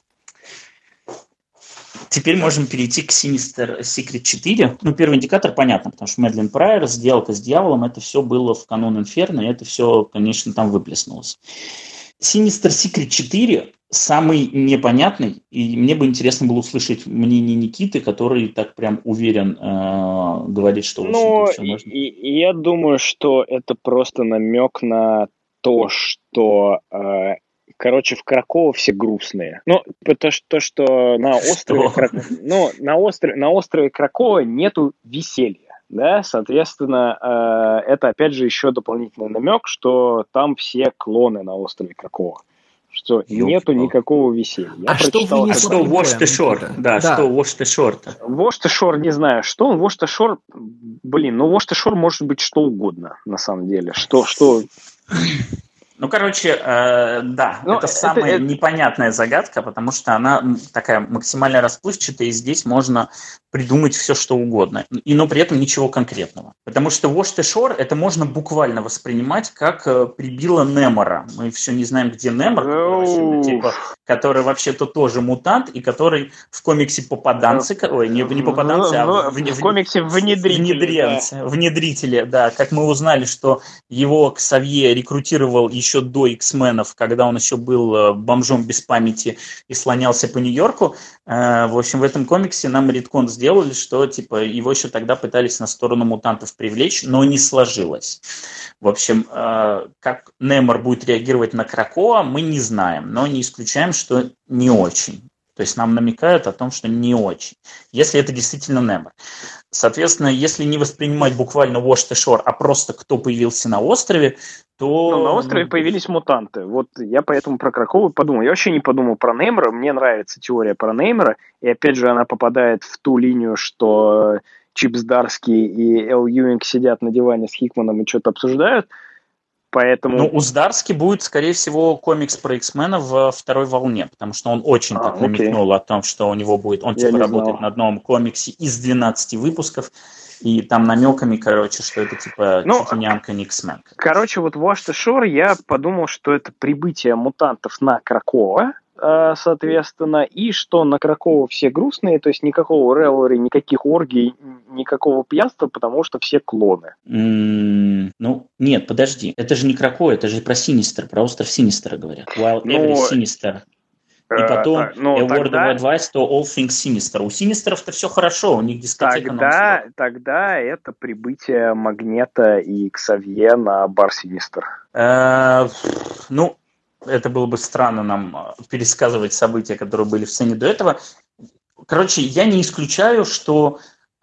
Теперь можем перейти к Sinister Secret четыре. Ну, первый индикатор понятно, потому что Мэдлин Прайер, сделка с дьяволом, это все было в канун Инферно, и это все, конечно, там выплеснулось. Sinister Secret четыре самый непонятный, и мне бы интересно было услышать мнение Никиты, который так прям уверен э, говорит, что ну, все можно. И, и я думаю, что это просто намек на то, что, э, короче, в Краково все грустные. Ну, то, что, что на острове, Крак... ну, на острове, на острове Краково нету веселья. Да, соответственно, э, это опять же еще дополнительный намек, что там все клоны на острове Краково. Что Ёлки нету никакого веселья. Я а что вы не а что Wash the Shore? Да, да, что Wash the Shore-то? Wash the Shore, не знаю, что он. Wash the Shore, блин, ну Wash the Shore может быть что угодно, на самом деле. Что, что... Ну, короче, э, да, но это, это самая это... непонятная загадка, потому что она такая максимально расплывчатая, и здесь можно придумать все, что угодно, и, но при этом ничего конкретного. Потому что Wash the Shore это можно буквально воспринимать как э, прибило Немора. Мы все не знаем, где Немор, который, вообще, типа, который вообще-то тоже мутант, и который в комиксе попаданцы, ой, не, не попаданцы, а в, в, в, в комиксе внедрители. Внедренцы, да. Внедрители, да. Как мы узнали, что его Ксавье рекрутировал еще еще до X-менов, когда он еще был бомжом без памяти и слонялся по Нью-Йорку. В общем, в этом комиксе нам редкон сделали, что типа его еще тогда пытались на сторону мутантов привлечь, но не сложилось. В общем, как Немор будет реагировать на Кракоа, мы не знаем, но не исключаем, что не очень. То есть нам намекают о том, что не очень, если это действительно Немор. Соответственно, если не воспринимать буквально Wash the Shore, а просто кто появился на острове, то... Ну, на острове появились мутанты. Вот я поэтому про Кракова подумал. Я вообще не подумал про Неймора. Мне нравится теория про Неймора. И опять же, она попадает в ту линию, что Чип Здарский и Эл Юинг сидят на диване с Хикманом и что-то обсуждают. Поэтому... Ну, у Здарски будет, скорее всего, комикс про X-мена во второй волне, потому что он очень а, так намекнул о том, что у него будет... Он типа работает знал. над новым комиксе из двенадцати выпусков, и там намеками, короче, что это типа ну, чуть ли не Uncanny X-Men. Короче, вот Wash the Shore я подумал, что это прибытие мутантов на Кракова, соответственно, и что на Кракова все грустные, то есть никакого релори, никаких оргий, никакого пьянства, потому что все клоны. Mm, ну, нет, подожди, это же не Кракова, это же про Синистер, про остров Синистера говорят. While ну, every Sinister. И потом uh, ну, a word тогда... of advice to all things Sinister. У Синистеров-то все хорошо, у них дискотека тогда, тогда это прибытие Магнета и Ксавье на бар Синистер. Uh, ну, это было бы странно нам пересказывать события, которые были в сцене до этого. Короче, я не исключаю, что...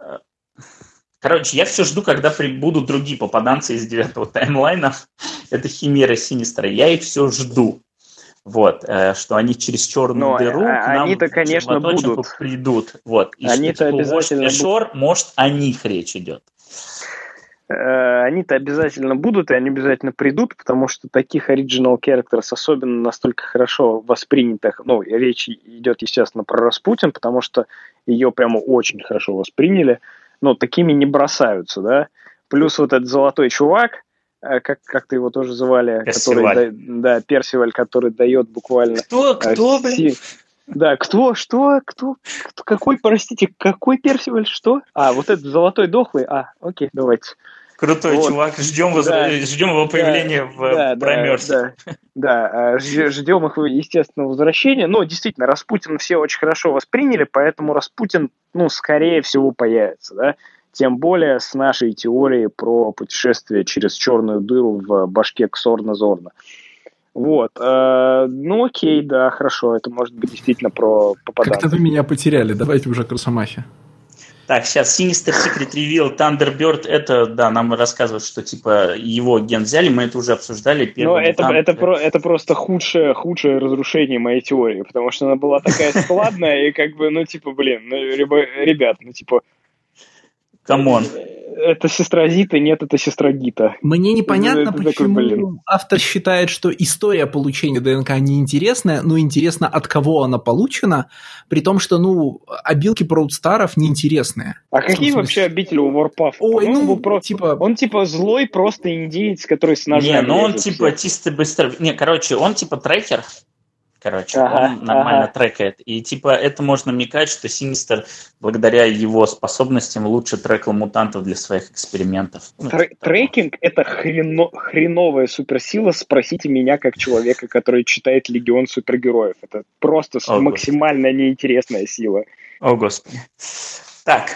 Короче, я все жду, когда прибудут другие попаданцы из девятого таймлайна. Это Химера Синистера. Я их все жду. Вот, что они через черную Но дыру а, к нам они-то, конечно, будут. придут. Вот. И они-то что, типа, обязательно Wash the Shore, может, о них речь идет. Они-то обязательно будут, и они обязательно придут, потому что таких original characters, особенно настолько хорошо воспринятых, ну, речь идет, естественно, про Распутин, потому что ее прямо очень хорошо восприняли, но такими не бросаются, да. Плюс вот этот золотой чувак, как, как-то его тоже звали, Персиваль. который, да, Персиваль, который дает буквально... Кто, кто, блин? Да, кто, что, кто, кто, какой, простите, какой Персиваль, что? А, вот этот золотой дохлый, а, окей, давайте. Крутой вот. Чувак, ждем, да, возра... ждем его появления да, в да, Промерсе. Да, да, ждем их, естественно, возвращения. Но действительно, Распутин все очень хорошо восприняли, поэтому Распутин, ну, скорее всего, появится, да. Тем более с нашей теорией про путешествие через черную дыру в башке Ксорна-Зорна. Вот. Ну, окей, да, хорошо. Это может быть действительно про попаданцев. Как-то вы меня потеряли. Давайте уже к Росомахе. Так, сейчас Sinister Secret Reveal, Thunderbird, это, да, нам рассказывают, что, типа, его ген взяли, мы это уже обсуждали. Но это, это, про, это просто худшее, худшее разрушение моей теории, потому что она была такая складная, и как бы, ну, типа, блин, ну, ребят, ну, типа... Камон. Это сестра Зита, нет, это сестра Гита. Мне непонятно, это почему такой, автор считает, что история получения ДНК неинтересная, но интересно, от кого она получена, при том, что, ну, обилки Проудстаров неинтересные. А какие вообще обители у Ворпафа? Ой, ну, он, про... типа... Он, типа, злой просто индеец, который с ножами... Не, ну, он, типа, чисто быстро... Не, короче, он, типа, трекер. Короче, ага, он нормально ага. трекает. И, типа, это можно намекать, что Синистер, благодаря его способностям, лучше трекал мутантов для своих экспериментов. Тр- трекинг – это хрено- хреновая суперсила. Спросите меня, как человека, который читает Легион супергероев. Это просто О, максимально Господи. неинтересная сила. О, Господи. Так.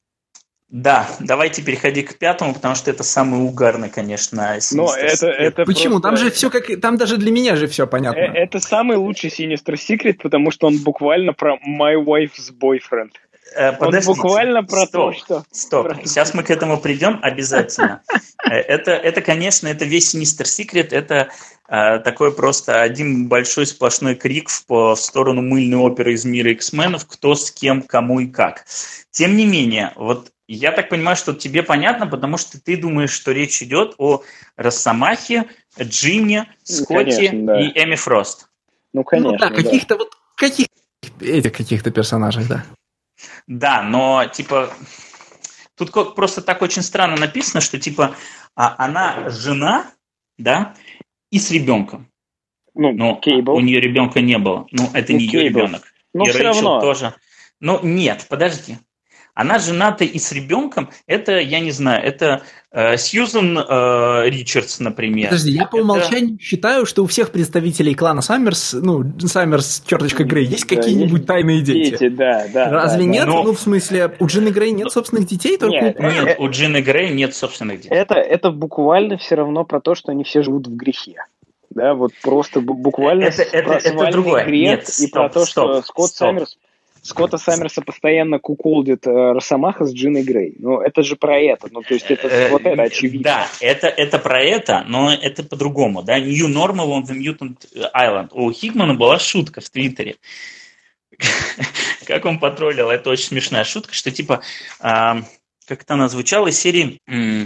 Да, давайте переходить к пятому, потому что это самый угарный, конечно, Но это, это Почему? просто... Там же все как... Там даже для меня же все понятно. Это самый лучший Sinister Secret, потому что он буквально про My Wife's Boyfriend. Подождите. Он буквально про стоп, то, что... Стоп, сейчас мы к этому придем обязательно. это, это, конечно, это весь Sinister Secret, это э, такой просто один большой сплошной крик в, в сторону мыльной оперы из мира X-менов, кто с кем, кому и как. Тем не менее, вот я так понимаю, что тебе понятно, потому что ты думаешь, что речь идет о Росомахе, Джинне, Скотте конечно, да. и Эми Фрост. Ну, конечно, ну, да, каких-то да. вот каких этих каких-то персонажей, да. Да, но, типа, тут просто так очень странно написано, что, типа, она жена, да, и с ребенком. Ну, но Кейбл. У нее ребенка не было. Ну, это ну, не Кейбл. ее ребенок. Но и все Рэйчел равно. тоже. Ну, нет, подожди. Она жената и с ребенком, это, я не знаю, это э, Сьюзан э, Ричардс, например. Подожди, я по это... умолчанию считаю, что у всех представителей клана Саммерс, ну, Саммерс, черточка Грей, есть да, какие-нибудь есть тайные дети. Дети, да, да. Разве да, нет? да. Ну, в смысле, у Джины Грей нет собственных детей? Только нет, у... нет, у Джины Грей нет собственных детей. Это, это буквально все равно про то, что они все живут в грехе. Да, вот просто буквально это, это, про это другое. грех Нет, и стоп, про то, стоп, что Скотт стоп. Саммерс Скотта Саммерса постоянно куколдит э, Росомаха с Джиной Грей. Ну, это же про это. Ну, то есть это э, вот это очевидно. Да, это, это про это, но это по-другому. Да? New Normal on the Mutant Island. У Хигмана была шутка в Твиттере. Как он потроллил, это очень смешная шутка, что типа, как это она звучала из серии,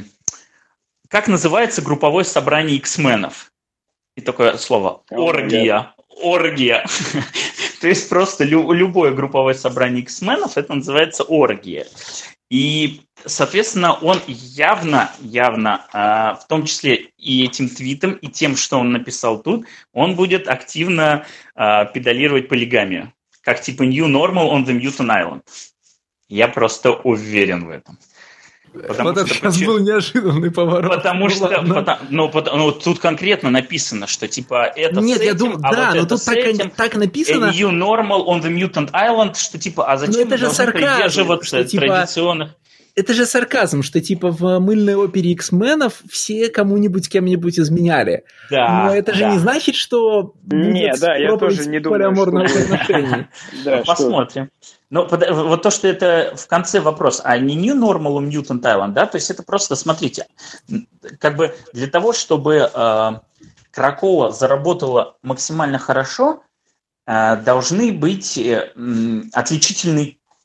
как называется групповое собрание X-менов? И такое слово «оргия». Оргия. То есть просто лю- любое групповое собрание X-менов, это называется оргия. И, соответственно, он явно, явно, а, в том числе и этим твитом, и тем, что он написал тут, он будет активно а, педалировать полигамию. Как типа New Normal on the Mutant Island. Я просто уверен в этом. Потому вот это сейчас почему? Был неожиданный поворот. Потому ну, что, потому, ну, потому, ну, тут конкретно написано, что типа это Нет, с этим, я думаю, а да, вот но это тут с так, этим, так написано. New Normal on the Mutant Island, что типа, а зачем мы должны придерживаться что, типа, традиционных... Это же сарказм, что типа в мыльной опере X-менов все кому-нибудь кем-нибудь изменяли. Да, но это же да. не значит, что не, да, я тоже не думаю, что... Посмотрим. Ну, вот то, что это в конце вопрос, а не New Normal on Mutant Island, да, то есть это просто, смотрите, как бы для того, чтобы э, Кракоа заработала максимально хорошо, э, должны быть э, отличительные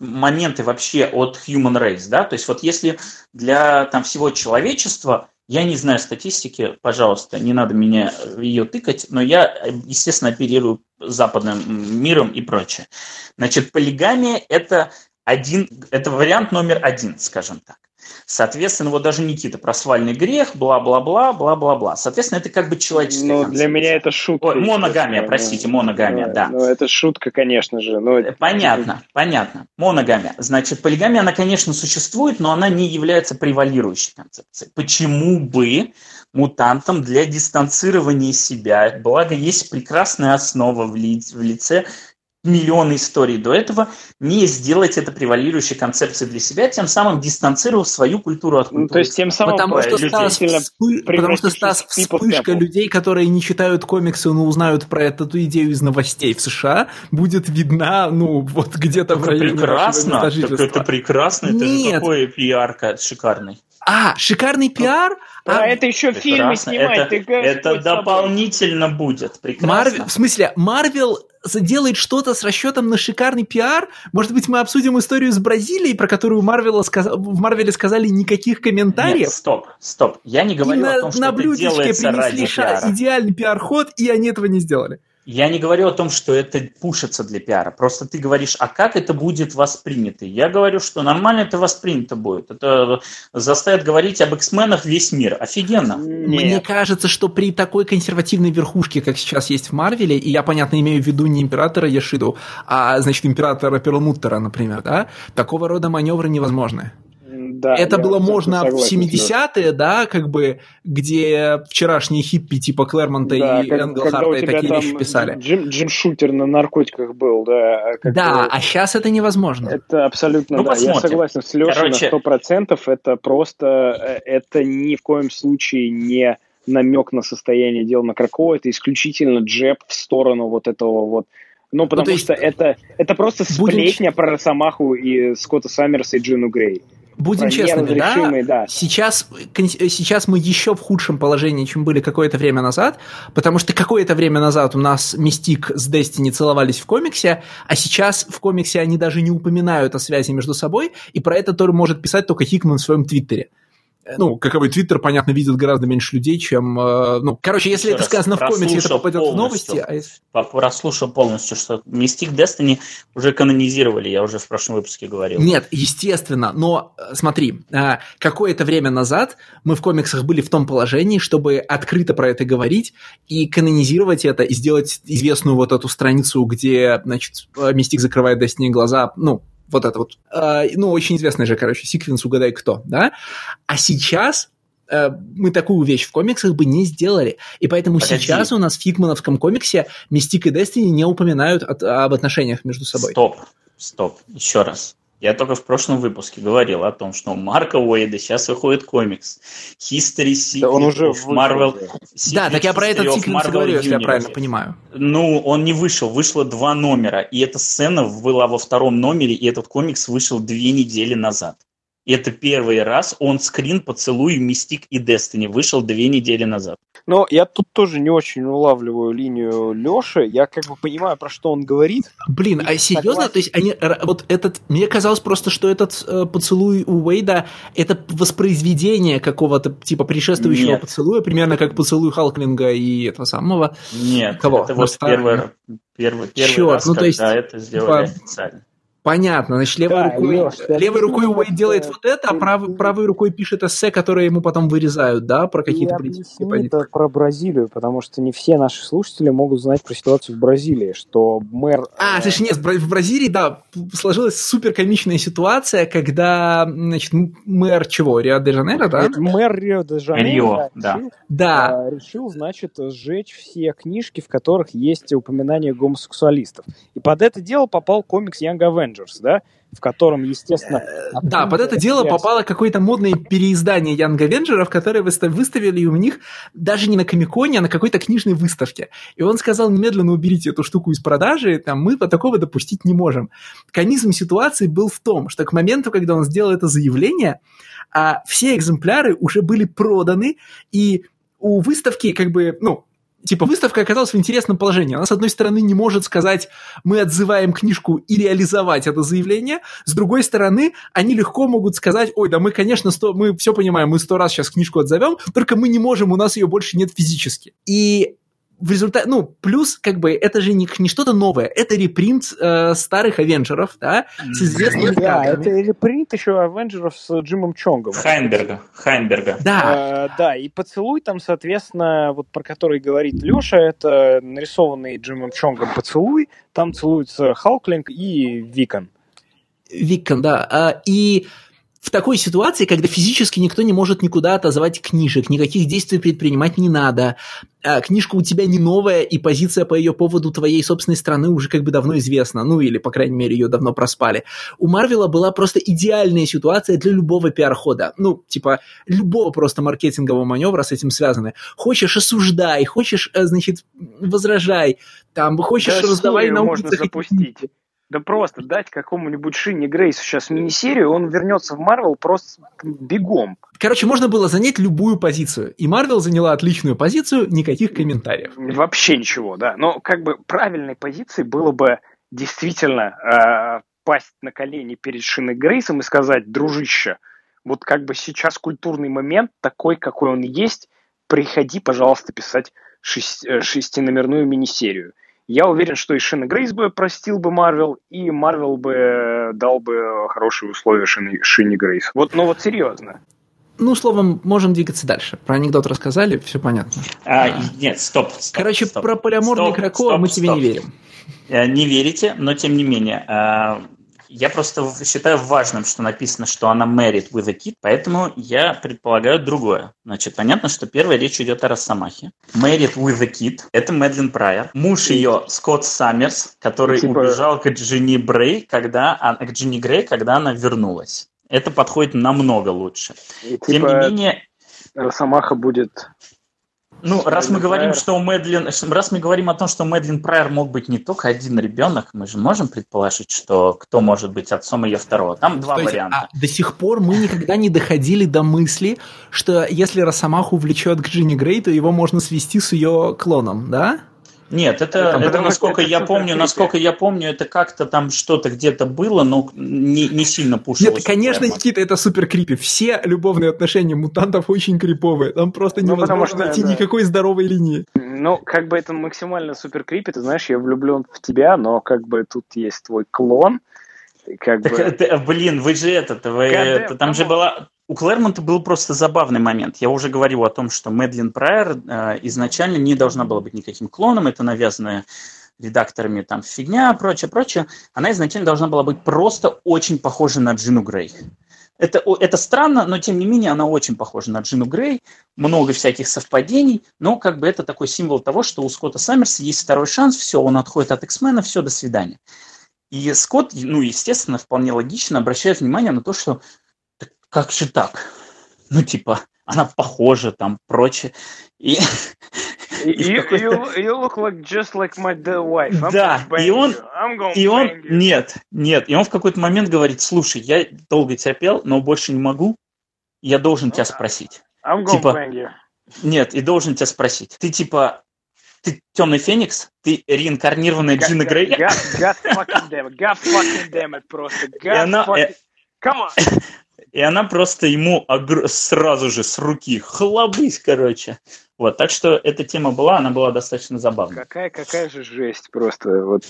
моменты вообще от human race, да, то есть вот если для там всего человечества, я не знаю статистики, пожалуйста, не надо меня ее тыкать, но я, естественно, оперирую западным миром и прочее. Значит, полигамия – это один, это вариант номер один, скажем так. Соответственно, вот даже Никита про свальный грех, бла-бла-бла, бла-бла-бла. Соответственно, это как бы человеческая Ну, концепция. для меня это шутка. Ой, моногамия, простите, моногамия, ну, да. Ну, это шутка, конечно же. Но... Понятно, понятно. Моногамия. Значит, полигамия, она, конечно, существует, но она не является превалирующей концепцией. Почему бы мутантам для дистанцирования себя, благо есть прекрасная основа в, ли, в лице миллионы историй до этого, не сделать это превалирующей концепцией для себя, тем самым дистанцировав свою культуру от культуры. Ну, то есть тем самым потому что, Стас, вспы... потому что Стас вспышка людей, которые не читают комиксы, но узнают про эту идею из новостей в США, будет видна, ну, вот где-то в районе прекрасно, так это прекрасно, это же такой пиар шикарный. А, шикарный пиар? Про а, это еще фильмы снимать. Это, ты, это дополнительно собой. Будет. Прекрасно. Марвел, в смысле, Марвел делает что-то с расчетом на шикарный пиар? Может быть, мы обсудим историю с Бразилией, про которую Марвел сказ... в Марвеле сказали никаких комментариев? Нет, стоп, стоп. Я не говорю и о том, на, что это делается ради ша... пиара. идеальный пиар-ход, и они этого не сделали. Я не говорю о том, что это пушится для пиара. Просто ты говоришь, а как это будет воспринято? Я говорю, что нормально это воспринято будет. Это заставит говорить об X-менах весь мир. Офигенно. Нет. Мне кажется, что при такой консервативной верхушке, как сейчас есть в Марвеле, и я, понятно, имею в виду не императора Яшиду, а, значит, императора Перламуттера, например, да, такого рода маневры невозможны. Да, это было можно в семидесятые, да, как бы, где вчерашние хиппи типа Клэрмонта да, и Энглхарта и такие вещи писали. Джим, Джим Шутер на наркотиках был, да. Да, а сейчас это невозможно. Это абсолютно, ну, да, посмотрим. Я согласен с Лешей Короче... на сто процентов. Это просто, это ни в коем случае не намек на состояние дел на Кракова, это исключительно джеб в сторону вот этого вот. Ну, потому ну, что это, это просто сплетня будем... про Росомаху и Скотта Саммерса и Джину Грей. Будем честными, да? да. Сейчас, сейчас мы еще в худшем положении, чем были какое-то время назад, потому что какое-то время назад у нас Мистик с Destiny целовались в комиксе, а сейчас в комиксе они даже не упоминают о связи между собой, и про это тоже может писать только Хикман в своем твиттере. Ну, каковой твиттер, понятно, видит гораздо меньше людей, чем... Э, ну, короче, если Еще это сказано в комиксе, это попадет в новости... А если... Прослушал полностью, что Mystic Destiny уже канонизировали, я уже в прошлом выпуске говорил. Нет, естественно, но смотри, какое-то время назад мы в комиксах были в том положении, чтобы открыто про это говорить и канонизировать это, и сделать известную вот эту страницу, где, значит, Mystic закрывает Destiny глаза, ну, вот это вот, э, ну, очень известный же, короче, секвенс «Угадай кто», да? А сейчас э, мы такую вещь в комиксах бы не сделали. И поэтому Погоди. Сейчас у нас в хикмановском комиксе Мистик и Destiny не упоминают от, об отношениях между собой. Стоп, стоп, еще раз. Я только в прошлом выпуске говорил о том, что у Марка Уэйда сейчас выходит комикс History Secret да, он уже of Marvel. Да, так я про этот секвенс говорю, если я правильно понимаю. Ну, он не вышел, вышло два номера, и эта сцена была во втором номере, и этот комикс вышел две недели назад. И это первый раз он-скрин «Поцелуй, Мистик и Destiny» вышел две недели назад. Но я тут тоже не очень улавливаю линию Лёши. Я как бы понимаю, про что он говорит. Блин, а серьезно? То есть они, вот этот, мне казалось просто, что этот э, поцелуй у Уэйда это воспроизведение какого-то типа предшествующего Нет. поцелуя, примерно как поцелуй Халклинга и этого самого. Нет, Кого? это вот первый, первый, первый Черт, раз, ну, то есть, когда это сделали типа... официально. Понятно, значит, левой да, рукой, Леш, левой рукой Уэйд делает вот это, а правой, правой рукой пишет эссе, которое ему потом вырезают, да, про какие-то политические позиции. Это про Бразилию, потому что не все наши слушатели могут знать про ситуацию в Бразилии, что мэр... А, слушай, нет, в Бразилии, да, сложилась суперкомичная ситуация, когда, значит, мэр чего, Рио-де-Жанейро, да? Мэр Рио-де-Жанейро да, решил, да. решил, значит, сжечь все книжки, в которых есть упоминание гомосексуалистов. И под это дело попал комикс Young Avengers, да, в котором, естественно... Да, под это дело попало какое-то модное переиздание Young Avengers, которые выставили и у них даже не на Комик-Коне, а на какой-то книжной выставке. И он сказал, немедленно уберите эту штуку из продажи, там, мы такого допустить не можем. Комизм ситуации был в том, что к моменту, когда он сделал это заявление, все экземпляры уже были проданы, и у выставки, как бы, ну, типа, выставка оказалась в интересном положении. Она, с одной стороны, не может сказать, мы отзываем книжку и реализовать это заявление. С другой стороны, они легко могут сказать, ой, да мы, конечно, сто, мы все понимаем, мы сто раз сейчас книжку отзовем, только мы не можем, у нас ее больше нет физически. И в результате, ну, плюс, как бы, это же не, не что-то новое, это репринт э, старых Авенджеров, да, с известными Да, кадрами. это репринт еще Авенджеров с Джимом Чонгом. Хайнберга, Хайнберга. Да. А, да, и поцелуй там, соответственно, вот про который говорит Леша, это нарисованный Джимом Чонгом поцелуй, там целуются Халклинг и Викон. Викон, да, а, и... В такой ситуации, когда физически никто не может никуда отозвать книжек, никаких действий предпринимать не надо, а книжка у тебя не новая, и позиция по ее поводу твоей собственной страны уже как бы давно известна, ну или, по крайней мере, ее давно проспали. У Марвела была просто идеальная ситуация для любого пиар-хода, ну, типа, любого просто маркетингового маневра с этим связаны. Хочешь — осуждай, хочешь, значит, возражай, там, хочешь — да, раздавай на можно улицах. Запустить. Да просто дать какому-нибудь Шинни Грейсу сейчас мини-серию, он вернется в Марвел просто бегом. Короче, можно было занять любую позицию. И Марвел заняла отличную позицию, никаких комментариев. Вообще ничего, да. Но как бы правильной позицией было бы действительно э, пасть на колени перед Шинни Грейсом и сказать, дружище, вот как бы сейчас культурный момент такой, какой он есть, приходи, пожалуйста, писать шесть, шестиномерную мини-серию. Я уверен, что и Шинни Грейс бы простил бы Марвел, и Марвел бы дал бы хорошие условия Шинни, Шинни Грейс. Вот, ну вот серьезно. Ну, словом, можем двигаться дальше. Про анекдот рассказали, все понятно. А, а. Нет, стоп, стоп. Короче, стоп, про полиаморный Крако мы тебе стоп. не верим. Не верите, но тем не менее... Я просто считаю важным, что написано, что она married with a kid, поэтому я предполагаю другое. Значит, понятно, что первая речь идет о Росомахе. Married with a kid – это Мэдлин Прайер. Муж ее Скотт Саммерс, который типа... убежал к Джинни Брей, когда, к Джинни Грей, когда она вернулась. Это подходит намного лучше. И, Тем типа, не менее... Росомаха будет... Ну, раз мы говорим, что у Мэдлин, раз мы говорим о том, что у Мэдлин Прайер мог быть не только один ребенок, мы же можем предположить, что кто может быть отцом ее второго. Там два Стойте, варианта. А до сих пор мы никогда не доходили до мысли, что если Росомаху влечет к Джинни Грей, то его можно свести с ее клоном, да? Нет, это, это, это насколько это я помню, насколько я помню, это как-то там что-то где-то было, но не, не сильно пушилось. Нет, конечно, прямо. Никита, это супер крипи. Все любовные отношения мутантов очень криповые. Там просто ну, невозможно что, найти да. никакой здоровой линии. Ну, как бы это максимально супер крипи. Ты знаешь, я влюблен в тебя, но как бы тут есть твой клон. Как бы... это, блин, вы же этот, вы, это, там же была... У Клэрмонта был просто забавный момент. Я уже говорил о том, что Мэдлин Прайер э, изначально не должна была быть никаким клоном. Это навязанная редакторами там фигня, прочее, прочее. Она изначально должна была быть просто очень похожа на Джину Грей. Это, это странно, но тем не менее она очень похожа на Джину Грей. Много всяких совпадений, но как бы это такой символ того, что у Скотта Саммерса есть второй шанс. Все, он отходит от X-мена, все, до свидания. И Скотт, ну, естественно, вполне логично обращает внимание на то, что как же так? Ну, типа, она похожа, там, прочее. И... You, you, you look like just like my wife. I'm да, и он, и он, нет, нет, и он в какой-то момент говорит, слушай, я долго терпел, но больше не могу, я должен тебя спросить. I'm типа, you. Нет, и должен тебя спросить. Ты, типа, ты Темный Феникс? Ты реинкарнированная God, Джина Грей? God, God fucking damn it, God fucking damn it, просто. God она, fucking... э... Come on! И она просто ему огр... сразу же с руки хлобысь, короче. Вот, так что эта тема была, она была достаточно забавной. Какая, какая же жесть просто. Вот.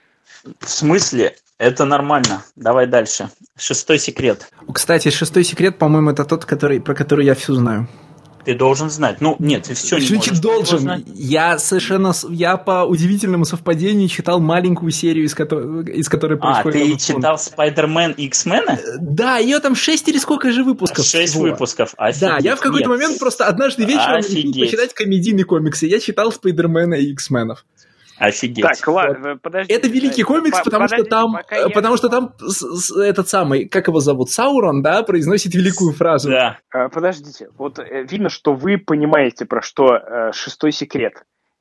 В смысле? Это нормально. Давай дальше. Шестой секрет. Кстати, шестой секрет, по-моему, это тот, который, про который я все знаю. Ты должен знать. Ну, нет, ты все не можешь. должен. Я совершенно... Я по удивительному совпадению читал маленькую серию, из которой, из которой происходит... А, ты читал Spider-Man и X-Men? Да, ее там шесть или сколько же выпусков. Шесть всего. выпусков. Офигеть. Да, я в какой-то нет. момент просто однажды вечером решил почитать комедийные комиксы. Я читал Spider-Man и X-менов. Офигеть. Так, ладно, вот. подожди. Это великий комикс, по- потому, подожди, что там, потому я... что там с, с, этот самый, как его зовут, Саурон, да, произносит великую фразу. Да. А, подождите, вот э, видно, что вы понимаете, про что э, шестой секрет.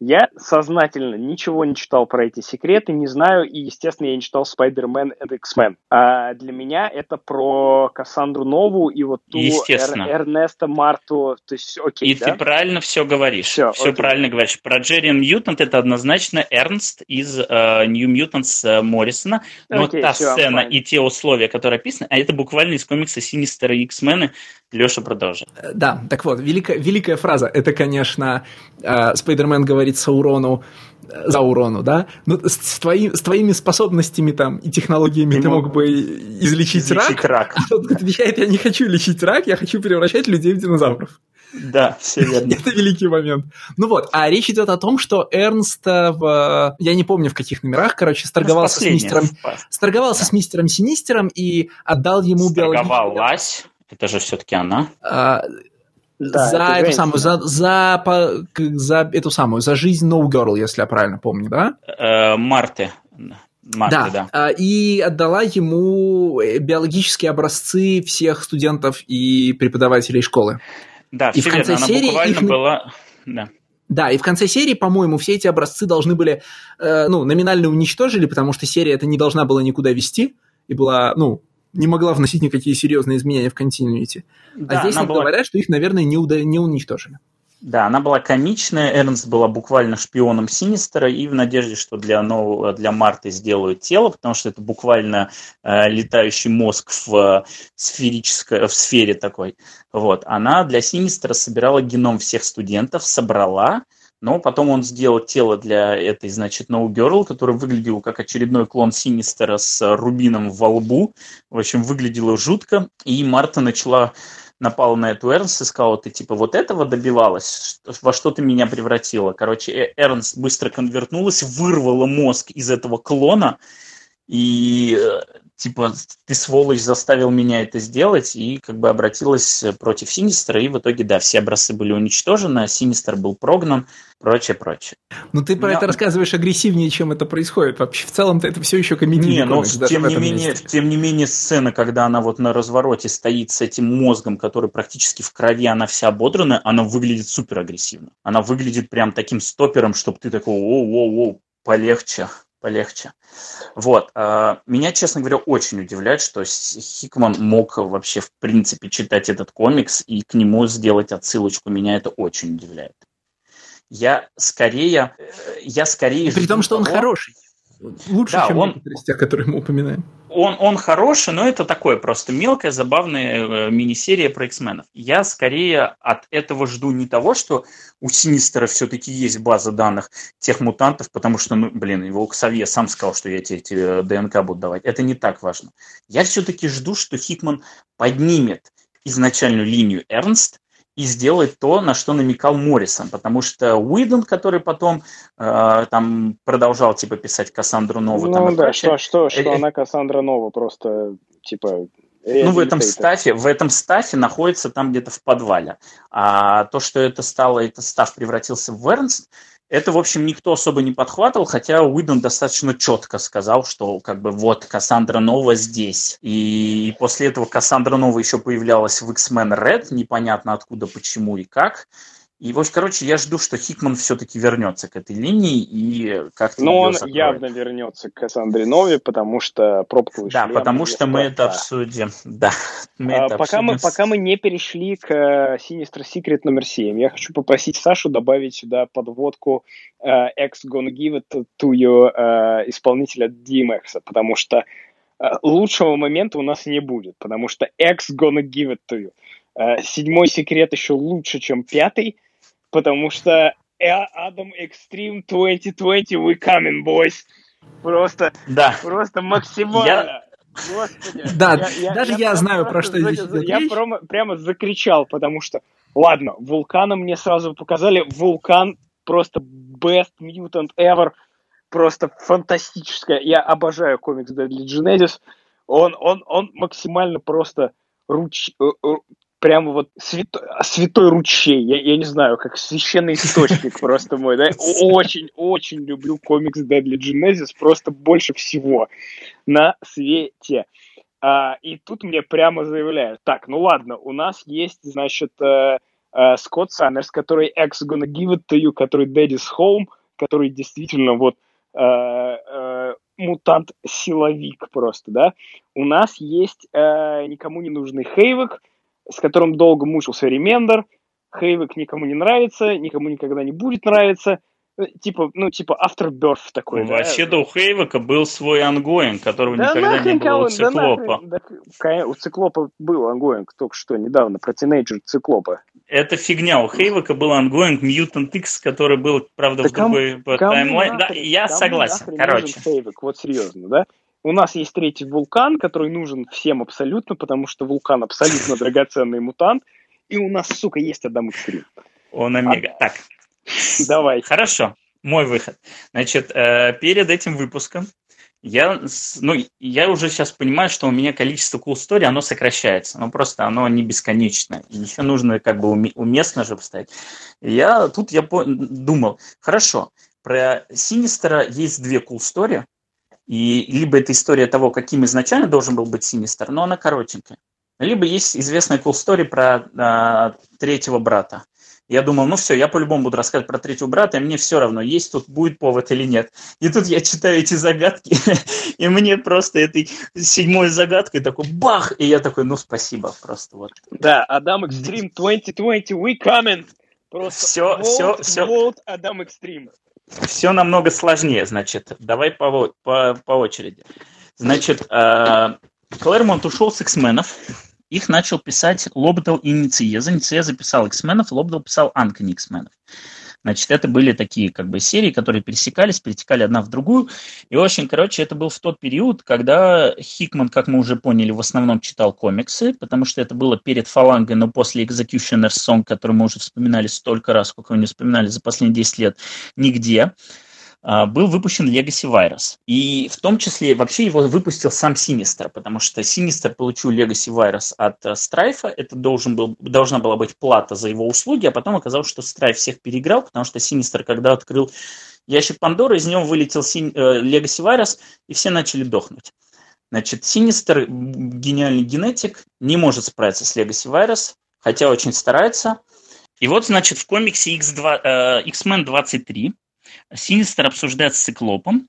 Я сознательно ничего не читал про эти секреты, не знаю, и, естественно, я не читал Spider-Man and X-Men. А для меня это про Кассандру Нову и вот ту Эр- Эрнеста Марту, то есть окей, И да? ты правильно все говоришь. Все, все правильно говоришь. Про Джерри Мьютант это однозначно Эрнст из uh, New Mutants Моррисона, но окей, та все, сцена и те условия, которые описаны, а это буквально из комикса Синистера и X-мены. Леша, продолжи. Да, так вот, великая, великая фраза. Это, конечно, э, Спайдермен говорит Саурону, э, Заурону, да? Но с, твои, с твоими способностями там и технологиями ты, ты мог бы излечить, излечить рак. рак. А тот отвечает, я не хочу лечить рак, я хочу превращать людей в динозавров. Да, все верно. Это великий момент. Ну вот, а речь идет о том, что Эрнст в... Я не помню, в каких номерах, короче, сторговался с мистером... Сторговался да. с мистером Синистером и отдал ему биологическую... Сторговалась. Это же все-таки она. А, да, за это эту самую, за, за, по, за эту самую, за жизнь No Girl, если я правильно помню, да? Э, Марты. Марты, да. да. И отдала ему биологические образцы всех студентов и преподавателей школы. Да, и все в конце верно, серии она буквально их... была... Да. Да, и в конце серии, по-моему, все эти образцы должны были, э, ну, номинально уничтожили, потому что серия это не должна была никуда вести, и была, ну... не могла вносить никакие серьезные изменения в continuity. Да, а здесь нам была... говорят, что их, наверное, не, уда... не уничтожили. Да, она была комичная, Эрнст была буквально шпионом Синистера, и в надежде, что для, нового, для Марты сделают тело, потому что это буквально э, летающий мозг в, э, сферической, в сфере такой. Вот. Она для Синистера собирала геном всех студентов, собрала, но потом он сделал тело для этой, значит, No Girl, который выглядел как очередной клон Синистера с рубином во лбу. В общем, выглядело жутко. И Марта начала, напала на эту Эрнст и сказала, ты типа вот этого добивалась? Во что ты меня превратила? Короче, Эрнст быстро конвертнулась, вырвала мозг из этого клона и... типа, ты, сволочь, заставил меня это сделать, и как бы обратилась против Синистера, и в итоге, да, все образцы были уничтожены, а Синистер был прогнан, прочее, прочее. Ну, ты про Но... это рассказываешь агрессивнее, чем это происходит. Вообще, в целом-то это все еще комедийный не, комикс. Но, тем, не менее, тем не менее, сцена, когда она вот на развороте стоит с этим мозгом, который практически в крови, она вся ободранная, она выглядит супер агрессивно. Она выглядит прям таким стопером, чтобы ты такой, оу-оу-оу, полегче. полегче. Вот. Меня, честно говоря, очень удивляет, что Хикман мог вообще, в принципе, читать этот комикс и к нему сделать отсылочку. Меня это очень удивляет. Я скорее... Я скорее При том, что того... он хороший. Лучше, да, чем он... некоторые из тех, которые мы упоминаем. Он, он хороший, но это такое просто мелкая, забавная мини-серия про X-менов. Я скорее от этого жду не того, что у Синистера все-таки есть база данных тех мутантов, потому что, ну, блин, его Ксавье сам сказал, что я тебе эти ДНК буду давать. Это не так важно. Я все-таки жду, что Хикман поднимет изначальную линию Эрнст и сделает то, на что намекал Моррисон, потому что Уидон, который потом э, там продолжал типа писать Кассандру Нову, ну там, да, что, что, что э, она Кассандра Нова просто типа. Ну в этом стафе, в этом стафе находится там где-то в подвале, а то, что это стало, этот стаф превратился в Эрнст, это, в общем, никто особо не подхватывал, хотя Уидон достаточно четко сказал, что как бы вот Кассандра Нова здесь. И после этого Кассандра Нова еще появлялась в X-Men Red, непонятно откуда, почему и как. И вот, короче, я жду, что Хикман все-таки вернется к этой линии и как-то Но он закроет. Явно вернется к Кассандре Нове, потому что пробковый Да, потому что мы это обсудим. Да, мы а, это пока, обсудим. Мы, пока мы не перешли к Sinister Secret номер семь, я хочу попросить Сашу добавить сюда подводку uh, X Gonna Give It To You uh, исполнителя ди эм экс, потому что uh, лучшего момента у нас не будет, потому что X Gonna Give It To You. Uh, седьмой секрет еще лучше, чем пятый, потому что Adam Extreme двадцать двадцать, we coming, boys. Просто, да. просто максимально. Я... Господи. Да, я, я, даже я, я знаю, про что здесь идет Я прямо, прямо закричал, потому что, ладно, Вулкана мне сразу показали. Вулкан просто best mutant ever. Просто фантастическая. Я обожаю комикс Deadly Genesis. Он, он, он максимально просто руч... прямо вот святой, святой ручей, я, я не знаю, как священный источник просто мой, да, очень-очень люблю комикс Deadly Genesis, просто больше всего на свете. А, и тут мне прямо заявляют, так, ну ладно, у нас есть, значит, э, Скотт Саммерс, который X gonna give it to you, который Daddy's Home, который действительно вот э, э, мутант-силовик просто, да. У нас есть э, никому не нужный Хейвок, с которым долго мучился Ремендер. Хейвок никому не нравится, никому никогда не будет нравиться. Типа, ну, типа Afterbirth такой, ну, да? Вообще-то у Хейвека был свой ангоинг, которого да никогда не было у Циклопа. Да нахрен, у Циклопа был ангоинг только что недавно, про тинейджер Циклопа. Это фигня, у Хейвека был ангоинг Mutant X, который был, правда, да в ком, другой таймлайн. Да, я согласен, короче. Хейвек, вот серьезно, да? У нас есть третий вулкан, который нужен всем абсолютно, потому что вулкан абсолютно драгоценный мутант, и у нас, сука, есть Адам Экстрим. Он омега. А... Так. Давай. Хорошо, мой выход. Значит, перед этим выпуском я, ну, я уже сейчас понимаю, что у меня количество cool story, оно сокращается. Ну, просто оно не бесконечное. И еще нужно как бы уместно же поставить. Я, тут я думал, хорошо, про Синистера есть две cool story, и либо это история того, каким изначально должен был быть Синистер, но она коротенькая. Либо есть известная cool story про а, третьего брата. Я думал, ну все, я по-любому буду рассказывать про третьего брата, и мне все равно, есть тут будет повод или нет. И тут я читаю эти загадки, и мне просто этой седьмой загадкой такой бах, и я такой, ну спасибо, просто вот. Да, Адам Экстрим двадцать двадцать, we coming! Просто все, Volt, все, все. Volt, Адам Экстрим. Все намного сложнее, значит, давай по, по, по очереди. Значит, э, Клэрмонт ушел с X-менов. Их начал писать Лобдал и Нициеза. Нициеза писал X-менов, Лобдал писал Анкони X-менов. Значит, это были такие как бы серии, которые пересекались, перетекали одна в другую. И очень, короче, это был в тот период, когда Хикман, как мы уже поняли, в основном читал комиксы, потому что это было перед Фалангой, но после Executioner's Song, который мы уже вспоминали столько раз, сколько мы не вспоминали за последние десять лет, нигде. Был выпущен Legacy Virus. И в том числе вообще его выпустил сам Синистер, потому что Синистер получил Legacy Virus от Страйфа. Это должен был, должна была быть плата за его услуги, а потом оказалось, что Страйф всех переиграл, потому что Синистер, когда открыл ящик Пандоры, из него вылетел Син, э, Legacy Virus, и все начали дохнуть. Значит, Синистер, гениальный генетик, не может справиться с Legacy Virus, хотя очень старается. И вот, значит, в комиксе Икс два, э, X-Men двадцать три Синистер обсуждает с Циклопом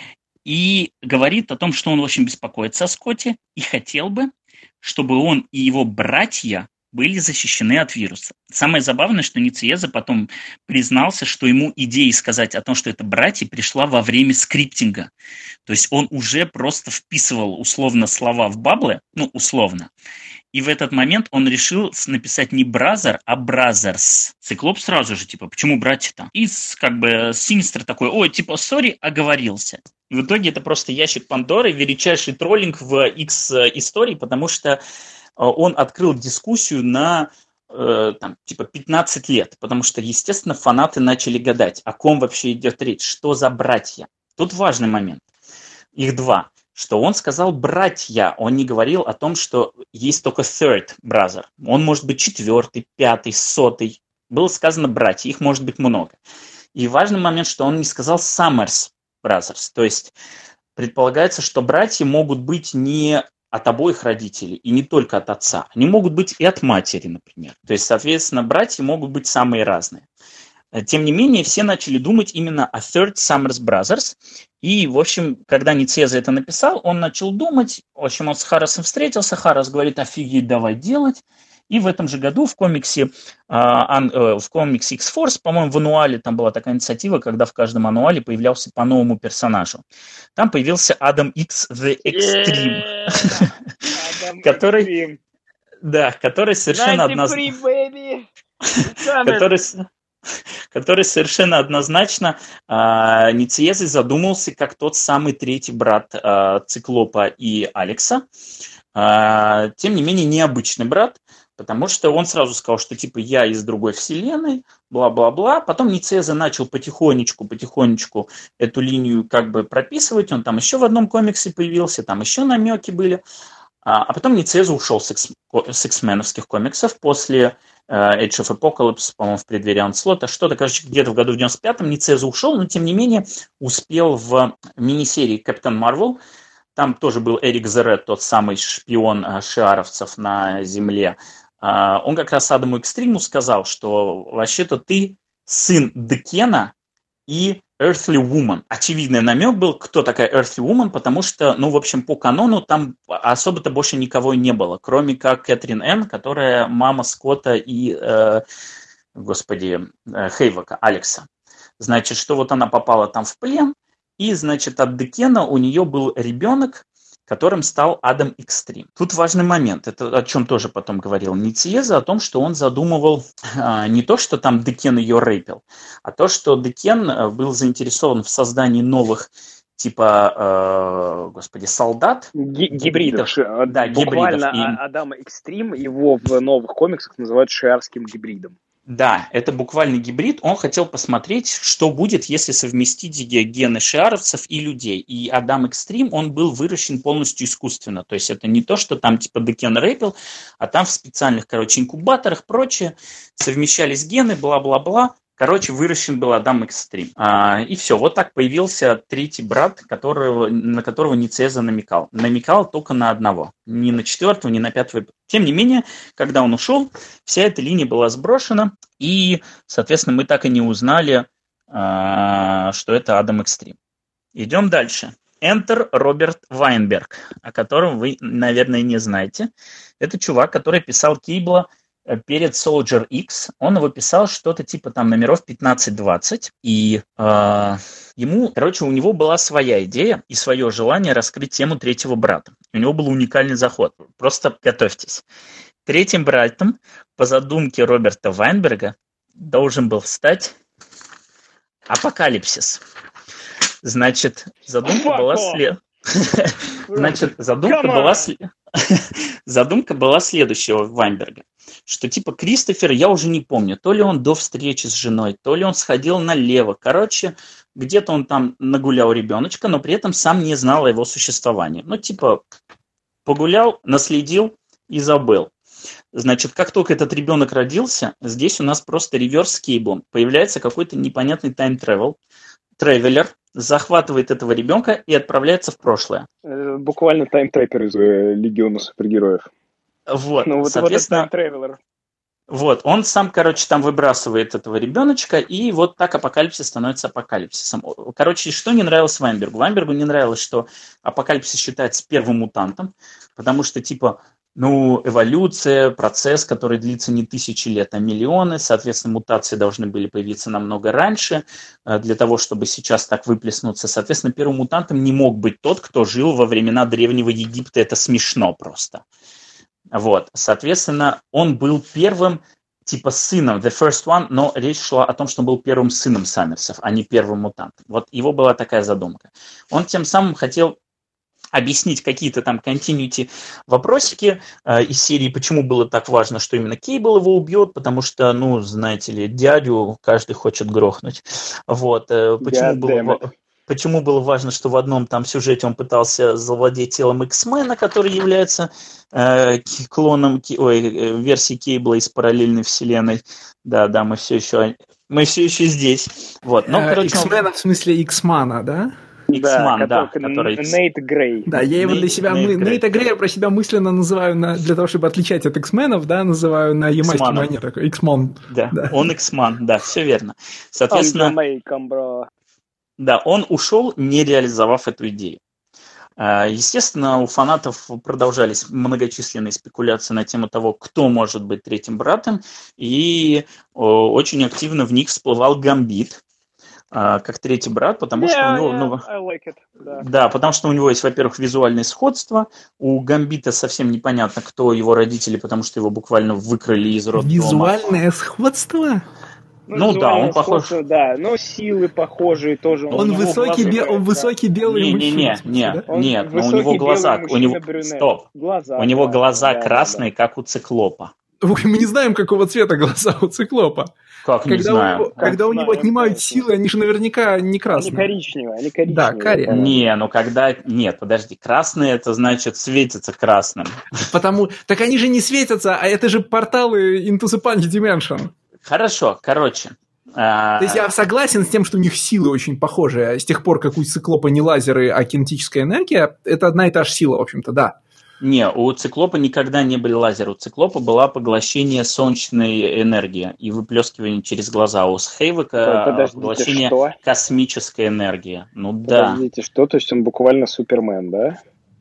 и говорит о том, что он очень беспокоится о Скотте и хотел бы, чтобы он и его братья были защищены от вируса. Самое забавное, что Нициеза потом признался, что ему идея сказать о том, что это братья, пришла во время скриптинга. То есть он уже просто вписывал условно слова в баблы, ну, условно. И в этот момент он решил написать не бразер, а бразерс. Циклоп сразу же, типа, почему братья-то? И как бы Синистер такой, ой, типа, сори, оговорился. И в итоге это просто ящик Пандоры, величайший троллинг в X-истории, потому что он открыл дискуссию на э, там, типа пятнадцать лет, потому что, естественно, фанаты начали гадать, о ком вообще идет речь, что за братья. Тут важный момент. Их два. Что он сказал братья, он не говорил о том, что есть только third brother. Он может быть четвертый, пятый, сотый. Было сказано братья, их может быть много. И важный момент, что он не сказал Summers Brothers. То есть предполагается, что братья могут быть не от обоих родителей и не только от отца. Они могут быть и от матери, например. То есть, соответственно, братья могут быть самые разные. Тем не менее, все начали думать именно о Third Summers Brothers. И, в общем, когда Нициеза это написал, он начал думать. В общем, он с Харрисом встретился. Харрис говорит, офигеть, давай делать. И в этом же году в комиксе, в комиксе X-Force, по-моему, в аннуале там была такая инициатива, когда в каждом аннуале появлялся по новому персонажу. Там появился Адам X The Extreme. Который, да, который совершенно однозначно... Который... который совершенно однозначно э, Нициеза задумался как тот самый третий брат э, Циклопа и Алекса. Э, тем не менее, необычный брат, потому что он сразу сказал, что типа я из другой вселенной, бла-бла-бла. Потом Нициеза начал потихонечку, потихонечку эту линию как бы прописывать. Он там еще в одном комиксе появился, там еще намеки были. А потом Нициеза ушел с X-меновских комиксов после uh, Age of Apocalypse, по-моему, в преддверии Onslaught. Что-то, короче, где-то в году в девяносто пятом Нициеза ушел, но, тем не менее, успел в мини-серии Капитан Марвел. Там тоже был Эрик Зерет, тот самый шпион uh, шиаровцев на Земле. он как раз Адаму Экстриму сказал, что вообще-то ты сын Декена и Earthly Woman. Очевидный намек был, кто такая Earthly Woman, потому что, ну, в общем, по канону там особо-то больше никого не было, кроме как Кэтрин Энн, которая мама Скотта и, э, господи, э, Хейвока, Алекса. Значит, что вот она попала там в плен, и, значит, от Декена у нее был ребенок, которым стал Адам Экстрим. Тут важный момент, это о чем тоже потом говорил Нициеза, о том, что он задумывал а, не то, что там Декен ее рэпил, а то, что Декен был заинтересован в создании новых типа, э, господи, солдат. Г- гибридов. гибридов. Да, буквально гибридов. Адама Экстрим, его в новых комиксах называют шиарским гибридом. Да, это буквально гибрид. Он хотел посмотреть, что будет, если совместить гены шиаровцев и людей. И Адам Экстрим, он был выращен полностью искусственно. То есть это не то, что там типа Декен рэпил, а там в специальных, короче, инкубаторах, прочее, совмещались гены, бла-бла-бла. Короче, выращен был Адам Экстрим. А, и все, вот так появился третий брат, которого, на которого Нициеза намекал. Намекал только на одного. Ни на четвертого, ни на пятого. Тем не менее, когда он ушел, вся эта линия была сброшена. И, соответственно, мы так и не узнали, а, что это Адам Экстрим. Идем дальше. Enter Роберт Вайнберг, о котором вы, наверное, не знаете. Это чувак, который писал Кейбла перед Soldier X. Он его писал что-то типа там номеров пятнадцать-двадцать. И э, ему, короче, у него была своя идея и свое желание раскрыть тему третьего брата. У него был уникальный заход. Просто готовьтесь. Третьим братом, по задумке Роберта Вайнберга, должен был стать Апокалипсис. Значит, задумка Фако. была след... Значит, задумка была след... Задумка была следующего Вайнберга, что типа Кристофер, я уже не помню, то ли он до встречи с женой, то ли он сходил налево. Короче, где-то он там нагулял ребеночка, но при этом сам не знал о его существовании. Ну, типа, погулял, наследил и забыл. Значит, как только этот ребенок родился, здесь у нас просто реверс с Кейблом. Появляется какой-то непонятный тайм-тревел, тревелер, захватывает этого ребенка и отправляется в прошлое. Буквально тайм-трекер из Легиона супергероев. Вот, ну, вот соответственно, вот тайм-тревелер. Вот, он сам, короче, там выбрасывает этого ребеночка, и вот так Апокалипсис становится Апокалипсисом. Короче, что не нравилось Вайнбергу? Вайнбергу не нравилось, что Апокалипсис считается первым мутантом, потому что, типа, ну, эволюция, процесс, который длится не тысячи лет, а миллионы, соответственно, мутации должны были появиться намного раньше, для того, чтобы сейчас так выплеснуться. Соответственно, первым мутантом не мог быть тот, кто жил во времена Древнего Египта. Это смешно просто. Вот, соответственно, он был первым, типа, сыном, the first one, но речь шла о том, что он был первым сыном Саммерсов, а не первым мутантом. Вот его была такая задумка. Он тем самым хотел объяснить какие-то там continuity вопросики э, из серии, почему было так важно, что именно Кейбл его убьет, потому что, ну, знаете ли, дядю каждый хочет грохнуть. Вот, э, почему было... Почему было важно, что в одном там сюжете он пытался завладеть телом X-мена, который является э, клоном, ой, версией Кейбла из параллельной вселенной. Да, да, мы все еще, мы все еще здесь. Вот. Но, короче, X-мена в смысле X-мана, да? X-Man, да, который... Нейт Грей. Да, я его для себя... Нейт мы... Нейта Грея про себя мысленно называю, на... для того, чтобы отличать от X-менов, да, называю на ямайский манер такой. X-Man. Да, да, он X-Man, да, все верно. Соответственно... Да, он ушел, не реализовав эту идею. Естественно, у фанатов продолжались многочисленные спекуляции на тему того, кто может быть третьим братом, и очень активно в них всплывал Гамбит как третий брат, потому yeah, что у него... Yeah, ну, I like it. Да. да, потому что у него есть, во-первых, визуальное сходство, у Гамбита совсем непонятно, кто его родители, потому что его буквально выкрали из роддома. Визуальное сходство? Ну, ну да, он похож. Да, но силы похожие тоже. Он, он высокий, бе... он высокий белый не, мужчина. Не, не, не, да? Нет, но у него глаза, у него стоп, глаза, у него да, глаза да, красные, да, да. как у циклопа. Мы не знаем, какого цвета глаза у циклопа. Как не когда знаем? У, когда у него отнимают силы, они же наверняка не красные. Они коричневые, они коричневые. Да, карие. Не, ну когда... Нет, подожди, красные, это значит светится красным. Потому... Так они же не светятся, а это же порталы Into the Punch Dimension. Хорошо, короче... То есть я согласен с тем, что у них силы очень похожие. С тех пор, как у циклопа не лазеры, а кинетическая энергия, это одна и та же сила, в общем-то, да. Не, у Циклопа никогда не были лазеры. У Циклопа была поглощение солнечной энергии и выплескивание через глаза. У Хейвека Подождите, поглощение что? космической энергии. Ну Подождите, да. что? То есть он буквально Супермен, да?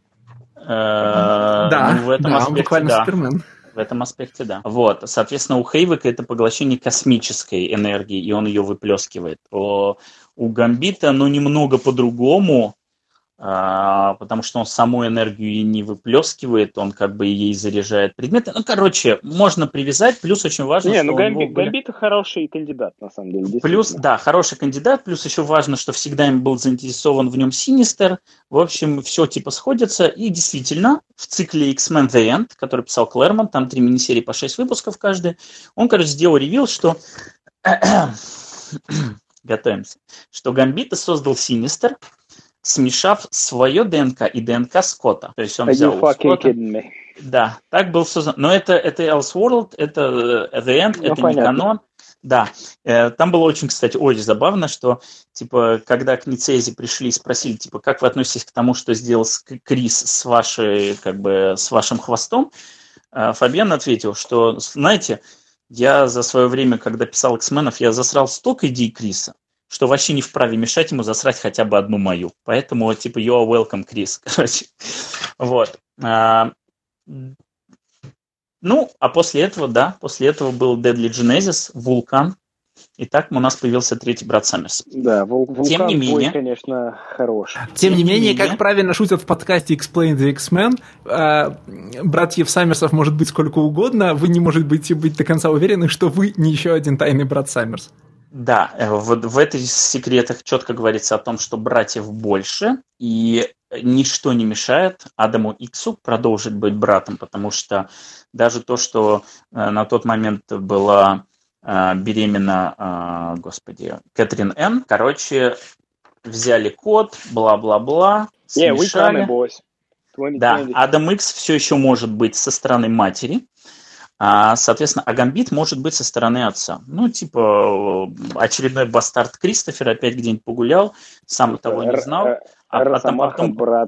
Да, ну, в этом да, он аспекте, буквально да. Супермен. В этом аспекте, да. Вот, соответственно, у Хейвека это поглощение космической энергии, и он ее выплескивает. У, у Гамбита, ну, немного по-другому, а, потому что он саму энергию и не выплескивает, он как бы ей заряжает предметы. Ну, короче, можно привязать, плюс очень важно, не, что ну у Гамби, него были... Гамбит хороший кандидат, на самом деле. Плюс, да, хороший кандидат, плюс еще важно, что всегда им был заинтересован в нем Синистер. В общем, все типа сходится. И действительно, в цикле X-Men The End, который писал Клэрмонт, там три мини-серии по шесть выпусков каждый, он, короче, сделал ревил, что... Готовимся. Что Гамбита создал Синистер, смешав свое ДНК и ДНК Скотта. То есть он Are взял you fucking Скотта... kidding me? Да, так был создан. Но это, это Elseworld, это The End, Ну, это понятно. не канон. Да, там было очень, кстати, очень забавно, что, типа, когда к Ницези пришли и спросили, типа, как вы относитесь к тому, что сделал Крис с, вашей, как бы, с вашим хвостом, Фабиан ответил, что, знаете, я за свое время, когда писал X-менов, я засрал столько идей Криса, что вообще не вправе мешать ему засрать хотя бы одну мою. Поэтому, типа, you are welcome, Крис. Короче, вот. Ну, а после этого, да, после этого был Deadly Genesis, Вулкан, и так у нас появился третий брат Саммерс. Да, вул- Вулкан Тем не менее, твой, конечно, хорош. Тем, Тем не не менее, менее. как правильно шутят в подкасте Explain the X-Men, э, братьев Саммерсов может быть сколько угодно, вы не можете быть до конца уверены, что вы не еще один тайный брат Саммерс. Да, в, в этих секретах четко говорится о том, что братьев больше, и ничто не мешает Адаму Иксу продолжить быть братом, потому что даже то, что э, на тот момент была э, беременна, э, господи, Кэтрин Н, короче, взяли код, бла-бла-бла, Yeah, we смешали. coming, boys. twenty twenty. Да, Адам Икс все еще может быть со стороны матери, а, соответственно, а Гамбит может быть со стороны отца. Ну, типа, очередной бастард Кристофер опять где-нибудь погулял, сам того не знал. А потом, Росомаха, потом, брат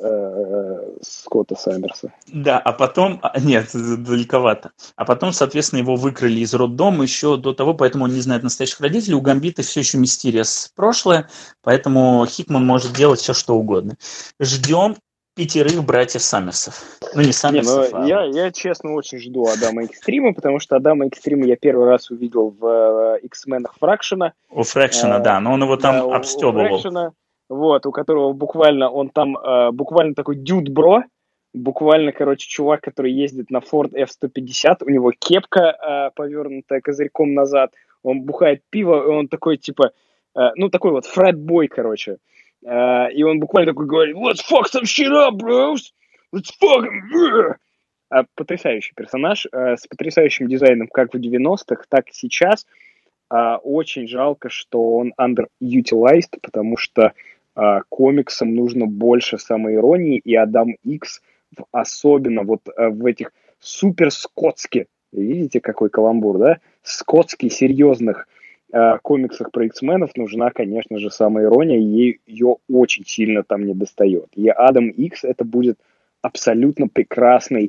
э, Скотта Саммерса. да, а потом, а, нет, далековато. А потом, соответственно, его выкрали из роддома еще до того, поэтому он не знает настоящих родителей. У Гамбита все еще мистериос прошлое, поэтому Хикман может делать все, что угодно. Ждем пятерых братьев Саммерсов. Ну, не Саммерсов, не, ну, а... я, я, честно, очень жду Адама Экстрима, потому что Адама Экстрима я первый раз увидел в э, X-менах Фракшена. У Фрэкшена, э, да, но он его там да, обстебывал. У Фрэкшена, вот, у которого буквально, он там, э, буквально такой дюд-бро, буквально, короче, чувак, который ездит на Ford эф сто пятьдесят, у него кепка э, повернутая козырьком назад, он бухает пиво, и он такой, типа, э, ну, такой вот фрэт-бой, короче. Uh, и он буквально такой говорит: Let's fuck some shit up, bros! Let's fuck them! Uh, потрясающий персонаж, uh, с потрясающим дизайном как в девяностых, так и сейчас. Uh, очень жалко, что он underutilized, потому что uh, комиксам нужно больше самоиронии, и Адам Икс, особенно вот uh, в этих супер скотски, видите, какой каламбур, да? Скотски серьезных комиксах про X-менов нужна, конечно же, самоирония, и ее очень сильно там не достает. И Адам Икс это будет абсолютно прекрасный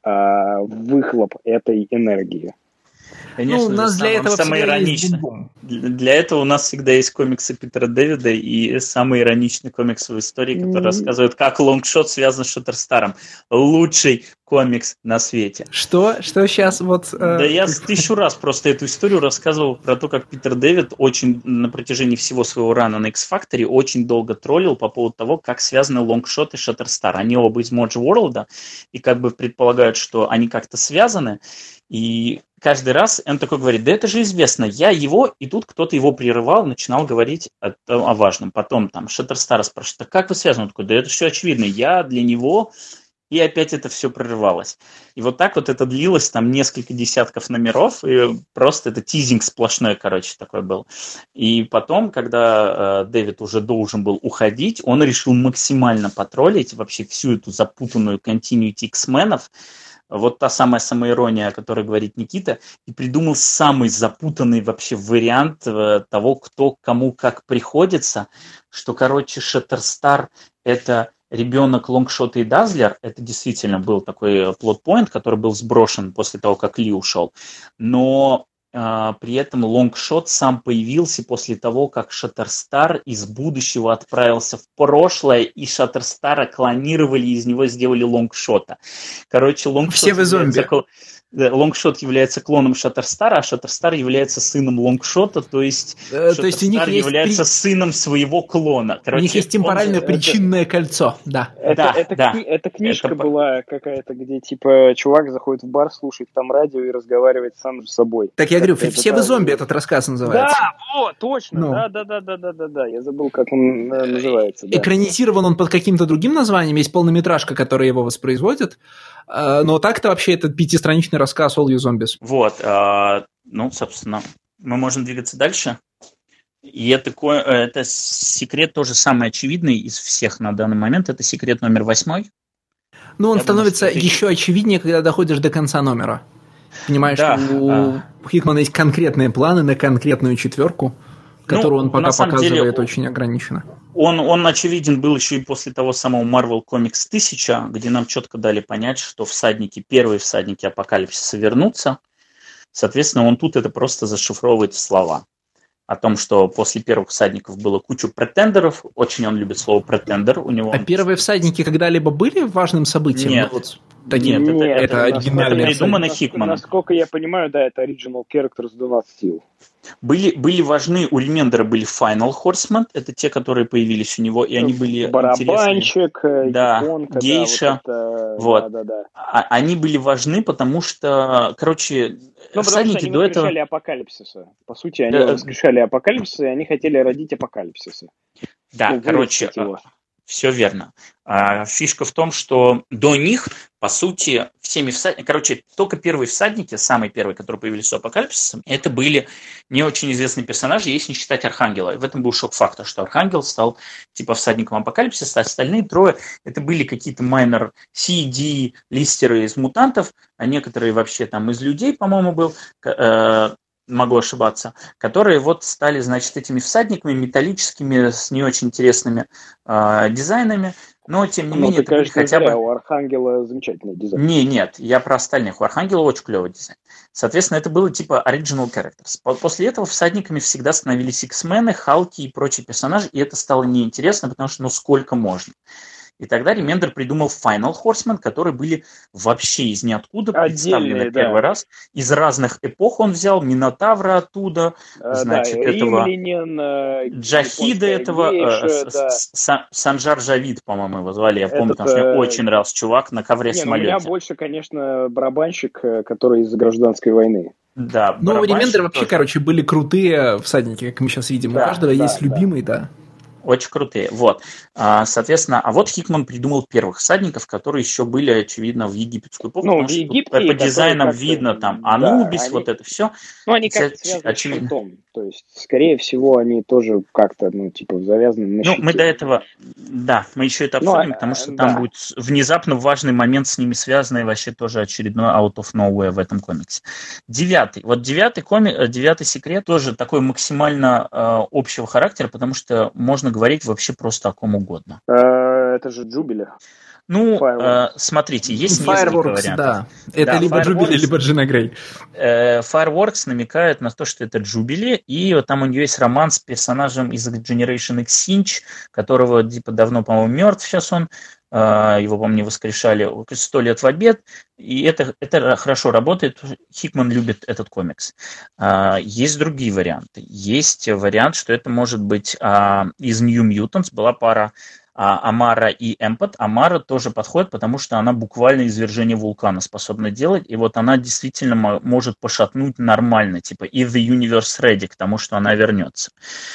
э, выхлоп этой энергии. Конечно, ну, у нас же, для сам, этого самый ироничный. Для, для этого у нас всегда есть комиксы Питера Дэвида и самый ироничный комикс в истории, который mm. рассказывает, как лонгшот связан с Шаттерстаром. Лучший комикс на свете. Что? Что сейчас вот... Э... Да я тысячу раз просто эту историю рассказывал про то, как Питер Дэвид очень на протяжении всего своего рана на X-Factor очень долго троллил по поводу того, как связаны лонгшот и Шаттерстар. Они оба из Mojo World, и как бы предполагают, что они как-то связаны. И каждый раз он такой говорит: да это же известно, я его, и тут кто-то его прерывал, начинал говорить о, о важном. Потом там Шаттерстара спрашивает: а как вы связаны? Он такой: да это все очевидно, я для него... И опять это все прерывалось. И вот так вот это длилось там несколько десятков номеров, и просто это тизинг сплошной, короче, такой был. И потом, когда э, Дэвид уже должен был уходить, он решил максимально потроллить вообще всю эту запутанную континьюти X-менов, вот та самая самоирония, о которой говорит Никита, и придумал самый запутанный вообще вариант э, того, кто кому как приходится, что, короче, Шаттерстар – это ребенок Лонгшота и Дазлер, это действительно был такой плот-поинт, который был сброшен после того, как Ли ушел. Но э, при этом Лонгшот сам появился после того, как Шаттерстар из будущего отправился в прошлое, и Шаттерстара клонировали, и из него сделали Лонгшота. Короче, Лонгшот... Все вы зомби. Лонгшот является клоном Шаттерстара, а Шаттерстар является сыном Лонгшота, то есть э, Шаттерстар то есть у них является есть... сыном своего клона. Короче, у них есть темпоральное он... причинное это... кольцо, да. Это, да, это, да. Кни... это книжка это... была какая-то, где типа чувак заходит в бар, слушает там радио и разговаривает сам с собой. Так я говорю, это, «Все это, вы зомби» да, этот рассказ называется. Да, о, точно, ну. да, да, да, да, да, да, да, я забыл, как он э, называется. Да. Экранизирован он под каким-то другим названием, есть полнометражка, которая его воспроизводит, но так-то вообще это пятистраничный рассказ All You Zombies. Вот, э, ну, собственно, мы можем двигаться дальше. И это, это секрет тоже самый очевидный из всех на данный момент, это секрет номер восьмой. Ну, он Я становится думаю, еще очевиднее, когда доходишь до конца номера. Понимаешь, да, что у а... Хикмана есть конкретные планы на конкретную четверку, которую ну, он пока показывает деле, очень ограниченно. Он, он, очевиден, был еще и после того самого Marvel Comics тысяча, где нам четко дали понять, что всадники, первые всадники апокалипсиса вернутся. Соответственно, он тут это просто зашифровывает в слова. О том, что после первых всадников было кучу претендеров. Очень он любит слово претендер. У него а он... первые всадники когда-либо были важным событием? Нет. Ну, вот, таким... Нет, это, это, это, оригинальное. Это придумано Хикманом. Насколько я понимаю, да, это Original Characters Do Not Steal. Были, были важны, у Ремендера были Final Horsemen, это те, которые появились у него, и они были барабанчик, интересные. Да, японка, гейша, да, вот это, вот. Да, да, да. А, они были важны, потому что, короче, ну, всадники они до этого... воскрешали апокалипсиса. По сути, они да. воскрешали апокалипсиса, и они хотели родить апокалипсиса. Да, ну, короче... Все верно. А, фишка в том, что до них, по сути, всеми всадниками... Короче, только первые всадники, самые первые, которые появились у Апокалипсиса, это были не очень известные персонажи, если не считать Архангела. И в этом был шок-фактор, что Архангел стал типа всадником Апокалипсиса, а остальные трое это были какие-то майнер си ди, листеры из мутантов, а некоторые вообще там из людей, по-моему, был... Э- могу ошибаться, которые вот стали, значит, этими всадниками металлическими, с не очень интересными э, дизайнами, но, тем не ну, менее, это, конечно, хотя зря. бы... У Архангела замечательный дизайн. Не, нет, я про остальных. У Архангела очень клевый дизайн. Соответственно, это было типа original characters. После этого всадниками всегда становились X-мены, Халки и прочие персонажи, и это стало неинтересно, потому что ну сколько можно. И тогда Ремендер придумал Final Horsemen, которые были вообще из ниоткуда представлены да. первый раз. Из разных эпох он взял Минотавра оттуда, а, значит, да, этого Римлянин, Джахида этого, гейша, да. Санжар Джавид, по-моему, его звали, я Этот, помню, потому что мне очень нравился чувак на ковре не, самолете. У меня больше, конечно, барабанщик, который из гражданской войны. Да, ну, у Ремендера вообще, короче, были крутые всадники, как мы сейчас видим. Да, у каждого да, есть да. любимый, да. Очень крутые. Вот. Соответственно, а вот Хикман придумал первых всадников, которые еще были, очевидно, в египетскую эпоху. Ну, в Египте, по дизайнам видно, там, Анубис, да, они, вот это все. Ну, они как-то связаны с щитом. То есть, скорее всего, они тоже как-то, ну, типа, завязаны на щите. Ну, мы до этого, да, мы еще это обсудим, ну, потому что да. там будет внезапно важный момент с ними связанный, вообще тоже очередной out of nowhere в этом комиксе. Девятый. Вот девятый, комик, девятый секрет тоже такой максимально э, общего характера, потому что можно говорить вообще просто о ком угодно. Это же Джубили. Ну, э, смотрите, есть несколько вариантов. Да. Это да, либо Джубили, либо Джина Грей. Э, Fireworks намекает на то, что это Джубили, и вот там у нее есть роман с персонажем из Generation X Синч, которого типа давно, по-моему, мертв сейчас он. Его, по-моему, не воскрешали сто лет в обед, и это, это хорошо работает. Хикман любит этот комикс. Есть другие варианты. Есть вариант, что это может быть из New Mutants, была пара Амара и Эмпат. Амара тоже подходит, потому что она буквально извержение вулкана способна делать, и вот она действительно может пошатнуть нормально, типа и The Universe Ready к тому, что она вернется.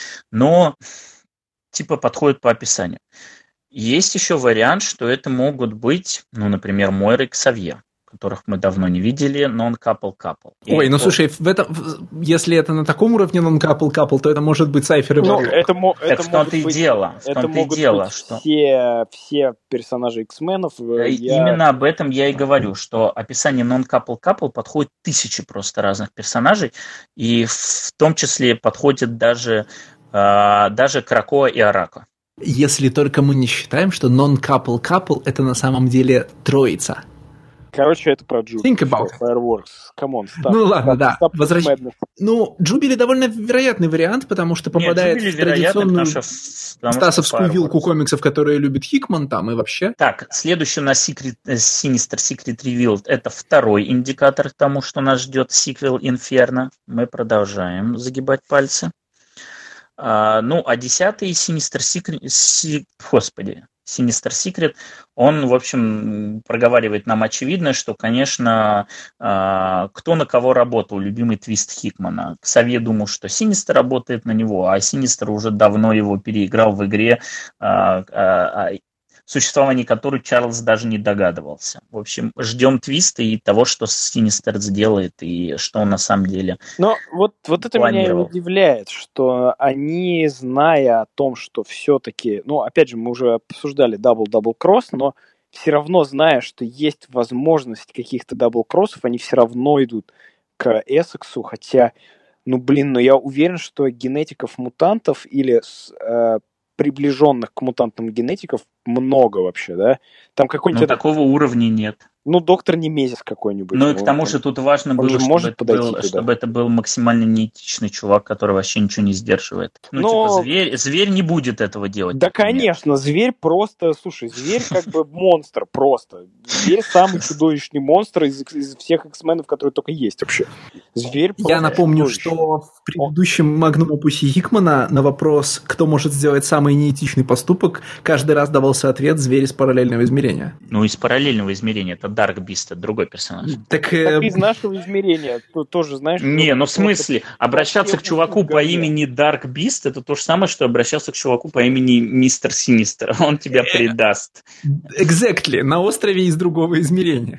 Но типа подходит по описанию. Есть еще вариант, что это могут быть, ну, например, Мойра и Ксавье, которых мы давно не видели, non-couple-couple. Ой, ну, слушай, в этом, если это на таком уровне non-couple-couple, то это может быть Сайфер и ну, Варлок. Это, так это в том-то и дело. В это том-то могут и дело, быть что... все, все персонажи X-менов. Я... Я... Именно об этом я и говорю, что описание non-couple-couple подходит тысячи просто разных персонажей, и в том числе подходит даже, даже Кракоа и Арако. Если только мы не считаем, что non-couple-couple — это на самом деле троица. Короче, это про Джубили. Fireworks. Камон, Ну ладно, да. Возвращ... Ну, Джубили довольно вероятный вариант, потому что попадает Нет, в традиционную что, стасовскую вилку комиксов, которые любит Хикман там и вообще. Так, следующий у нас Secret, Sinister Secret Revealed. Это второй индикатор к тому, что нас ждет сиквел Инферно. Мы продолжаем загибать пальцы. А, ну, а десятый Sinister Secret... Си... Господи... Sinister Secret, он, в общем, проговаривает нам очевидно, что, конечно, кто на кого работал, любимый твист Хикмана. Ксавье думал, что Sinister работает на него, а Sinister уже давно его переиграл в игре, существовании которой Чарльз даже не догадывался. В общем, ждем твиста и того, что Sinister сделает, и что он на самом деле Но вот, вот это меня и удивляет, что они, зная о том, что все-таки, ну, опять же, мы уже обсуждали дабл-дабл кросс, но все равно, зная, что есть возможность каких-то дабл-кроссов, они все равно идут к Эссексу, хотя, ну, блин, ну, я уверен, что генетиков-мутантов или э, приближенных к мутантам генетиков много вообще, да? Там какой-нибудь... Ну, такого уровня нет. Ну, доктор Немезис какой-нибудь. Ну, и к тому же тут важно было, чтобы это был, чтобы это был максимально неэтичный чувак, который вообще ничего не сдерживает. Ну, Но... типа, зверь, зверь не будет этого делать. Да, конечно, зверь просто... Слушай, зверь как бы монстр просто. Зверь самый чудовищный монстр из, из всех X-менов, которые только есть вообще. Зверь Я напомню, что в предыдущем магнум-опусе Хикмана на вопрос, кто может сделать самый неэтичный поступок, каждый раз давался ответ «зверь из параллельного измерения». Ну, из параллельного измерения. Это Дарк Бист, это другой персонаж. Так, так э... из нашего измерения ты тоже знаешь... Не, ну в смысле, обращаться к чуваку по имени Дарк Бист, это то же самое, что обращаться к чуваку по имени Мистер Синистер. Он тебя предаст. Exactly, на острове из другого измерения.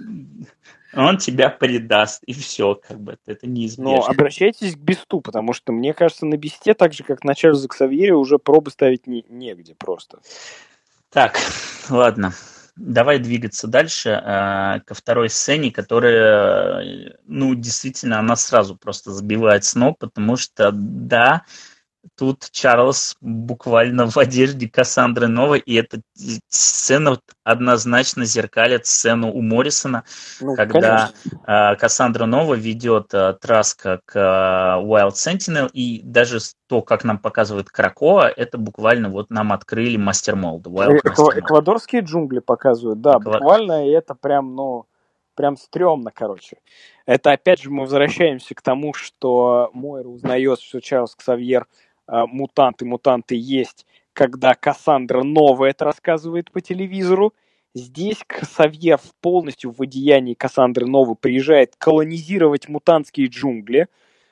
Он тебя предаст, и все, как бы, это неизбежно. Но обращайтесь к Бисту, потому что, мне кажется, на Бисте, так же, как на Чарльзе Ксавьере, уже пробы ставить не, негде просто. Так, ладно. Давай двигаться дальше э, ко второй сцене, которая, ну, действительно, она сразу просто сбивает с ног, потому что, да, тут Чарльз буквально в одежде Кассандры Новой, и эта сцена однозначно зеркалит сцену у Моррисона, ну, когда э, Кассандра Нова ведет э, Траска к э, Wild Sentinel, и даже то, как нам показывает Кракоа, это буквально вот нам открыли мастер-молд. Эква- эквадорские джунгли показывают, да, Эква... буквально, и это прям, ну, прям стрёмно, короче. Это опять же мы возвращаемся к тому, что Мойра узнает, что Чарльз Ксавьер э, мутанты, мутанты есть, когда Кассандра Нова это рассказывает по телевизору. Здесь Ксавьер полностью в одеянии Кассандры Новой приезжает колонизировать мутантские джунгли.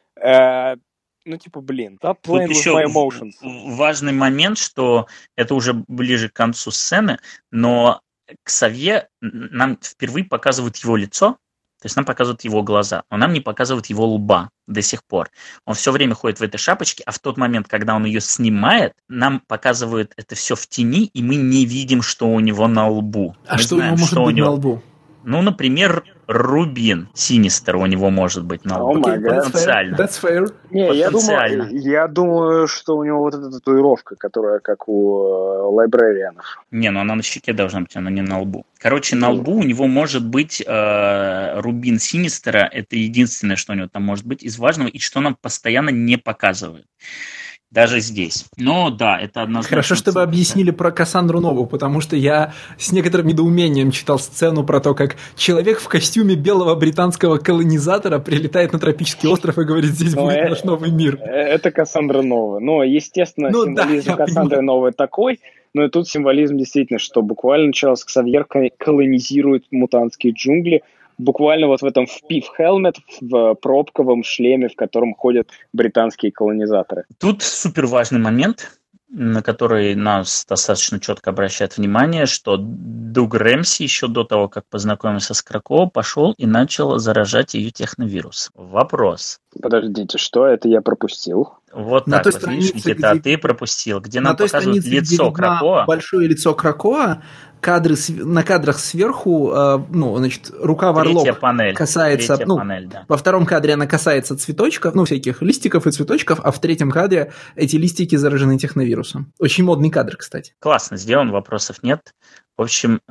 Э, ну, типа, блин, да, Тут еще важный момент, что это уже ближе к концу сцены, но Ксавье нам впервые показывает его лицо, то есть нам показывают его глаза, но нам не показывают его лба до сих пор. Он все время ходит в этой шапочке, а в тот момент, когда он ее снимает, нам показывают это все в тени, и мы не видим, что у него на лбу. А мы что знаем, у него может что быть у него... на лбу? Ну, например, Рубин, Синистер у него может быть на лбу. Oh Потенциально. That's fair. Не, я думаю, я думаю, что у него вот эта татуировка, которая как у э, лайбрарианов. Не, ну она на щеке должна быть, она не на лбу. Короче, на лбу у него может быть э, Рубин Синистера. Это единственное, что у него там может быть из важного, и что нам постоянно не показывают. Даже здесь. Но да, это однозначно. Хорошо, что вы объяснили про Кассандру Нову, потому что я с некоторым недоумением читал сцену про то, как человек в костюме белого британского колонизатора прилетает на тропический остров и говорит, здесь Но будет это, наш новый мир. Это Кассандра Нова. Но, естественно, ну, символизм да, Кассандры Новой такой, но и тут символизм действительно, что буквально Чарльз Ксавьер колонизирует мутантские джунгли, буквально вот в этом в пив-хелмет, в пробковом шлеме, в котором ходят британские колонизаторы. Тут супер важный момент, на который нас достаточно четко обращает внимание, что Дуг Рэмси еще до того, как познакомился с Кракоа, пошел и начал заражать ее техновирус. Вопрос. Подождите, что это я пропустил? Вот на так той вот, странице, видишь, Никита, где, а ты пропустил, где на нам той показывают странице, где лицо видно Кракоа. большое лицо Кракоа, кадры, на кадрах сверху, э, ну, значит, рука Третья Варлок панель. касается, Третья ну, панель, да. во втором кадре она касается цветочков, ну, всяких листиков и цветочков, а в третьем кадре эти листики заражены техновирусом. Очень модный кадр, кстати. Классно сделан, вопросов нет. В общем,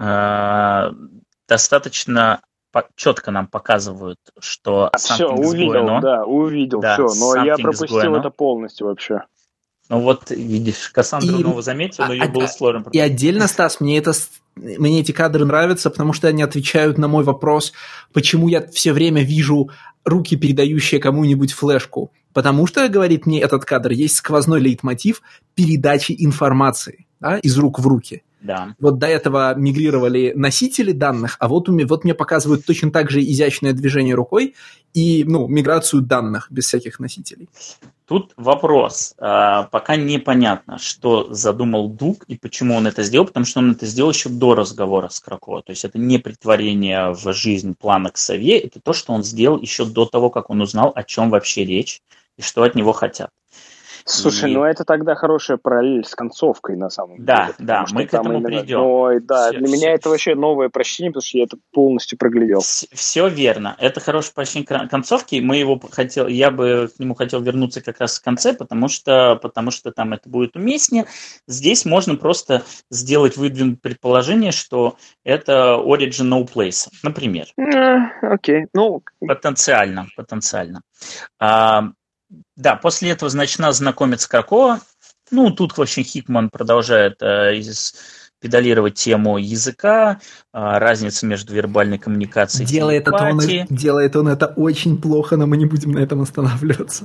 достаточно четко нам показывают, что все, увидел, да, увидел, да, все, но я пропустил это полностью вообще. Ну вот, видишь, Кассандру нового заметил, но ее было сложно пропустить. И отдельно, Стас, мне, это, мне эти кадры нравятся, потому что они отвечают на мой вопрос, почему я все время вижу руки, передающие кому-нибудь флешку. Потому что, говорит мне этот кадр, есть сквозной лейтмотив передачи информации, да, из рук в руки. Да. Вот до этого мигрировали носители данных, а вот, вот мне показывают точно так же изящное движение рукой и, ну, миграцию данных без всяких носителей. Тут вопрос. Пока непонятно, что задумал Дуг и почему он это сделал, потому что он это сделал еще до разговора с Кракоа. То есть это не претворение в жизнь плана Ксавье, это то, что он сделал еще до того, как он узнал, о чем вообще речь и что от него хотят. Слушай, и... ну это тогда хорошая параллель с концовкой, на самом да, деле. Да, да, мы к этому именно... придем. Но, да, все, для все, меня это вообще новое прочтение, потому что я это полностью проглядел. Все, все верно. Это хорошее прочтение концовки. Мы его хотел, я бы к нему хотел вернуться как раз в конце, потому что, потому что там это будет уместнее. Здесь можно просто сделать, выдвинуть предположение, что это Origin No Place, например. Окей, okay. ну... Потенциально, потенциально. А, Да, после этого, значит, нас знакомит с Кракоа. Ну, тут, в общем, Хикман продолжает э, из, педалировать тему языка, э, разницы между вербальной коммуникацией и делает телепатией. Это он, делает он это очень плохо, но мы не будем на этом останавливаться.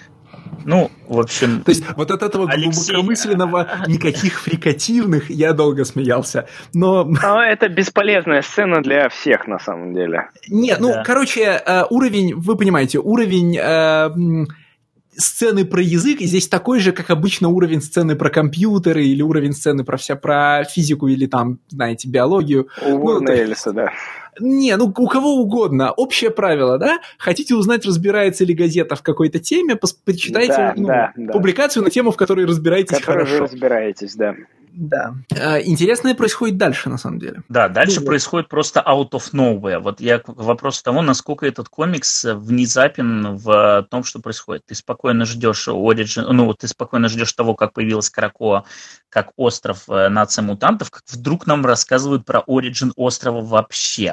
Ну, в общем... То есть вот от этого Алексей... глубокомысленного, никаких фрикативных я долго смеялся, но... Но это бесполезная сцена для всех, на самом деле. Нет, ну, да. короче, уровень, вы понимаете, уровень... Э, сцены про язык здесь такой же, как обычно уровень сцены про компьютеры или уровень сцены про, вся, про физику или там, знаете, биологию. У Ворна Эллиса, да. Не, ну у кого угодно. Общее правило, да? Хотите узнать, разбирается ли газета в какой-то теме, почитайте да, ну, да, да. публикацию на тему, в которой разбираетесь хорошо. В которой хорошо. вы разбираетесь, да. Да. Интересное происходит дальше, на самом деле. Да, дальше ну, происходит просто out of nowhere. Вот я к вопросу того, насколько этот комикс внезапен в том, что происходит. Ты спокойно ждешь Origin, ну, ты спокойно ждешь того, как появилась Кракоа, как остров нации мутантов, как вдруг нам рассказывают про Origin острова вообще.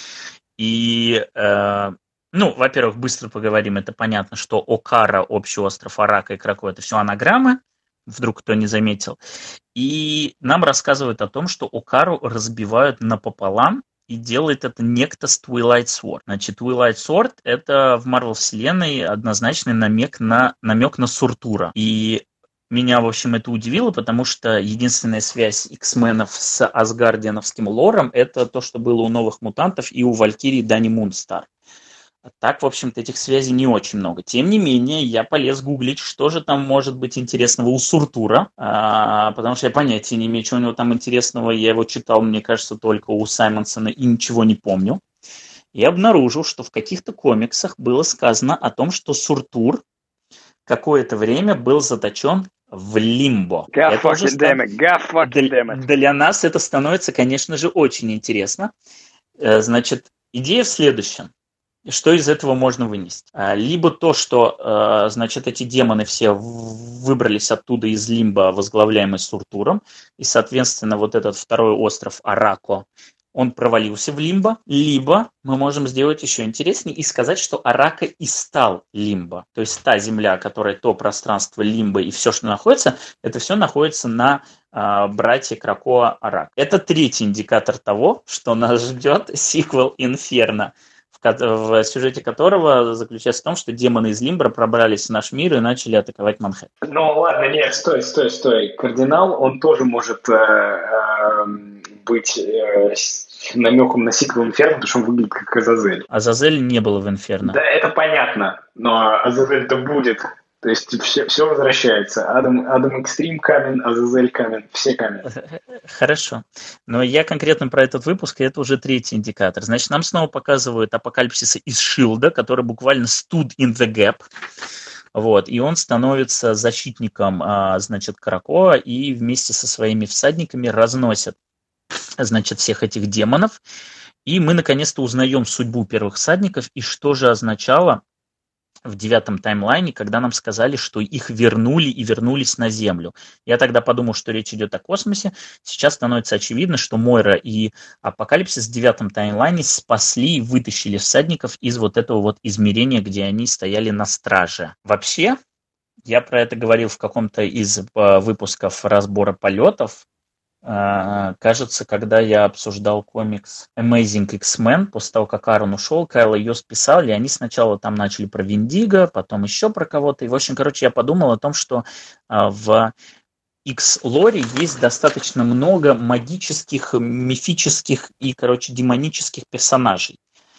И, э, ну, во-первых, быстро поговорим, это понятно, что Окара, общий остров Арака и Кракоа, это все анаграммы. Вдруг кто не заметил. И нам рассказывают о том, что Окару разбивают напополам, и делает это некто с Twilight Sword. Значит, Twilight Sword – это в Марвел-вселенной однозначный намек на, намек на Суртура. И меня, в общем, это удивило, потому что единственная связь X-менов с асгардиановским лором – это то, что было у новых мутантов и у Валькирии Дани Мунстар. Так, в общем-то, этих связей не очень много. Тем не менее, я полез гуглить, что же там может быть интересного у Суртура, а, потому что я понятия не имею, что у него там интересного. Я его читал, мне кажется, только у Саймонсона и ничего не помню. И обнаружил, что в каких-то комиксах было сказано о том, что Суртур какое-то время был заточен в лимбо. God fucking damn it, God fucking damn it. Для нас это становится, конечно же, очень интересно. Значит, идея в следующем. Что из этого можно вынести? Либо то, что, значит, эти демоны все выбрались оттуда из лимба, возглавляемый Суртуром, и, соответственно, вот этот второй остров Арако, он провалился в лимбо, либо мы можем сделать еще интереснее и сказать, что Арака и стал лимбо. То есть та земля, которая то пространство лимбо и все, что находится, это все находится на э, братье Кракоа Арак. Это третий индикатор того, что нас ждет сиквел Инферно, в сюжете которого заключается в том, что демоны из Лимбра пробрались в наш мир и начали атаковать Манхэттен. Ну ладно, нет, стой, стой, стой. Кардинал, он тоже может э, э, быть э, намеком на сиквел Инферно, потому что он выглядит как Азазель. Азазель не было в Инферно. Да, это понятно, но Азазель-то будет То есть все, все возвращается. Адам, Адам Экстрим камен, Азазель камен, все камен. Хорошо. Но я конкретно про этот выпуск, и это уже третий индикатор. Значит, нам снова показывают апокалипсиса из Шилда, который буквально stood in the gap. Вот, и он становится защитником, значит, Кракоа, и вместе со своими всадниками разносят, значит, всех этих демонов. И мы наконец-то узнаем судьбу первых всадников, и что же означало в девятом таймлайне, когда нам сказали, что их вернули и вернулись на Землю. Я тогда подумал, что речь идет о космосе. Сейчас становится очевидно, что Мойра и Апокалипсис в девятом таймлайне спасли и вытащили всадников из вот этого вот измерения, где они стояли на страже. Вообще, я про это говорил в каком-то из выпусков разбора полетов. Кажется, когда я обсуждал комикс Amazing X-Men, после того, как Аарон ушел, Кайл и Йос писали, и они сначала там начали про Виндиго, потом еще про кого-то. И, в общем, короче, я подумал о том, что в X-лоре есть достаточно много магических, мифических и, короче, демонических персонажей.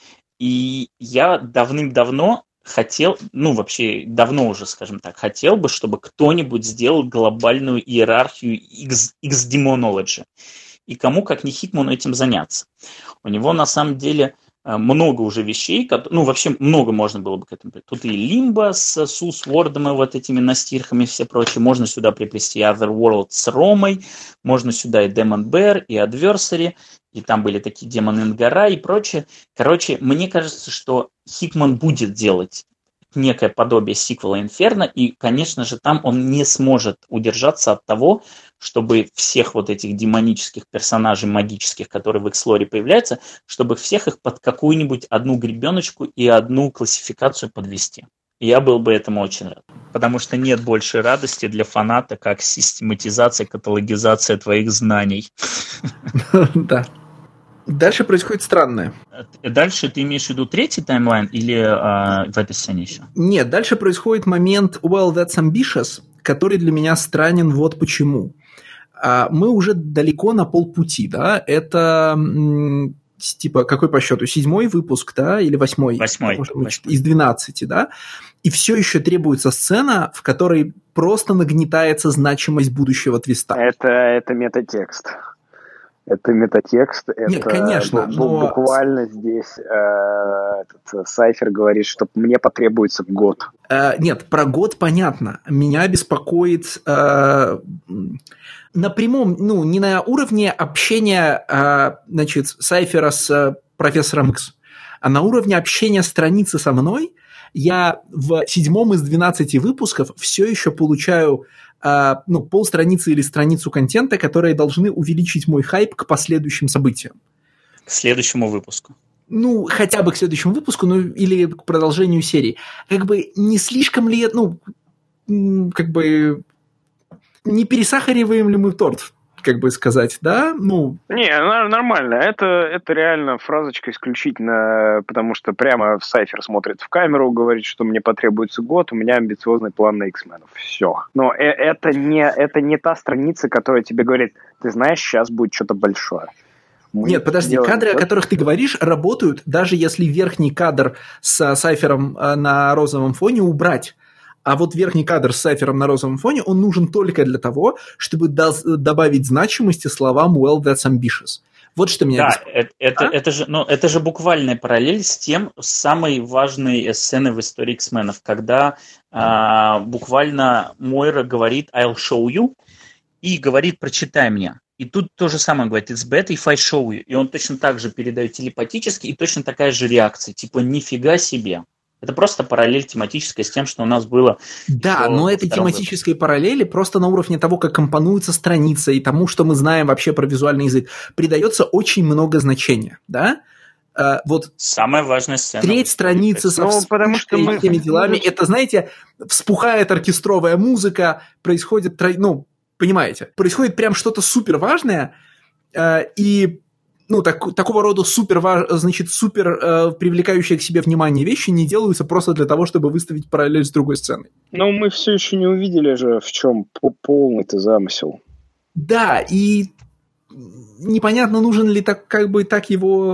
И я давным-давно хотел, ну, вообще, давно уже, скажем так, хотел бы, чтобы кто-нибудь сделал глобальную иерархию X, X-Demonology. И кому, как не Хикману, этим заняться. У него, на самом деле, много уже вещей, ну, вообще, много можно было бы к этому. Тут и Лимба с Сус Вордом и вот этими настирхами и все прочее. Можно сюда приплести Otherworld с Ромой, можно сюда и Demon Bear, и Adversary, и там были такие демоны Ингара и прочее. Короче, мне кажется, что Хикман будет делать некое подобие сиквела Инферно, и, конечно же, там он не сможет удержаться от того, чтобы всех вот этих демонических персонажей магических, которые в X-лоре появляются, чтобы всех их под какую-нибудь одну гребеночку и одну классификацию подвести. Я был бы этому очень рад. Потому что нет большей радости для фаната, как систематизация, каталогизация твоих знаний. Да. Дальше происходит странное. Дальше ты имеешь в виду третий таймлайн или а, в этой сцене еще? Нет, дальше происходит момент «Well, that's ambitious», который для меня странен вот почему. Мы уже далеко на полпути, да, это типа какой по счету, седьмой выпуск, да, или восьмой? Восьмой. восьмой. Из двенадцати, да, и все еще требуется сцена, в которой просто нагнетается значимость будущего твиста. Это, это метатекст. Это метатекст, Нет, это конечно, бу- но... буквально здесь э, этот Сайфер говорит, что мне потребуется год. Э, нет, про год понятно. Меня беспокоит э, на прямом, ну, не на уровне общения, э, значит, Сайфера с э, профессором Икс, а на уровне общения страницы со мной. Я в седьмом из двенадцати выпусков все еще получаю Uh, ну, полстраницы или страницу контента, которые должны увеличить мой хайп к последующим событиям. К следующему выпуску. Ну, хотя бы к следующему выпуску, ну, или к продолжению серии. Как бы не слишком ли, ну, как бы не пересахариваем ли мы торт, как бы сказать, да? Ну... Не, нормально. Это, это реально фразочка исключительно, потому что прямо Сайфер смотрит в камеру, говорит, что мне потребуется год, у меня амбициозный план на X-менов. Все. Но это не, это не та страница, которая тебе говорит, ты знаешь, сейчас будет что-то большое. Мы Нет, подожди, кадры, то, о которых ты говоришь, работают, даже если верхний кадр с Сайфером на розовом фоне убрать. А вот верхний кадр с Сайфером на розовом фоне, он нужен только для того, чтобы до- добавить значимости словам «well, that's ambitious». Вот что меня... Да, это, это, а? это, же, ну, это же буквальная параллель с тем, с самой важной сценой в истории X-менов, когда а, буквально Мойра говорит «I'll show you» и говорит «прочитай мне». И тут то же самое говорит «It's better if I show you». И он точно так же передает телепатически, и точно такая же реакция, типа «нифига себе». Это просто параллель тематическая с тем, что у нас было... Да, но это тематические выпуске. Параллели просто на уровне того, как компонуется страница и тому, что мы знаем вообще про визуальный язык, придается очень много значения, да? А, вот самая важная сцена. Треть страницы со ну, потому что мы... всеми делами, это, знаете, вспухает оркестровая музыка, происходит, ну, понимаете, происходит прям что-то супер важное, и... Ну, так, такого рода супер, значит, супер э, привлекающие к себе внимание вещи не делаются просто для того, чтобы выставить параллель с другой сценой. Но мы все еще не увидели же, в чем полный-то замысел. Да, и непонятно, нужен ли так, как бы, так его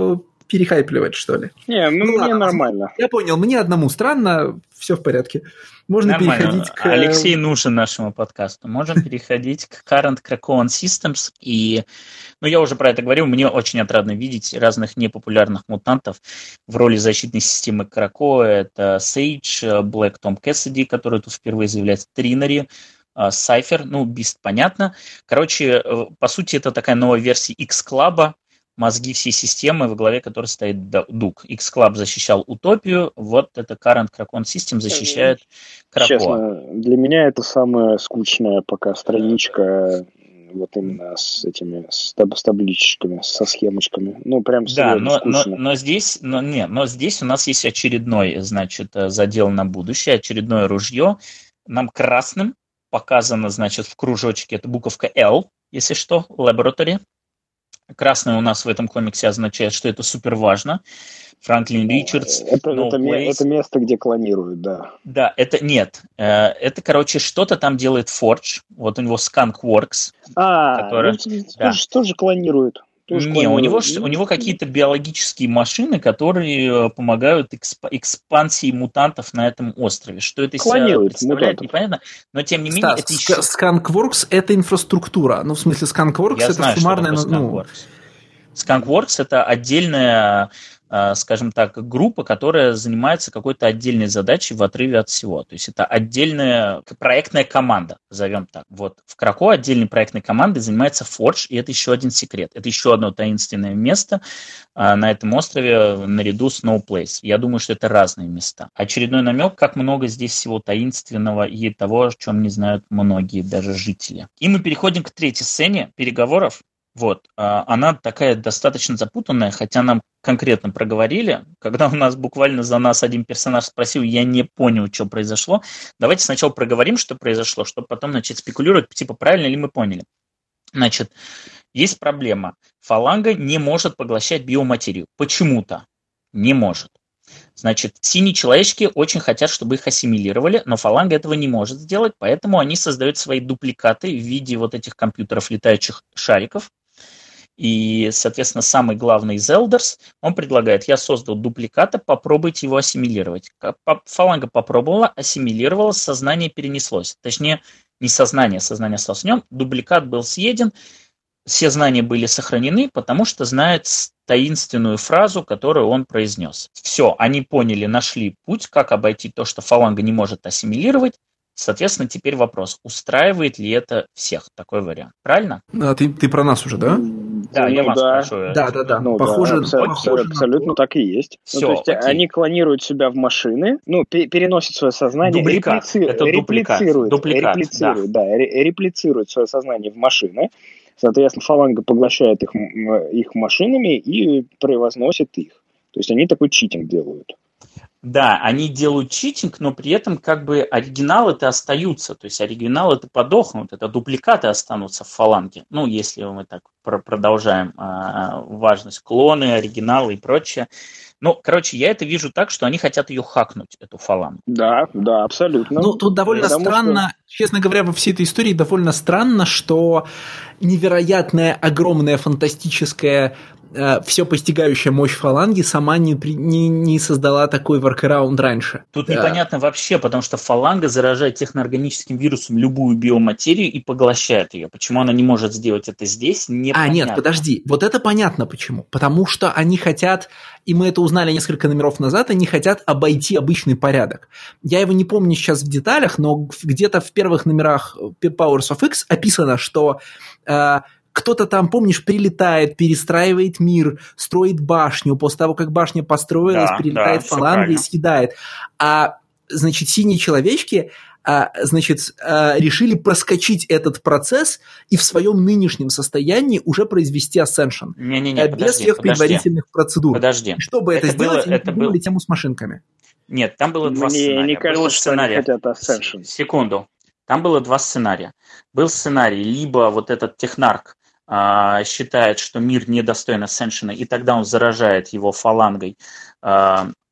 перехайпливать, что ли. Не, ну, ну мне ладно, нормально. Я понял, мне одному странно, все в порядке. Можно нормально. переходить к... Алексей нужен нашему подкасту. Можем переходить к Current Krakoan Systems. И, ну, я уже про это говорил, мне очень отрадно видеть разных непопулярных мутантов в роли защитной системы Крако. Это Sage, Black Tom Cassidy, который тут впервые заявляется, Trinary, Cypher, ну, Beast, понятно. Короче, по сути, это такая новая версия X-Club, мозги всей системы, во главе которой стоит Дуг. X-Club защищал Утопию, вот это Current Krakoan System защищает Крако. Честно, для меня это самая скучная пока страничка, вот именно с этими, с, таб- с табличками, со схемочками. Ну, прям да, но, но, но здесь, но, не, но здесь у нас есть очередной, значит, задел на будущее, очередное ружье. Нам красным показано, значит, в кружочке, это буковка L, если что, Laboratory. Красный у нас в этом комиксе означает, что это супер важно. Франклин Ричардс. Это, no это, это место, где клонируют, да. Да, это нет. Это, короче, что-то там делает Forge. Вот у него Skunkworks. А, который, ну, да. тоже, тоже клонируют. Тоже Не, у него, у него какие-то биологические машины, которые помогают эксп, экспансии мутантов на этом острове. Что это из себя представляет, непонятно. Но, тем не менее, Стас, это еще... Skunkworks — это инфраструктура. Ну, в смысле, Skunkworks — это знаю, суммарная... Ну... Skunkworks — это отдельная, скажем так, группа, которая занимается какой-то отдельной задачей в отрыве от всего. То есть это отдельная проектная команда, назовем так. Вот в Крако отдельной проектной командой занимается Forge, и это еще один секрет. Это еще одно таинственное место на этом острове наряду с No Place. Я думаю, что это разные места. Очередной намек, как много здесь всего таинственного и того, о чем не знают многие даже жители. И мы переходим к третьей сцене переговоров. Вот, она такая достаточно запутанная, хотя нам конкретно проговорили, когда у нас буквально за нас один персонаж спросил, я не понял, что произошло. Давайте сначала проговорим, что произошло, чтобы потом начать спекулировать, типа, правильно ли мы поняли. Значит, есть проблема. Фаланга не может поглощать биоматерию. Почему-то не может. Значит, синие человечки очень хотят, чтобы их ассимилировали, но фаланга этого не может сделать, поэтому они создают свои дупликаты в виде вот этих компьютеров летающих шариков. И, соответственно, самый главный из Элдерс, он предлагает, я создал дупликата, попробуйте его ассимилировать. Фаланга попробовала, ассимилировала, сознание перенеслось. Точнее, не сознание, сознание осталось в нем, дубликат был съеден, все знания были сохранены, потому что знает таинственную фразу, которую он произнес. Все, они поняли, нашли путь, как обойти то, что фаланга не может ассимилировать. Соответственно, теперь вопрос, устраивает ли это всех, такой вариант. Правильно? А ты, ты про нас уже, да? Да, ну, я вас да. спрашиваю. Да, да, да. Ну, похоже, да, абсолютно, похоже абсолютно на... так и есть. Все, ну, то есть окей. Они клонируют себя в машины, ну, переносят свое сознание, дубликат. реплици... Это реплицируют, дубликат. реплицируют, да. да, реплицируют свое сознание в машины. Соответственно, фаланга поглощает их, их машинами и превозносит их. То есть они такой читинг делают. Да, они делают читинг, но при этом как бы оригиналы-то остаются. То есть оригиналы-то подохнут, это дупликаты останутся в фаланге. Ну, если мы так продолжаем а, важность, клоны, оригиналы и прочее. Ну, короче, я это вижу так, что они хотят ее хакнуть, эту фалангу. Да, да, абсолютно. Ну, тут довольно Потому странно, что... честно говоря, во всей этой истории довольно странно, что невероятная, огромная, фантастическая, э, все постигающая мощь фаланги сама не, не, не создала такой воркараунд раньше. Тут да. непонятно вообще, потому что фаланга заражает техноорганическим вирусом любую биоматерию и поглощает ее. Почему она не может сделать это здесь, непонятно. А, нет, подожди, вот это понятно почему. Потому что они хотят, и мы это узнали несколько номеров назад, они хотят обойти обычный порядок. Я его не помню сейчас в деталях, но где-то в первых номерах Powers of X описано, что э, кто-то там, помнишь, прилетает, перестраивает мир, строит башню, после того, как башня построилась, да, прилетает да, фаланга и съедает. А, значит, синие человечки... значит, решили проскочить этот процесс и в своем нынешнем состоянии уже произвести Ascension. Не-не-не, без подожди, всех подожди, предварительных процедур. Подожди. И чтобы это, это сделать, было, они придумали был... тему с машинками. Нет, там было два Мне сценария. не кажется, было что сценарий... они хотят Ascension. Секунду. Там было два сценария. Был сценарий, либо вот этот технарк а, считает, что мир недостоин Ascension, и тогда он заражает его фалангой, а,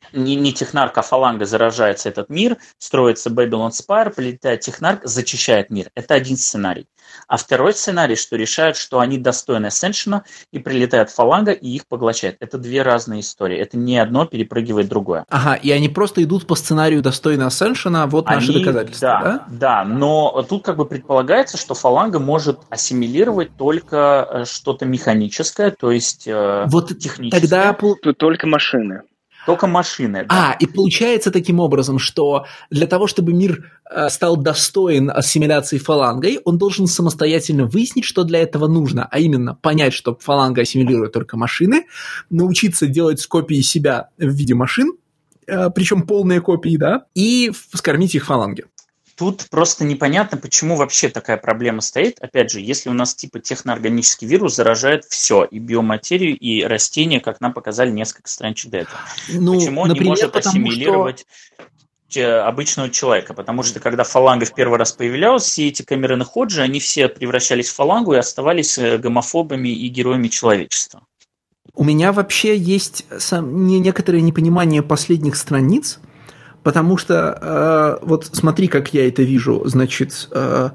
не, не Технарк, а фаланга заражается этот мир, строится Babylon Spire, прилетает Технарк, зачищает мир. Это один сценарий. А второй сценарий, что решают, что они достойны Ascension, и прилетает фаланга, и их поглощает. Это две разные истории. Это не одно перепрыгивает другое. Ага, и они просто идут по сценарию достойны Ascension, вот наши они, доказательства, да, да? Да, но тут как бы предполагается, что фаланга может ассимилировать только что-то механическое, то есть вот техническое. Тогда... Тут только машины. Только машины, да. А, и получается таким образом, что для того, чтобы мир э, стал достоин ассимиляции фалангой, он должен самостоятельно выяснить, что для этого нужно, а именно понять, что фаланга ассимилирует только машины, научиться делать копии себя в виде машин, э, причем полные копии, да, и скормить их фаланге. Тут просто непонятно, почему вообще такая проблема стоит. Опять же, если у нас типа техноорганический вирус заражает все, и биоматерию, и растения, как нам показали несколько страничек до этого. Ну, почему он например, не может ассимилировать что... обычного человека? Потому что когда фаланга в первый раз появлялась, все эти Камерон и Ходжи, они все превращались в фалангу и оставались гомофобами и героями человечества. У меня вообще есть некоторое непонимание последних страниц, потому что, э, вот смотри, как я это вижу, значит, э,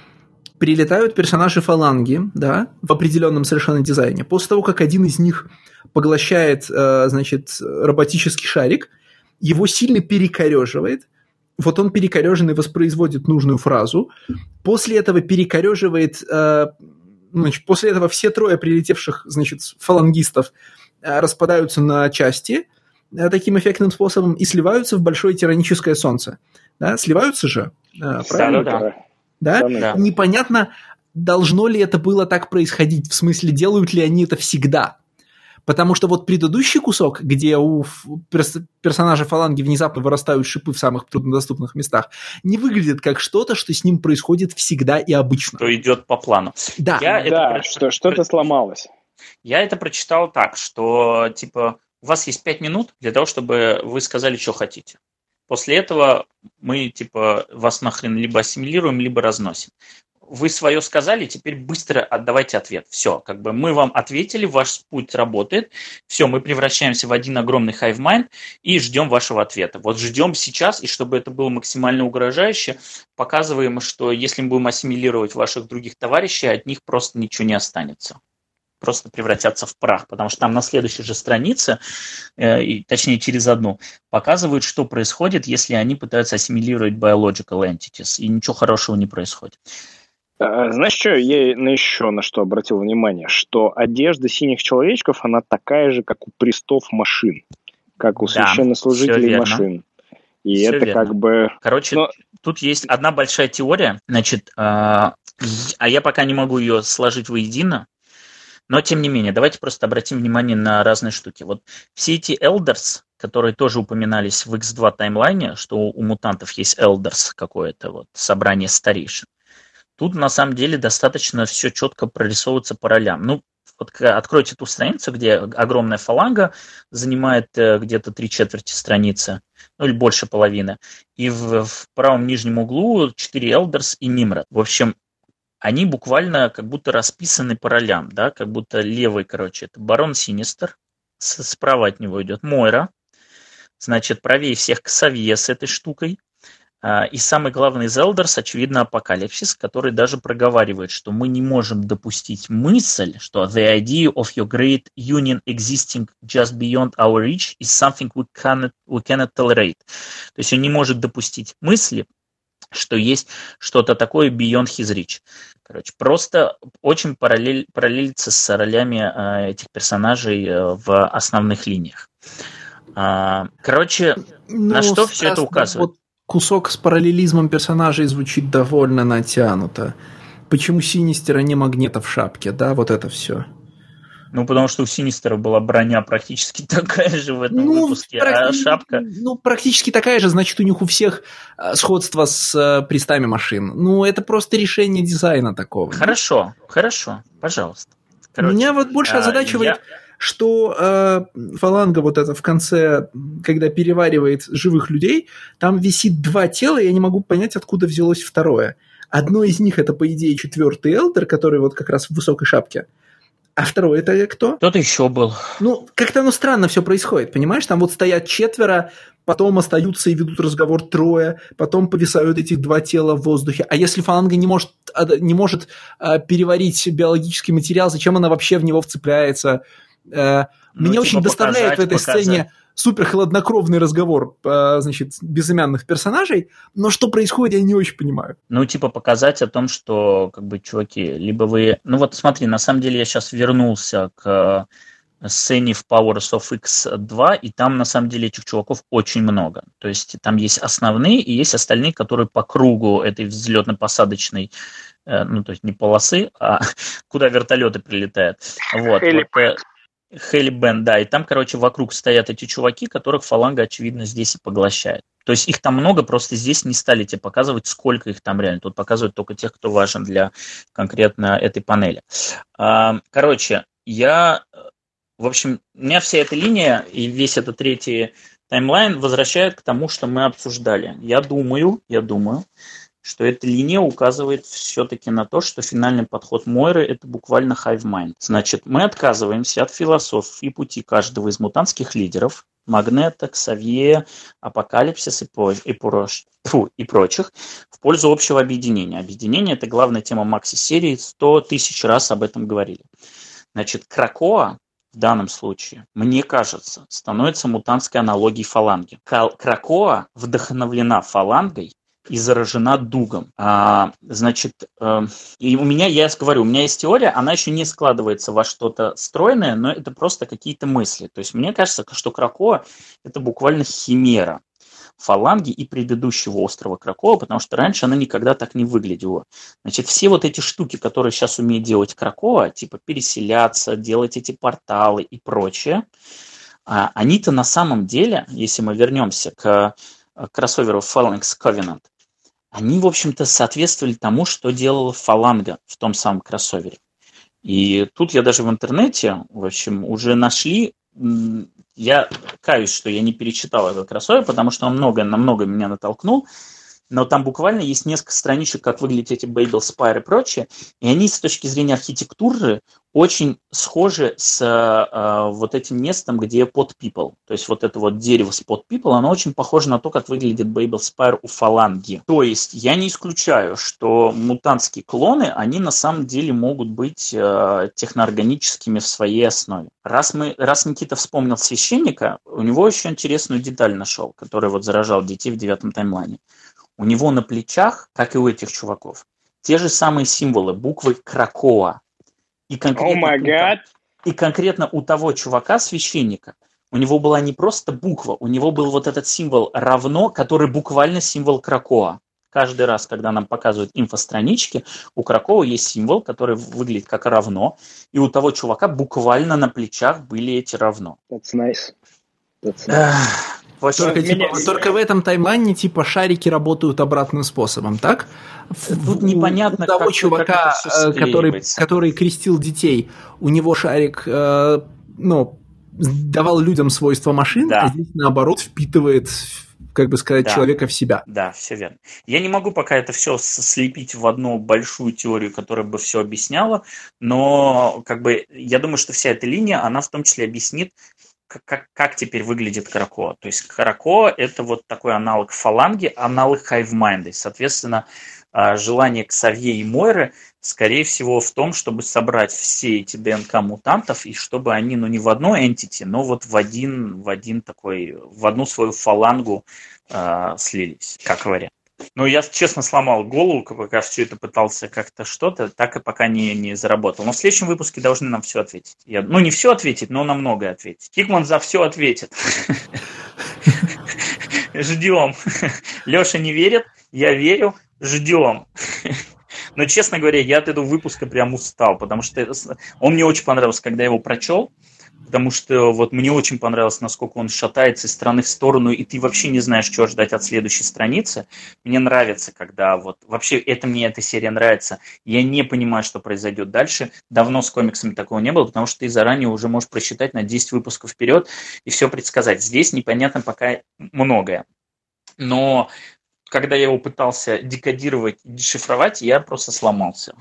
прилетают персонажи фаланги, да, в определенном совершенно дизайне. После того, как один из них поглощает, э, значит, роботический шарик, его сильно перекореживает, вот он перекореженный воспроизводит нужную фразу, после этого перекореживает, э, значит, после этого все трое прилетевших, значит, фалангистов э, распадаются на части, таким эффектным способом и сливаются в большое тираническое солнце. Да? Сливаются же? Правильно? Да, да. Да? Да? Непонятно, должно ли это было так происходить, в смысле, делают ли они это всегда. Потому что вот предыдущий кусок, где у перс- персонажа фаланги внезапно вырастают шипы в самых труднодоступных местах, не выглядит как что-то, что с ним происходит всегда и обычно. Что идет по плану. Да, Я да это... что что-то сломалось. Я это прочитал так, что типа... У вас есть пять минут для того, чтобы вы сказали, что хотите. После этого мы, типа, вас нахрен либо ассимилируем, либо разносим. Вы свое сказали, теперь быстро отдавайте ответ. Все, как бы мы вам ответили, ваш путь работает. Все, мы превращаемся в один огромный hive mind и ждем вашего ответа. Вот ждем сейчас, и чтобы это было максимально угрожающе, показываем, что если мы будем ассимилировать ваших других товарищей, от них просто ничего не останется. Просто превратятся в прах, потому что там на следующей же странице, э, и, точнее через одну, показывают, что происходит, если они пытаются ассимилировать biological entities, и ничего хорошего не происходит. Знаешь, что я на еще на что обратил внимание? Что одежда синих человечков, она такая же, как у престов машин, как у да, священнослужителей машин. И все это верно. Как бы... Короче, Но... тут есть одна большая теория, значит, э, а я пока не могу ее сложить воедино, но, тем не менее, давайте просто обратим внимание на разные штуки. Вот все эти Elders, которые тоже упоминались в икс два таймлайне, что у мутантов есть Elders какое-то, вот, собрание старейшин. Тут, на самом деле, достаточно все четко прорисовывается по ролям. Ну, вот откройте ту страницу, где огромная фаланга занимает где-то три четверти страницы, ну или больше половины. И в, в правом нижнем углу четыре Elders и Nimrod. В общем, они буквально как будто расписаны по ролям, да, как будто левый, короче, это Барон Синистер, справа от него идет Мойра, значит, правее всех Ксавье с этой штукой, и самый главный из Элдерс, очевидно, Апокалипсис, который даже проговаривает, что мы не можем допустить мысль, что the idea of your great union existing just beyond our reach is something we cannot, we cannot tolerate. То есть он не может допустить мысли, что есть что-то такое beyond his reach. Короче, просто очень параллель, параллелится с ролями э, этих персонажей э, в основных линиях. А, короче, ну, на что все это указывает? Вот кусок с параллелизмом персонажей звучит довольно натянуто. Почему Синистера не Магнета в шапке, да, вот это все? Ну, потому что у Синистера была броня практически такая же в этом ну, выпуске, а шапка... Ну, практически такая же, значит, у них у всех сходство с престами машин. Ну, это просто решение дизайна такого. Хорошо, да? Хорошо, пожалуйста. Короче, меня вот больше озадачивает, а, я... что э, фаланга вот это в конце, когда переваривает живых людей, там висит два тела, и я не могу понять, откуда взялось второе. Одно из них это, по идее, четвертый Элдер, который вот как раз в высокой шапке. А второй это кто? Кто-то еще был. Ну, как-то оно странно все происходит, понимаешь? Там вот стоят четверо, потом остаются и ведут разговор трое, потом повисают этих два тела в воздухе. А если фаланга не может, не может э, переварить биологический материал, зачем она вообще в него вцепляется? Э, ну, меня типа очень доставляет в этой показать. сцене супер хладнокровный разговор, э, значит, безымянных персонажей, но что происходит, я не очень понимаю. Ну, типа показать о том, что, как бы, чуваки, либо вы... Ну, вот смотри, на самом деле я сейчас вернулся к сцене в Powers of икс два, и там, на самом деле, этих чуваков очень много. То есть там есть основные, и есть остальные, которые по кругу этой взлетно-посадочной, э, ну, то есть не полосы, а куда вертолеты прилетают. Вот. вот Хелибенд, да, и там, короче, вокруг стоят эти чуваки, которых фаланга, очевидно, здесь и поглощает. То есть их там много, просто здесь не стали тебе показывать, сколько их там реально. Тут показывают только тех, кто важен для конкретно этой панели. Короче, я, в общем, меня вся эта линия и весь этот третий таймлайн возвращает к тому, что мы обсуждали. Я думаю, я думаю, что эта линия указывает все-таки на то, что финальный подход Мойры – это буквально hive mind. Значит, мы отказываемся от философии пути каждого из мутантских лидеров, Магнета, Ксавье, Апокалипсис и, по, и, прош, фу, и прочих, в пользу общего объединения. Объединение – это главная тема Макси-серии, сто тысяч раз об этом говорили. Значит, Кракоа в данном случае, мне кажется, становится мутантской аналогией фаланги. Кракоа вдохновлена фалангой и заражена дугом. А, значит, э, и у меня, я говорю, у меня есть теория, она еще не складывается во что-то стройное, но это просто какие-то мысли. То есть мне кажется, что Кракоа – это буквально химера фаланги и предыдущего острова Кракоа, потому что раньше она никогда так не выглядела. Значит, все вот эти штуки, которые сейчас умеет делать Кракоа, типа переселяться, делать эти порталы и прочее, а, они-то на самом деле, если мы вернемся к кроссоверу Phalanx Covenant, они, в общем-то, соответствовали тому, что делала фаланга в том самом кроссовере. И тут я даже в интернете, в общем, уже нашли, я каюсь, что я не перечитал этот кроссовер, потому что он много, на много меня натолкнул, но там буквально есть несколько страничек, как выглядят эти Babel Spire и прочее, и они с точки зрения архитектуры очень схожи с э, вот этим местом, где Pod People. То есть вот это вот дерево с Pod People, оно очень похоже на то, как выглядит Babel Spire у фаланги. То есть я не исключаю, что мутантские клоны, они на самом деле могут быть э, техноорганическими в своей основе. Раз, мы, раз Никита вспомнил священника, у него еще интересную деталь нашел, который вот заражал детей в девятом таймлайне. У него на плечах, как и у этих чуваков, те же самые символы, буквы Кракоа. И конкретно, oh my God. У, и конкретно у того чувака, священника, у него была не просто буква, у него был вот этот символ равно, который буквально символ Кракоа. Каждый раз, когда нам показывают инфостранички, у Кракоа есть символ, который выглядит как равно, и у того чувака буквально на плечах были эти равно. That's nice. That's nice. Только, типа, только в этом таймлайне типа шарики работают обратным способом, так? Тут непонятно, у того как, чувака, как который, который крестил детей, у него шарик, э, ну, давал людям свойства машин, да. А здесь наоборот впитывает, как бы сказать, да. человека в себя. Да, все верно. Я не могу пока это все слепить в одну большую теорию, которая бы все объясняла, но как бы я думаю, что вся эта линия, она в том числе объяснит, Как, как теперь выглядит Кракоа. То есть Кракоа – это вот такой аналог фаланги, аналог хайвмайнда. Соответственно, желание Ксавье и Мойры, скорее всего, в том, чтобы собрать все эти ДНК мутантов, и чтобы они, ну, не в одной entity, но вот в один, в один такой, в одну свою фалангу э, слились, как вариант. Ну, я, честно, сломал голову, пока все это пытался как-то что-то, так и пока не, не заработал. Но в следующем выпуске должны нам все ответить. Я, ну, не все ответить, но на многое ответить. Кикман за все ответит. Ждем. Леша не верит, я верю, ждем. Но, честно говоря, я от этого выпуска прям устал, потому что он мне очень понравился, когда я его прочел. Потому что вот мне очень понравилось, насколько он шатается из стороны в сторону, и ты вообще не знаешь, чего ждать от следующей страницы. Мне нравится, когда вот... Вообще, это мне эта серия нравится. Я не понимаю, что произойдет дальше. Давно с комиксами такого не было, потому что ты заранее уже можешь просчитать на десять выпусков вперед и все предсказать. Здесь непонятно пока многое. Но когда я его пытался декодировать, дешифровать, я просто сломался.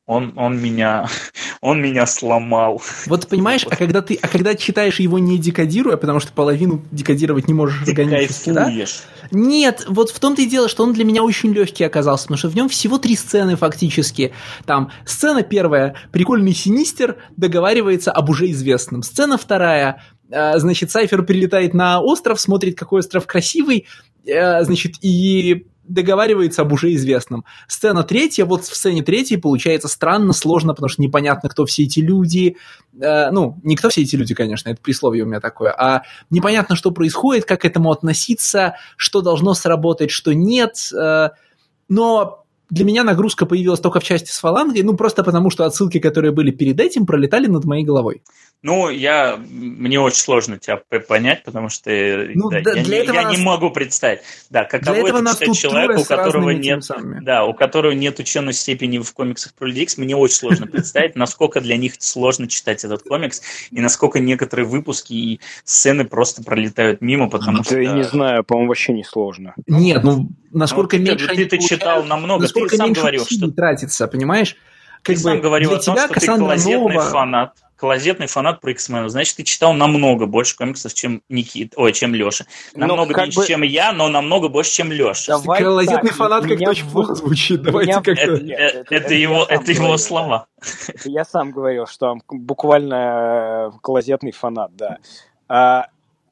Он, он, меня, он меня сломал. Вот понимаешь, а когда ты, а когда читаешь его не декодируя, потому что половину декодировать не можешь органически, да? Нет, вот в том-то и дело, что он для меня очень легкий оказался, потому что в нем всего три сцены фактически. Там сцена первая, прикольный Синистер договаривается об уже известном. Сцена вторая, значит, Сайфер прилетает на остров, смотрит, какой остров красивый, значит, и договаривается об уже известном. Сцена третья, вот в сцене третьей получается странно, сложно, потому что непонятно, кто все эти люди. Э, ну, не кто все эти люди, конечно, это присловие у меня такое, а непонятно, что происходит, как к этому относиться, что должно сработать, что нет. Э, но для меня нагрузка появилась только в части с фалангой, ну, просто потому, что отсылки, которые были перед этим, пролетали над моей головой. Ну, я, мне очень сложно тебя понять, потому что ну, да, да, я, не, я нас... не могу представить, да, каково это читать человеку, у которого нет, да, у которого нет ученой степени в комиксах про Людей Икс. Мне очень сложно представить, насколько для них сложно читать этот комикс, и насколько некоторые выпуски и сцены просто пролетают мимо, потому что... Я не знаю, по-моему, вообще не сложно. Нет, ну, насколько ну, меньше... Ты, ты читал намного, насколько ты сам говорил, что... тратится, понимаешь? Ты как сам говорил о том, что Кассандра ты клозетный Нового... фанат. Клозетный фанат про X-Men. Значит, ты читал намного больше комиксов, чем Никит, ой, чем Леша. Намного ну, меньше, бы... чем я, но намного больше, чем Леша. Клозетный фанат как-то очень плохо звучит. Давайте меня... как-то... Это, это, это, это его, это его говорил, слова. Это я сам говорил, что он буквально клозетный фанат, да. А,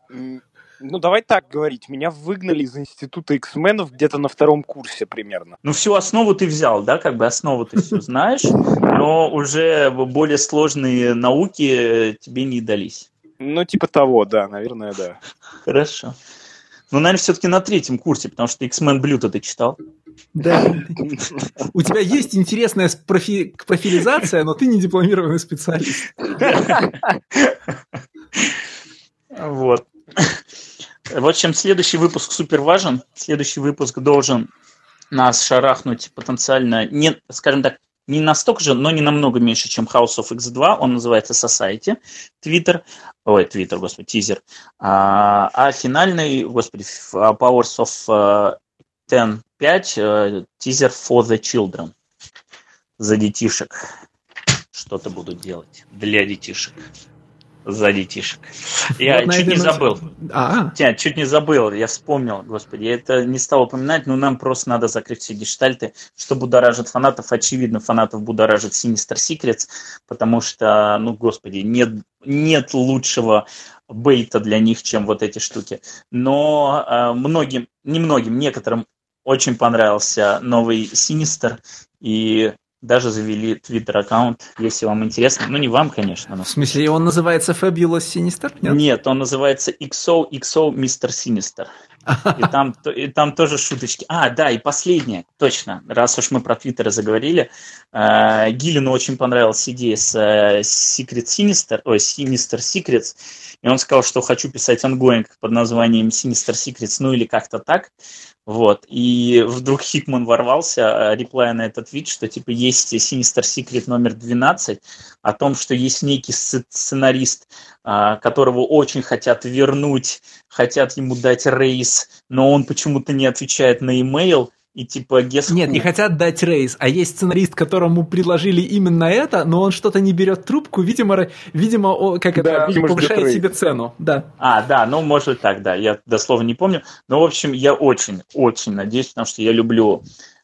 ну, давай так говорить. Меня выгнали из института X-менов где-то на втором курсе примерно. Ну, всю основу ты взял, да? Как бы основу ты все знаешь, но уже более сложные науки тебе не дались. Ну, типа того, да, наверное, да. Хорошо. Ну, наверное, все-таки на третьем курсе, потому что X-Men Blue-то ты читал. Да. У тебя есть интересная профи... профилизация, но ты не дипломированный специалист. Вот. В общем, следующий выпуск супер важен. Следующий выпуск должен нас шарахнуть потенциально, не, скажем так, не настолько же, но не намного меньше, чем House of икс два. Он называется Society, Twitter, ой, Twitter, господи, тизер. А, а финальный, господи, Powers of десять пять, тизер For the Children. За детишек. Что-то буду делать для детишек. За детишек. Я вот чуть не забыл. А-а. Я чуть не забыл, я вспомнил, господи. Я это не стал упоминать, но нам просто надо закрыть все гештальты, что будоражит фанатов. Очевидно, фанатов будоражит Sinister Secrets, потому что, ну, господи, нет, нет лучшего бейта для них, чем вот эти штуки. Но э, многим, не многим, некоторым очень понравился новый Sinister, и даже завели твиттер-аккаунт, если вам интересно. Ну, не вам, конечно. Но... В смысле, он называется Fabulous Sinister? Нет, Нет он называется икс о икс о мистер Sinister. И там, и там тоже шуточки. А, да, и последнее, точно, раз уж мы про твиттеры заговорили, э, Гиллину очень понравилась идея с э, Secret Sinister, ой, Sinister Secrets, и он сказал, что хочу писать ongoing под названием Sinister Secrets, ну или как-то так. Вот, и вдруг Хикман ворвался, реплая на этот твит, что типа есть Sinister Secret номер двенадцать, о том, что есть некий сценарист, которого очень хотят вернуть, хотят ему дать рейс, но он почему-то не отвечает на имейл, и типа guess who? Нет, не хотят дать рейс, а есть сценарист, которому предложили именно это, но он что-то не берет трубку, видимо, видимо как да, это, видимо, повышает себе цену. Да. А, да, ну, может так, да, я дословно не помню, но, в общем, я очень-очень надеюсь, потому что я люблю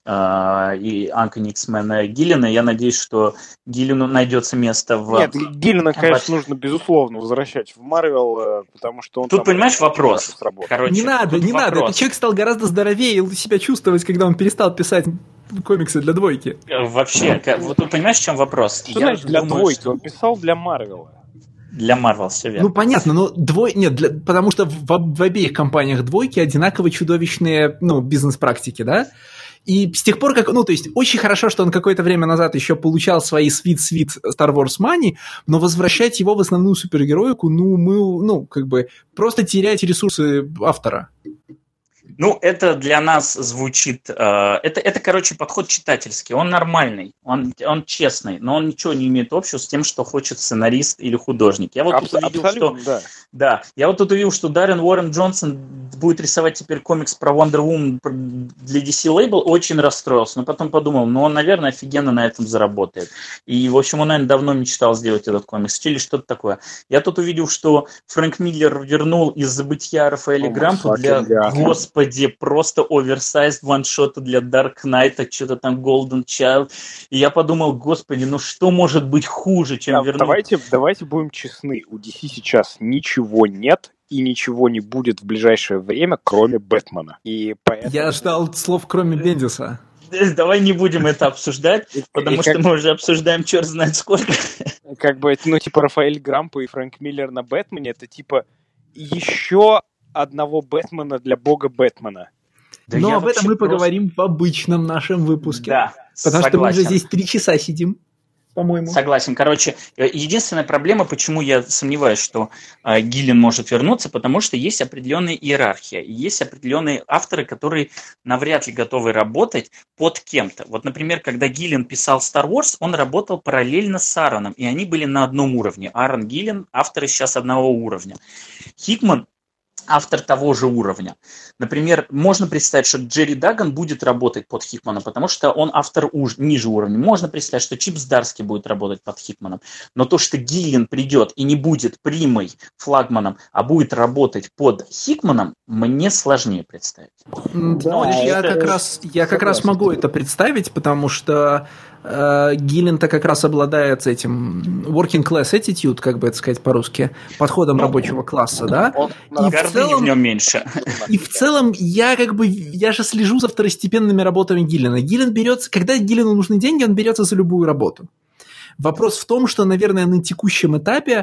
э, и Анкони Иксмена Гиллина, я надеюсь, что Гиллину найдется место в... Нет, Гиллина, конечно, нужно, безусловно, возвращать в Марвел, потому что он... Тут, понимаешь, вопрос. Короче, не надо, не вопрос. надо, этот человек стал гораздо здоровее и себя чувствовать, когда он перестал писать комиксы для двойки. Вообще, вот ты понимаешь, в чем вопрос? Что значит для думаю, двойки? Что... Он писал для Марвела. Для Марвел, все верно. Ну, понятно, но двой... Нет, для... потому что в, в обеих компаниях двойки одинаково чудовищные, ну, бизнес-практики, да? И с тех пор, как... Ну, то есть, очень хорошо, что он какое-то время назад еще получал свои свит-свит Star Wars Money, но возвращать его в основную супергероику, ну, мы, ну, как бы, просто терять ресурсы автора. Ну, это для нас звучит... Э, это, это, короче, подход читательский. Он нормальный, он, он честный, но он ничего не имеет общего с тем, что хочет сценарист или художник. Я вот Абс- тут увидел, что... да. Да, я вот тут увидел, что Даррен Уоррен Джонсон будет рисовать теперь комикс про Wonder Woman для ди си Label, очень расстроился, но потом подумал, ну, он, наверное, офигенно на этом заработает. И, в общем, он, наверное, давно мечтал сделать этот комикс, или что-то такое. Я тут увидел, что Фрэнк Миллер вернул из забытия Рафаэля oh, Грампу для, yeah. господи, просто оверсайз ваншота для Dark Knight, что-то там Golden Child. И я подумал, господи, ну что может быть хуже, чем да, вернуть... Давайте, давайте будем честны, у ди си сейчас ничего нет и ничего не будет в ближайшее время, кроме Бэтмена. И поэтому... Я ждал слов кроме Бендиса. Давай не будем это обсуждать, потому и что как... мы уже обсуждаем черт знает сколько. Как бы, ну, типа, Рафаэль Грампо и Фрэнк Миллер на Бэтмене, это, типа, еще одного Бэтмена для бога Бэтмена. Да. Но об этом мы просто... поговорим в обычном нашем выпуске. Да, потому согласен. что мы уже здесь три часа сидим. По-моему. Согласен. Короче, единственная проблема, почему я сомневаюсь, что э, Гиллен может вернуться, потому что есть определенная иерархия, есть определенные авторы, которые навряд ли готовы работать под кем-то. Вот, например, когда Гиллен писал Star Wars, он работал параллельно с Аароном, и они были на одном уровне. Аарон, Гиллен, авторы сейчас одного уровня. Хикман автор того же уровня. Например, можно представить, что Джерри Дагган будет работать под Хикманом, потому что он автор уж, ниже уровня. Можно представить, что Чип Здарский будет работать под Хикманом. Но то, что Гиллен придет и не будет примой, флагманом, а будет работать под Хикманом, мне сложнее представить. Да, Но я, это... как раз, я как раз могу это представить, потому что э, Гиллен-то как раз обладает этим working class attitude, как бы это сказать по-русски, подходом ну, рабочего класса, да? Он, и в целом, в нем меньше. И в целом я как бы, я же слежу за второстепенными работами Гиллена. Гиллен берется, когда Гиллену нужны деньги, он берется за любую работу. Вопрос в том, что, наверное, на текущем этапе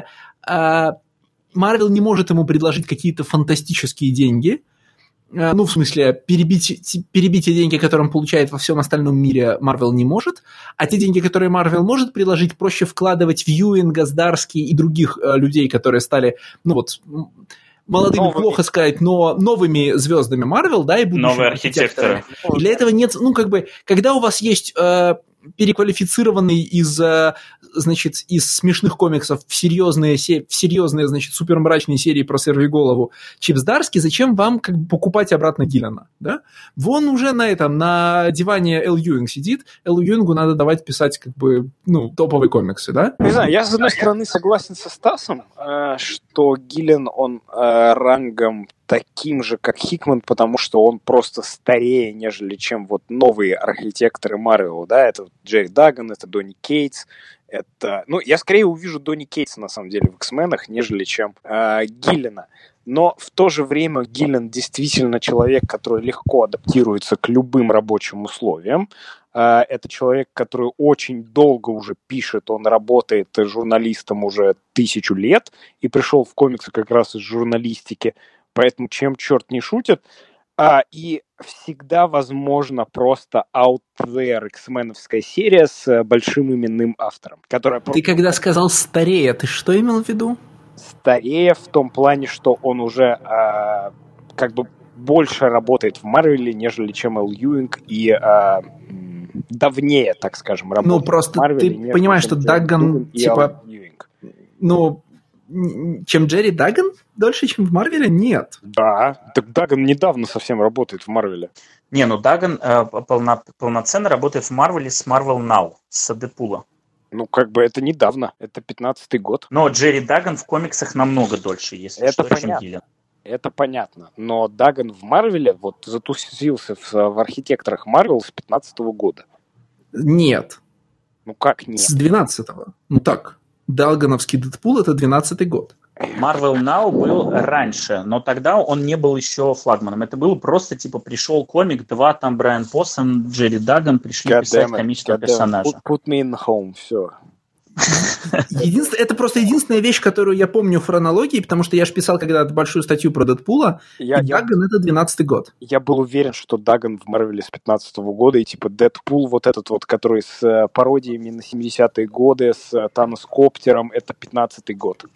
Марвел не может ему предложить какие-то фантастические деньги. Ну, в смысле, перебить, перебить те деньги, которые он получает во всем остальном мире, Марвел не может. А те деньги, которые Марвел может предложить, проще вкладывать в Юинга, Здарски и других э, людей, которые стали, ну вот, молодыми новыми. Плохо сказать, но новыми звездами Марвел, да, и будущими новые архитекторы. И для этого нет, ну, как бы, когда у вас есть... Э, переквалифицированный из, значит, из смешных комиксов в серьезные, в серьезные, значит, супермрачные серии про сорвиголову Чип Здарский, зачем вам как бы покупать обратно Гиллена, да? Вон уже на этом, на диване Эл Юинг сидит, Эл Юингу надо давать писать, как бы, ну, топовые комиксы, да? Не знаю, я, с одной стороны, согласен со Стасом, что Гиллен, он рангом таким же, как Хикман, потому что он просто старее, нежели чем вот новые архитекторы Марвел, да, это Джерри Дагган, это Донни Кейтс, это... Ну, я скорее увижу Донни Кейтса, на самом деле, в X-менах, нежели чем э, Гиллена. Но в то же время Гиллен действительно человек, который легко адаптируется к любым рабочим условиям. Э, это человек, который очень долго уже пишет, он работает журналистом уже тысячу лет и пришел в комиксы как раз из журналистики. Поэтому чем черт не шутит, а, и всегда возможно просто out there X-меновская серия с большим именным автором. Которая... Ты когда сказал «старея», ты что имел в виду? Старея в том плане, что он уже а, как бы больше работает в Марвеле, нежели чем Эл Юинг, и а, давнее, так скажем, работает ну, просто в Марвеле. Ты понимаешь, что Дагган, типа, ну... Чем Джерри Дагган? Дольше, чем в Марвеле? Нет. Да, так Дагган недавно совсем работает в Марвеле. Не, ну Дагган э, полно, полноценно работает в Марвеле с Marvel Now, с Дэдпула. Ну, как бы это недавно, это пятнадцатый год. Но Джерри Дагган в комиксах намного дольше, если это что, понятно. чем Гиллен. Это понятно. Но Дагган в Марвеле вот затусился в, в архитекторах Марвел с пятнадцатого года. Нет. Ну как нет? С двенадцатого. Ну так. Даггановский Дэдпул — это двенадцатый год. Marvel Now был раньше, но тогда он не был еще флагманом. Это было просто, типа, пришел комик, два, там Брайан Поссон, Джерри Дагган пришли God писать комического персонажа. Put, put me in home, все. Единственное, это просто единственная вещь, которую я помню в хронологии, потому что я же писал когда-то большую статью про Дэдпула, я, и Дагган — это двенадцатый год. Я был уверен, что Дагган в Марвеле с пятнадцатого года, и типа Дэдпул, вот этот вот, который с пародиями на семидесятые годы, с Танос Коптером, это пятнадцатый год.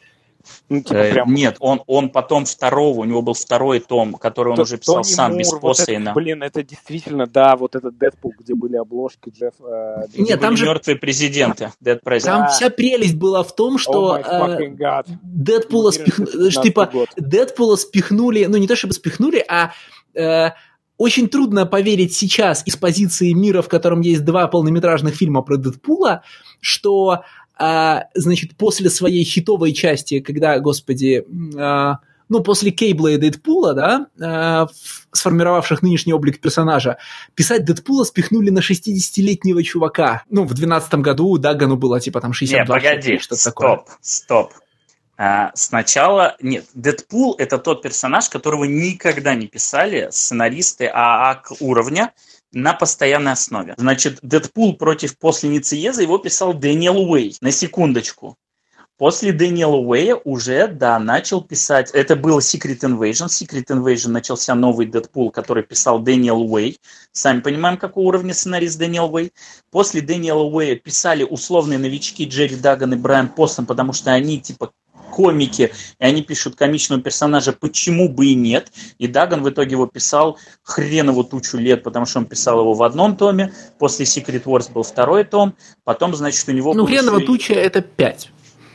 Ну, типа, прям... э, нет, он, он потом второго, у него был второй том, который он То, уже писал Тони сам, Мур, без вот Посейна. это, блин, это действительно, да, вот этот Дэдпул, где были обложки Джефф... Э, где Нет, были там же... мертвые президенты, Dead President. Там Да. вся прелесть была в том, что Oh my fucking God. э, Дэдпула, Уверен, спих... что это типа, год. Дэдпула спихнули, ну не то чтобы спихнули, а э, очень трудно поверить сейчас из позиции мира, в котором есть два полнометражных фильма про Дэдпула, что, э, значит, после своей хитовой части, когда, господи... Э, ну, после Кейбла и Дэдпула, да, э, сформировавших нынешний облик персонажа, писать Дэдпула спихнули на шестидесятилетнего чувака. Ну, в двенадцатом году Даггану было, типа, там, шестьдесят два. Нет, погоди, что-то стоп, такое. стоп. А, сначала, нет, Дэдпул – это тот персонаж, которого никогда не писали сценаристы АА уровня на постоянной основе. Значит, Дэдпул против Посленицы его писал Дэниел Уэй, на секундочку. После Дэниела Уэя уже, да, начал писать... Это был Secret Invasion. Secret Invasion начался новый Дэдпул, который писал Дэниел Уэй. Сами понимаем, какого уровня сценарист Дэниел Уэй. После Дэниела Уэя писали условные новички Джерри Дагган и Брайан Постон, потому что они типа комики, и они пишут комичного персонажа, почему бы и нет. И Дагган в итоге его писал хренову тучу лет, потому что он писал его в одном томе. После Secret Wars был второй том. Потом, значит, у него... Ну, хренова еще... туча – это пять.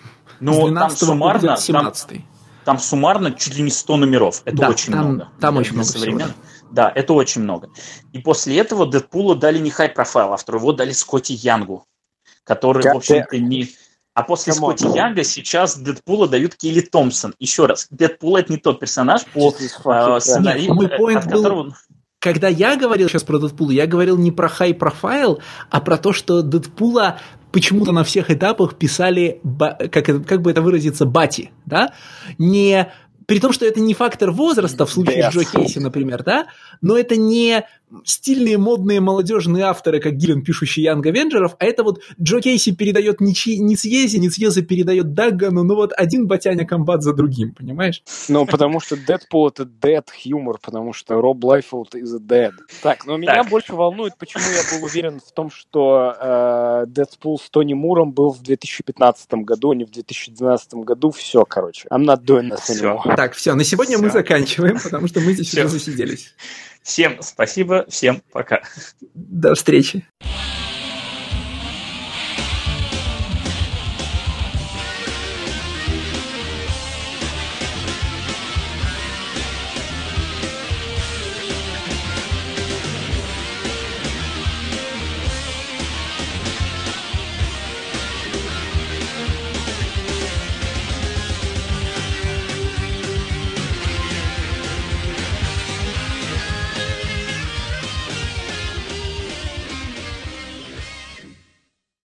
Ну, там суммарно, там, семнадцатый. там суммарно чуть ли не сто номеров. Это да, очень там, много. Там для, очень для много всего, да. Да, это очень много. И после этого Дэдпулу дали не хай-профайл автору, его дали Скотти Янгу, который, как в общем-то, ты... не... А после Come Скотти on. Янга сейчас Дэдпула дают Келли Томпсон. Еще раз, Дэдпул – это не тот персонаж по э, сценарию, Мой от point которого... Был... Когда я говорил сейчас про Дэдпула, я говорил не про хай-профайл, а про то, что Дэдпула почему-то на всех этапах писали, как, как бы это выразиться, бати, да? Не... При том, что это не фактор возраста в случае yes. с Джо Кейси, например, да? Но это не стильные, модные, молодежные авторы, как Гиллен, пишущий Young Avengers, а это вот Джо Кейси передает не, Чи, не Цьези, не Цьези передает Даггану, ну вот один батяня комбат за другим, понимаешь? Ну, потому что Дэдпул — это dead humor, потому что Роб Лайфилд is a dead. Так, но меня так. больше волнует, почему я был уверен в том, что э, Дэдпул с Тони Муром был в две тысячи пятнадцатом году, а не в две тысячи двенадцатом году. Все, короче. I'm not doing this anymore. Так, все, на сегодня все. Мы заканчиваем, потому что мы здесь все. уже засиделись. Всем спасибо, всем пока. До встречи.